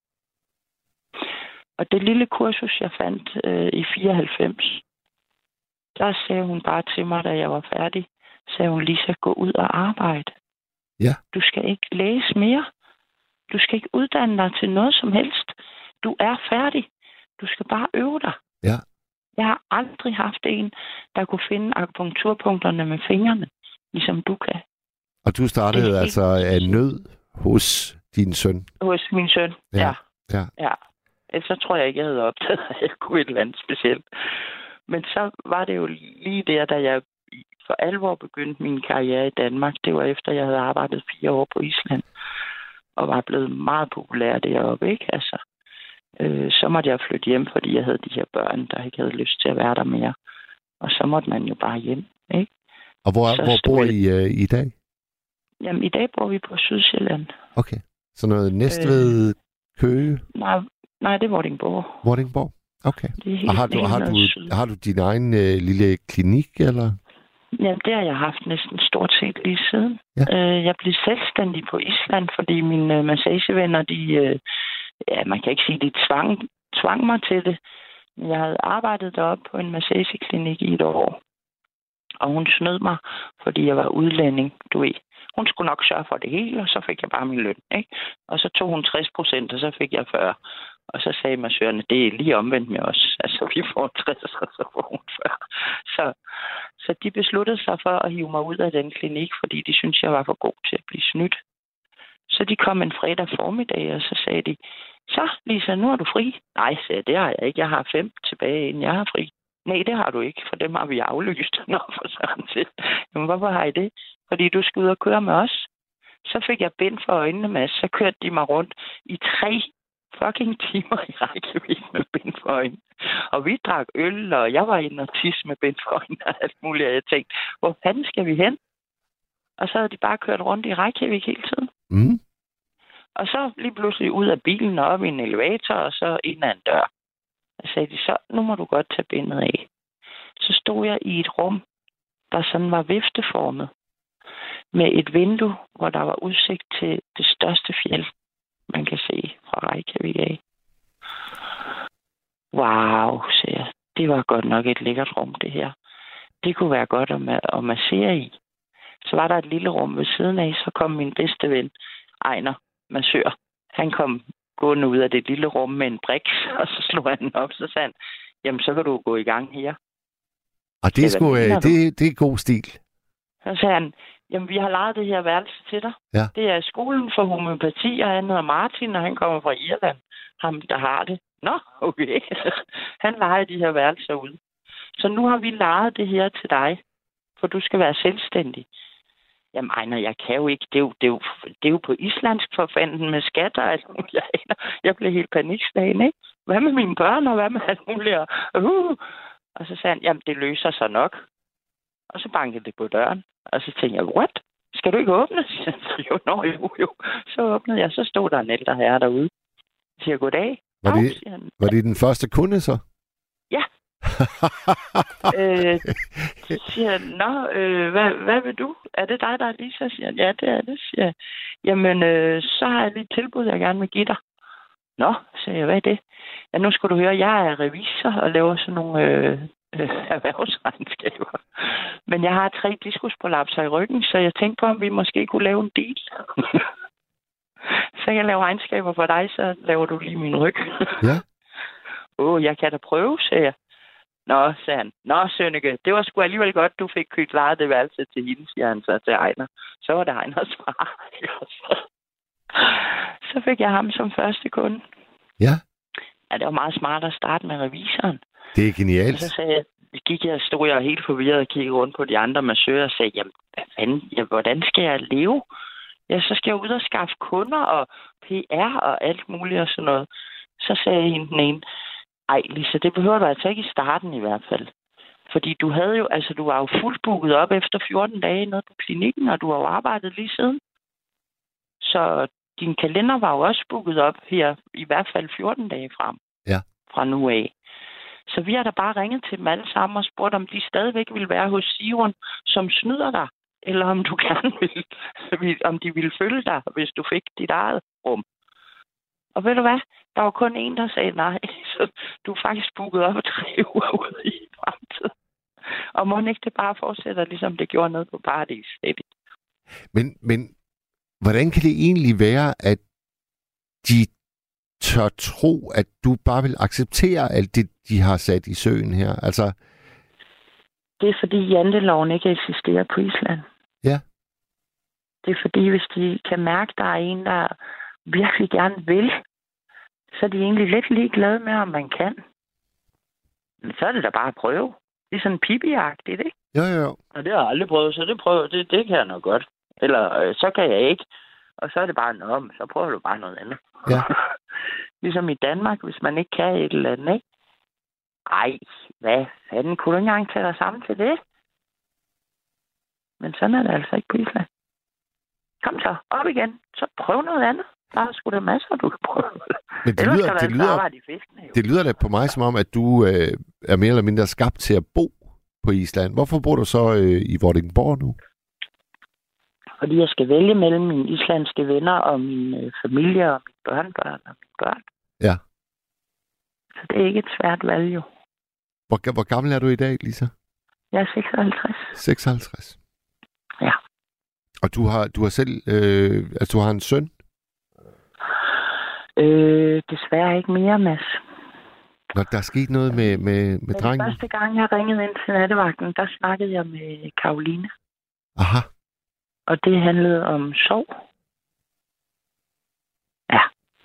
Og det lille kursus, jeg fandt i 94, der sagde hun bare til mig, da jeg var færdig, sagde hun, Lisa, gå ud og arbejde. Ja. Du skal ikke læse mere. Du skal ikke uddanne dig til noget som helst. Du er færdig. Du skal bare øve dig. Ja. Jeg har aldrig haft en, der kunne finde akupunkturpunkterne med fingrene, ligesom du kan. Og du startede altså af nød hos din søn? Hos min søn, ja. Ja. Ellers tror jeg ikke, jeg havde opdaget, at jeg kunne et eller andet specielt. Men så var det jo lige der, da jeg for alvor begyndte min karriere i Danmark. Det var efter, jeg havde arbejdet 4 år på Island, og var blevet meget populær deroppe, ikke? Altså, så måtte jeg flytte hjem, fordi jeg havde de her børn, der ikke havde lyst til at være der mere. Og så måtte man jo bare hjem, ikke? Og hvor bor I i dag? Jamen, i dag bor vi på Sydsjælland. Okay. Så noget Næstved, Køge? Nej, det er Vordingborg. Vordingborg? Okay. Og har du din egen lille klinik, eller? Ja, det har jeg haft næsten stort set lige siden. Ja. Jeg blev selvstændig på Island, fordi mine massagevenner, man kan ikke sige, de tvang mig til det. Jeg havde arbejdet deroppe på en massageklinik i et år. Og hun snød mig, fordi jeg var udlænding, du ved. Hun skulle nok sørge for det hele, og så fik jeg bare min løn, ikke? Og så tog hun 60%, og så fik jeg 40. Og så sagde massørerne, det er lige omvendt med os. Altså, vi får 60, og så får hun 40. Så de besluttede sig for at hive mig ud af den klinik, fordi de syntes, jeg var for god til at blive snydt. Så de kom en fredag formiddag, og så sagde de, så Lisa, nu er du fri. Nej, sagde jeg, det har jeg ikke. Jeg har 5 tilbage, inden jeg har fri. Nej, det har du ikke, for dem har vi aflyst. Nå, for sådan til. Jamen, hvorfor har I det? Fordi du skal ud og køre med os. Så fik jeg bind for øjnene, Mads. Så kørte de mig rundt i 3 fucking timer i Reykjavik med bind for øjnene. Og vi drak øl, og jeg var inde og tisse med bind for øjnene og alt muligt. Og jeg tænkte, hvor fanden skal vi hen? Og så havde de bare kørt rundt i Reykjavik hele tiden. Mm. Og så lige pludselig ud af bilen og op i en elevator, og så ind ad en dør. Og sagde de, så nu må du godt tage bindet af. Så stod jeg i et rum, der sådan var vifteformet, med et vindue, hvor der var udsigt til det største fjeld, man kan se fra Reykjavik af. Wow, sagde jeg. Det var godt nok et lækkert rum, det her. Det kunne være godt at massere i. Så var der et lille rum ved siden af, så kom min bedste ven, Ejner, massør. Han kom gående ud af det lille rum med en briks, og så slog han den op, så sagde han, jamen så kan du gå i gang her. Og det er god stil. Så sagde han, jamen vi har lejet det her værelse til dig. Ja. Det er skolen for homøopati, og han hedder Martin, og han kommer fra Irland. Ham, der har det. Nå, okay. Han lejer de her værelser ud. Så nu har vi lejet det her til dig, for du skal være selvstændig. Jamen, Ejner, jeg kan jo ikke. Det er jo på islandsk for fanden med skatter og alt muligt. Jeg blev helt panikslagen, ikke? Hvad med mine børn, og hvad med alt muligt? Og så sagde han, jamen, det løser sig nok. Og så bankede det på døren. Og så tænkte jeg, what? Skal du ikke åbne? Jo. Så åbnede jeg, så stod der en ældre herre derude. Jeg siger, goddag. Var det den første kunde, så? Ja. Så siger han, hvad vil du? Er det dig, der er Lisa? Siger han, ja, det er det, siger jeg. Jamen, så har jeg lige et tilbud, jeg gerne vil give dig. Nå, siger jeg, hvad er det? Ja, nu skal du høre, jeg er revisor og laver sådan nogle erhvervsregnskaber. Men jeg har 3 diskusprolapser i ryggen, så jeg tænkte på, om vi måske kunne lave en deal. Så jeg laver regnskaber for dig, så laver du lige min ryg. Ja. Jeg kan da prøve, sagde jeg. Nå, sagde han. Nå, Sønneke, det var sgu alligevel godt, du fik klaret det værelse til hende, siger han så til Ejner. Så var det Ejners far. Så fik jeg ham som første kunde. Ja. Ja, det var meget smart at starte med revisoren. Det er genialt. Og så sagde jeg, stod jeg helt forvirret og kiggede rundt på de andre massører og sagde, jamen, hvordan skal jeg leve? Ja, så skal jeg ud og skaffe kunder og PR og alt muligt og sådan noget. Så sagde hende den ene, ej Lisa, det behøver du altså ikke i starten i hvert fald. Fordi du var jo fuldt booket op efter 14 dage nede på klinikken, og du har jo arbejdet lige siden. Så din kalender var jo også booket op her i hvert fald 14 dage frem. Ja. Fra nu af. Så vi har da bare ringet til dem alle sammen og spurgt, om de stadigvæk vil være hos Sion, som snyder dig. Eller om du gerne om de ville følge dig, hvis du fik dit eget rum. Og ved du hvad? Der var kun en, der sagde nej. Så du er faktisk booket op 3 uger ude i fremtiden. Og må ikke det bare fortsætte, ligesom det gjorde nede på Paradis. Men hvordan kan det egentlig være, at de tør tro, at du bare vil acceptere alt det, de har sat i søen her? Altså... Det er fordi janteloven ikke eksisterer på Island. Ja. Det er fordi, hvis de kan mærke, at der er en, der virkelig gerne vil, så er de egentlig lidt ligeglade med, om man kan. Men så er det da bare at prøve. Det er sådan pipi-agtigt, ikke? Jo. Og det har jeg aldrig prøvet, så det kan jeg nok godt. Eller så kan jeg ikke. Og så er det bare noget om, så prøver du bare noget andet. Ja. Ligesom i Danmark, hvis man ikke kan et eller andet, ikke? Ej, hvad fanden, kunne du ikke engang tage dig sammen til det? Men sådan er det altså ikke på Island. Kom så, op igen. Så prøv noget andet. Der er sgu da masser, du kan prøve. Men det lyder da på mig som om, at du er mere eller mindre skabt til at bo på Island. Hvorfor bor du så i Vordingborg nu? Fordi jeg skal vælge mellem mine islandske venner og min familie og mine børnebørn og mine børn. Ja. Så det er ikke et svært valg, jo. Hvor gammel er du i dag, Lisa? Jeg er 56. 56? Ja. Og du har selv... du har en søn? Desværre ikke mere, Mads. Når der er sket noget med drengen? Den første gang, jeg ringede ind til nattevagten, der snakkede jeg med Karoline. Aha. Og det handlede om sorg. Ja.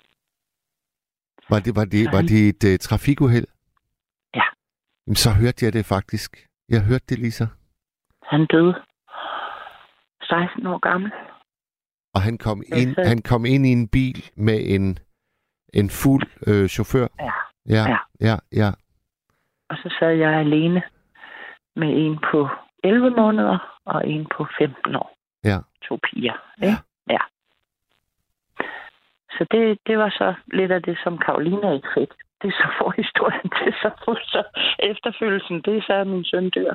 Var det et trafikuheld? Ja. Jamen, så hørte jeg det faktisk. Jeg hørte det lige så. Han døde. 16 år gammel. Og han kom ind i en bil med en fuld chauffør? Ja. Og så sad jeg alene med en på 11 måneder og en på 15 år. Ja. 2 piger. Ja. Så det var så lidt af det, som Karoline ikke fik. Det er så forhistorien til så efterfølgelsen. Det er så, at min søn dør.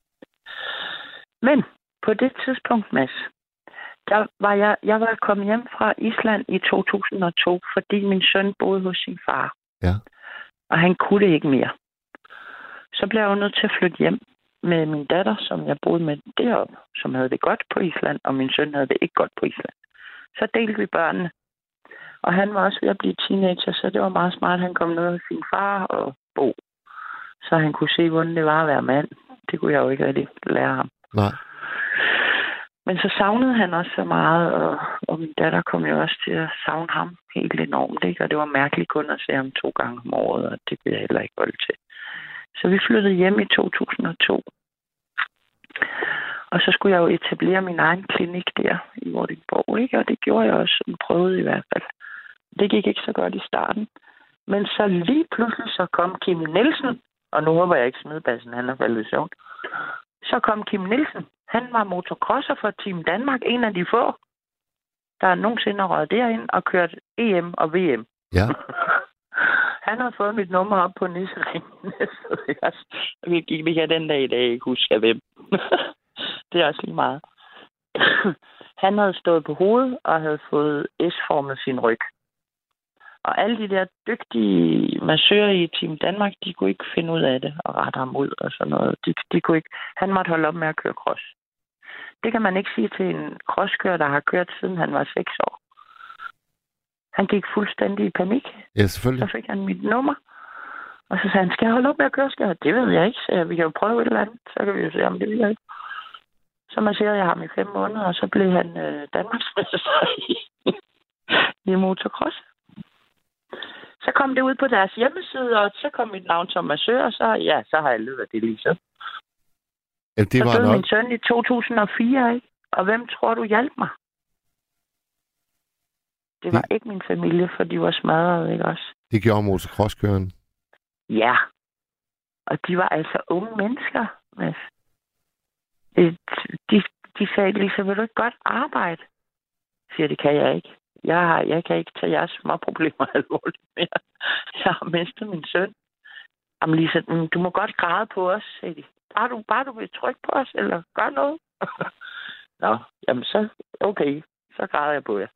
Men på det tidspunkt, Mads, jeg var kommet hjem fra Island i 2002, fordi min søn boede hos sin far. Ja. Og han kunne det ikke mere. Så blev jeg jo nødt til at flytte hjem med min datter, som jeg boede med deroppe, som havde det godt på Island, og min søn havde det ikke godt på Island. Så delte vi børnene. Og han var også ved at blive teenager, så det var meget smart, at han kom ned hos sin far og bo. Så han kunne se, hvordan det var at være mand. Det kunne jeg jo ikke rigtig lære ham. Nej. Men så savnede han også så meget, og min datter kom jo også til at savne ham helt enormt, ikke? Og det var mærkeligt kun at se ham 2 gange om året, og det kunne jeg heller ikke holde til. Så vi flyttede hjem i 2002. Og så skulle jeg jo etablere min egen klinik der i Vordingborg, ikke? Og det gjorde jeg også, sådan prøvede i hvert fald. Det gik ikke så godt i starten. Men så lige pludselig så kom Kim Nielsen, og nu håber jeg ikke smidebassen, han er faldet i søvn. Så kom Kim Nielsen. Han var motocrosser for Team Danmark, en af de få, der nogensinde har røget derind og kørt EM og VM. Ja. Han har fået mit nummer op på Nisseringen. Vi kan den dag i dag ikke huske hvem. Det er også lige meget. Han havde stået på hovedet og havde fået S-formet sin ryg. Og alle de der dygtige massører i Team Danmark, de kunne ikke finde ud af det og rette ham ud og sådan noget. De kunne ikke. Han måtte holde op med at køre cross. Det kan man ikke sige til en crosskører, der har kørt siden han var 6 år. Han gik fuldstændig i panik. Ja, selvfølgelig. Så fik han mit nummer. Og så sagde han, skal jeg holde op med at køre? Det ved jeg ikke. Så vi kan jo prøve et eller andet. Så kan vi jo se, om det virker. Så masserede jeg ham i 5 måneder, og så blev han Danmarksmester i motocross. Så kom det ud på deres hjemmeside, og så kom mit navn som massør, og så har jeg levet af det lige så. Ja, det var så døde nok... min søn i 2004, ikke? Og hvem tror du hjalp mig? Det var ikke min familie, for de var smadret, ikke også? Det gjorde motocrosskøren. Ja. Og de var altså unge mennesker, Mads. De sagde lige, så vil du ikke godt arbejde? Siger, det kan jeg ikke. Jeg kan ikke tage jeres små problemer alvorligt mere. Jeg har mistet min søn. Jamen Lisa, du må godt græde på os, sagde de. Bare du vil trykke på os, eller gør noget. Nå, jamen så, okay, så græder jeg på jer.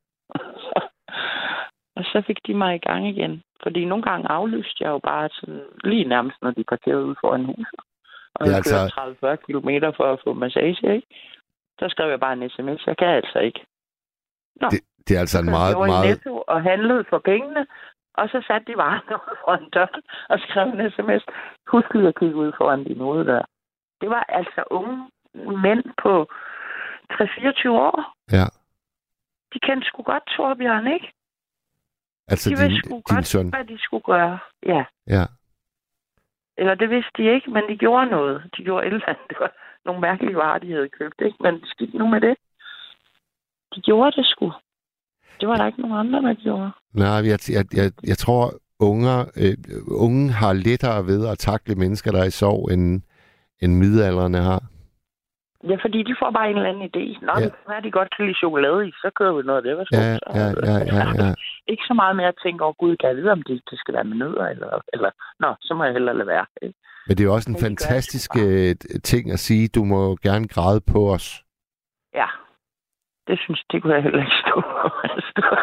Og så fik de mig i gang igen. Fordi nogle gange aflyste jeg jo bare sådan, lige nærmest, når de parkerede ude foran huset. Og jeg kørte 30-40 kilometer for at få massage, ikke? Så skrev jeg bare en sms. Jeg kan altså ikke. Nå. Det er altså en meget... Netto og handlede for pengene, og så satte de varen ud foran døren og skrev en sms. Husk lige at kigge ud foran din hoved der. Det var altså unge mænd på 3-24 år. Ja. De kendte sgu godt Torbjørn, ikke? Altså de vidste sgu godt, søn. hvad de skulle gøre. Ja. Ja. Eller det vidste de ikke, men de gjorde noget. De gjorde et eller andet. Det var nogle mærkelige varer, de havde købt, ikke? Men skidt nu med det. De gjorde det sgu. Det var der ikke nogen andre, der gjorde. Nej, jeg tror, unge har lettere ved at takle mennesker, der er i sorg, end midaldrende har. Ja, fordi de får bare en eller anden idé. Nå, nu er de godt til chokolade i, så kører vi noget af det. Ja. Ikke så meget med at tænke, gud, kan jeg vide, om det skal være med nødder, eller nå, så må jeg hellere lade være. Ikke? Men det er jo også en fantastisk ting at sige, du må gerne græde på os. Ja, det kunne jeg heller ikke stå.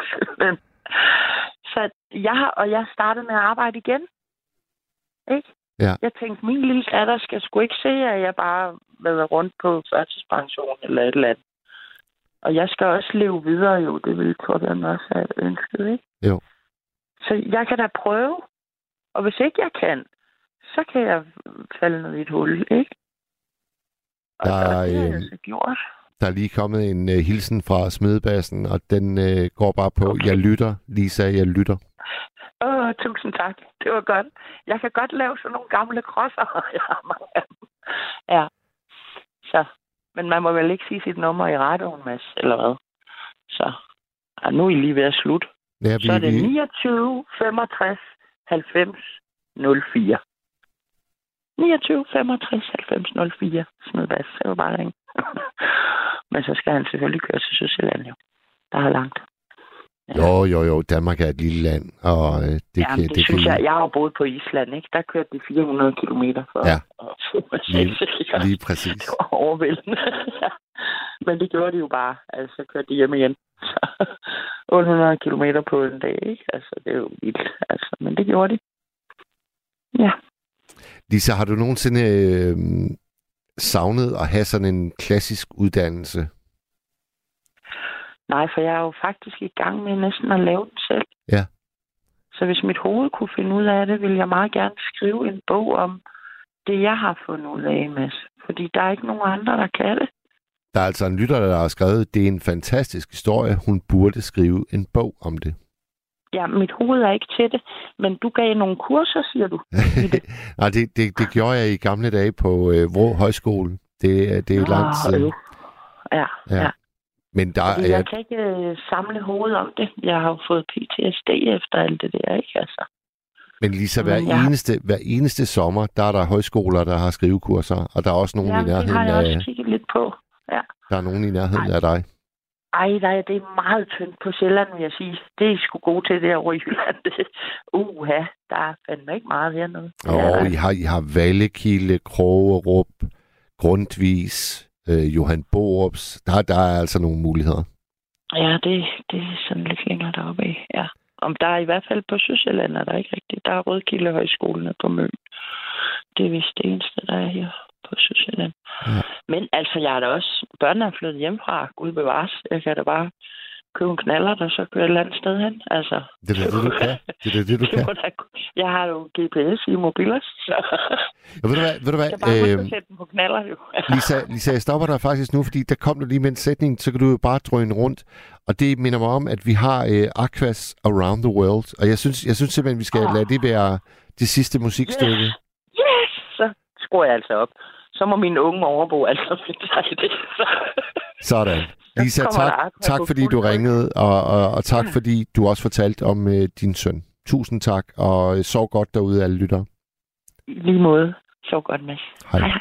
Så jeg startede med at arbejde igen. Ikke? Ja. Jeg tænkte, min lille datter skal sgu ikke se, at jeg bare vader rundt på førtidspension eller et eller andet. Og jeg skal også leve videre, jo. Det ville Torbjørn også have ønsket, ikke? Jo. Så jeg kan da prøve. Og hvis ikke jeg kan, så kan jeg falde ned i et hul, ikke? Og det har jeg så gjort. Der er lige kommet en hilsen fra Smedebassen, og den går bare på, okay. Jeg lytter. Lisa, jeg lytter. Tusind tak. Det var godt. Jeg kan godt lave sådan nogle gamle krosser. Jeg har mange af dem. Ja. Så. Men man må vel ikke sige sit nummer i radioen, Mads, eller hvad? Så. Nu er I lige ved at slutte. Ja, så er det 29 65 90 04. 29 65 90 04. Smedbas. Det var bare ringe. Men så skal han selvfølgelig køre til Sydsjælland, jo. Der er langt. Ja. Jo. Danmark er et lille land, og det synes jeg. Jeg har boet på Island, ikke? Der kørte de 400 kilometer for at få mig lige præcis. Det var overvældende. Men det gjorde de jo bare. Altså, så kørte de hjem igen. 800 kilometer på en dag, ikke? Altså, det er jo vildt. Altså, men det gjorde de. Ja. Lisa, har du nogensinde savnet at have sådan en klassisk uddannelse? Nej, for jeg er jo faktisk i gang med næsten at lave den selv. Ja. Så hvis mit hoved kunne finde ud af det, ville jeg meget gerne skrive en bog om det, jeg har fundet ud af, Mads. Fordi der er ikke nogen andre, der kan det. Der er altså en lytter, der har skrevet, det er en fantastisk historie. Hun burde skrive en bog om det. Ja, mit hoved er ikke til det, men du gav nogle kurser, siger du. Nej, det gjorde jeg i gamle dage på Vrå Højskole. Det er lang tid. Ja. Men jeg kan ikke samle hovedet om det. Jeg har jo fået PTSD efter alt det der, ikke? Altså. Men Lisa, hver eneste sommer, der er der højskoler, der har skrivekurser, og der er også nogen i nærheden af... det har jeg også kigget lidt på, ja. Der er nogen i nærheden af dig. Ej, det er meget tyndt på Sjælland, vil jeg sige. Det er I sgu gode til derovre i Jylland. Der er fandme ikke meget hernede. I har Vallekilde, Krogerup, Grundtvis... Johan Borups. Der er altså nogle muligheder. Ja, det er sådan lidt længere deroppe af. Ja. Om der er i hvert fald på Sydsjælland, er der ikke rigtigt. Der er Rødkilde Højskolen på Møn. Det er vist det eneste, der er her på Sydsjælland. Ja. Men altså, jeg er da også... Børnene er flyttet hjemmefra. Gud bevares. Jeg kan da bare købe en knaller, der så kører et eller andet sted hen. Altså. Det er det, du kan. Det er det, du kan. Jeg har jo GPS i mobiler, så... Ja, ved du hvad? Jeg bare må sætte den på knaller, jo. Lisa, jeg stopper dig faktisk nu, fordi der kom du lige med en sætning, så kan du jo bare drøne rundt. Og det minder mig om, at vi har Aquas Around the World. Og jeg synes simpelthen, vi skal lade det være det sidste musikstykke. Yes! Så skruer jeg altså op. Så må mine unge overbo altså finde sig i det. Sådan. Lisa, tak fordi du ringede, og tak fordi du også fortalte om din søn. Tusind tak, og sov godt derude, alle lyttere. I lige måde. Sov godt, Mads. Hej. Hej.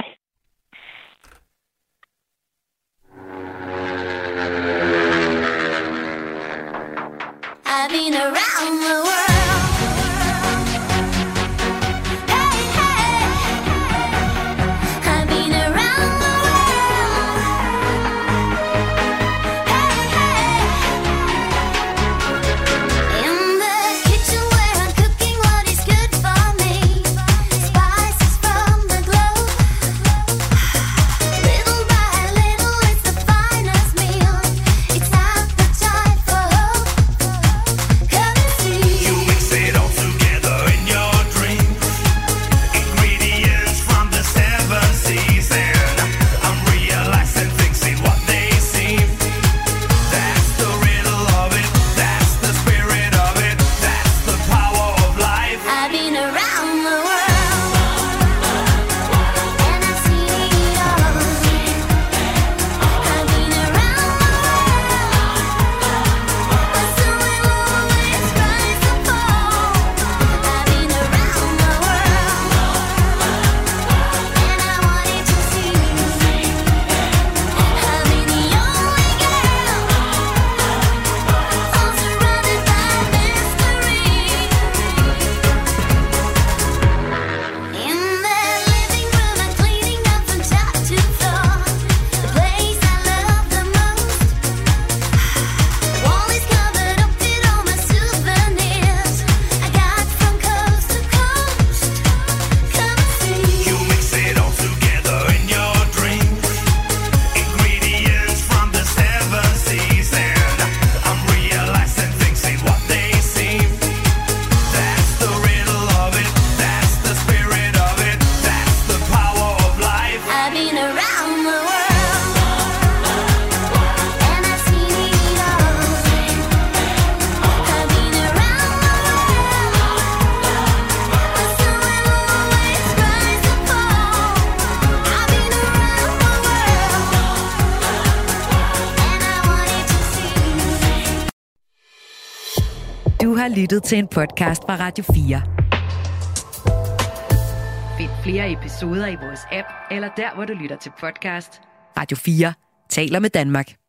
I've been around the world. You Du har lyttet til en podcast fra Radio 4. Find flere episoder i vores app, eller der, hvor du lytter til podcast. Radio 4 taler med Danmark.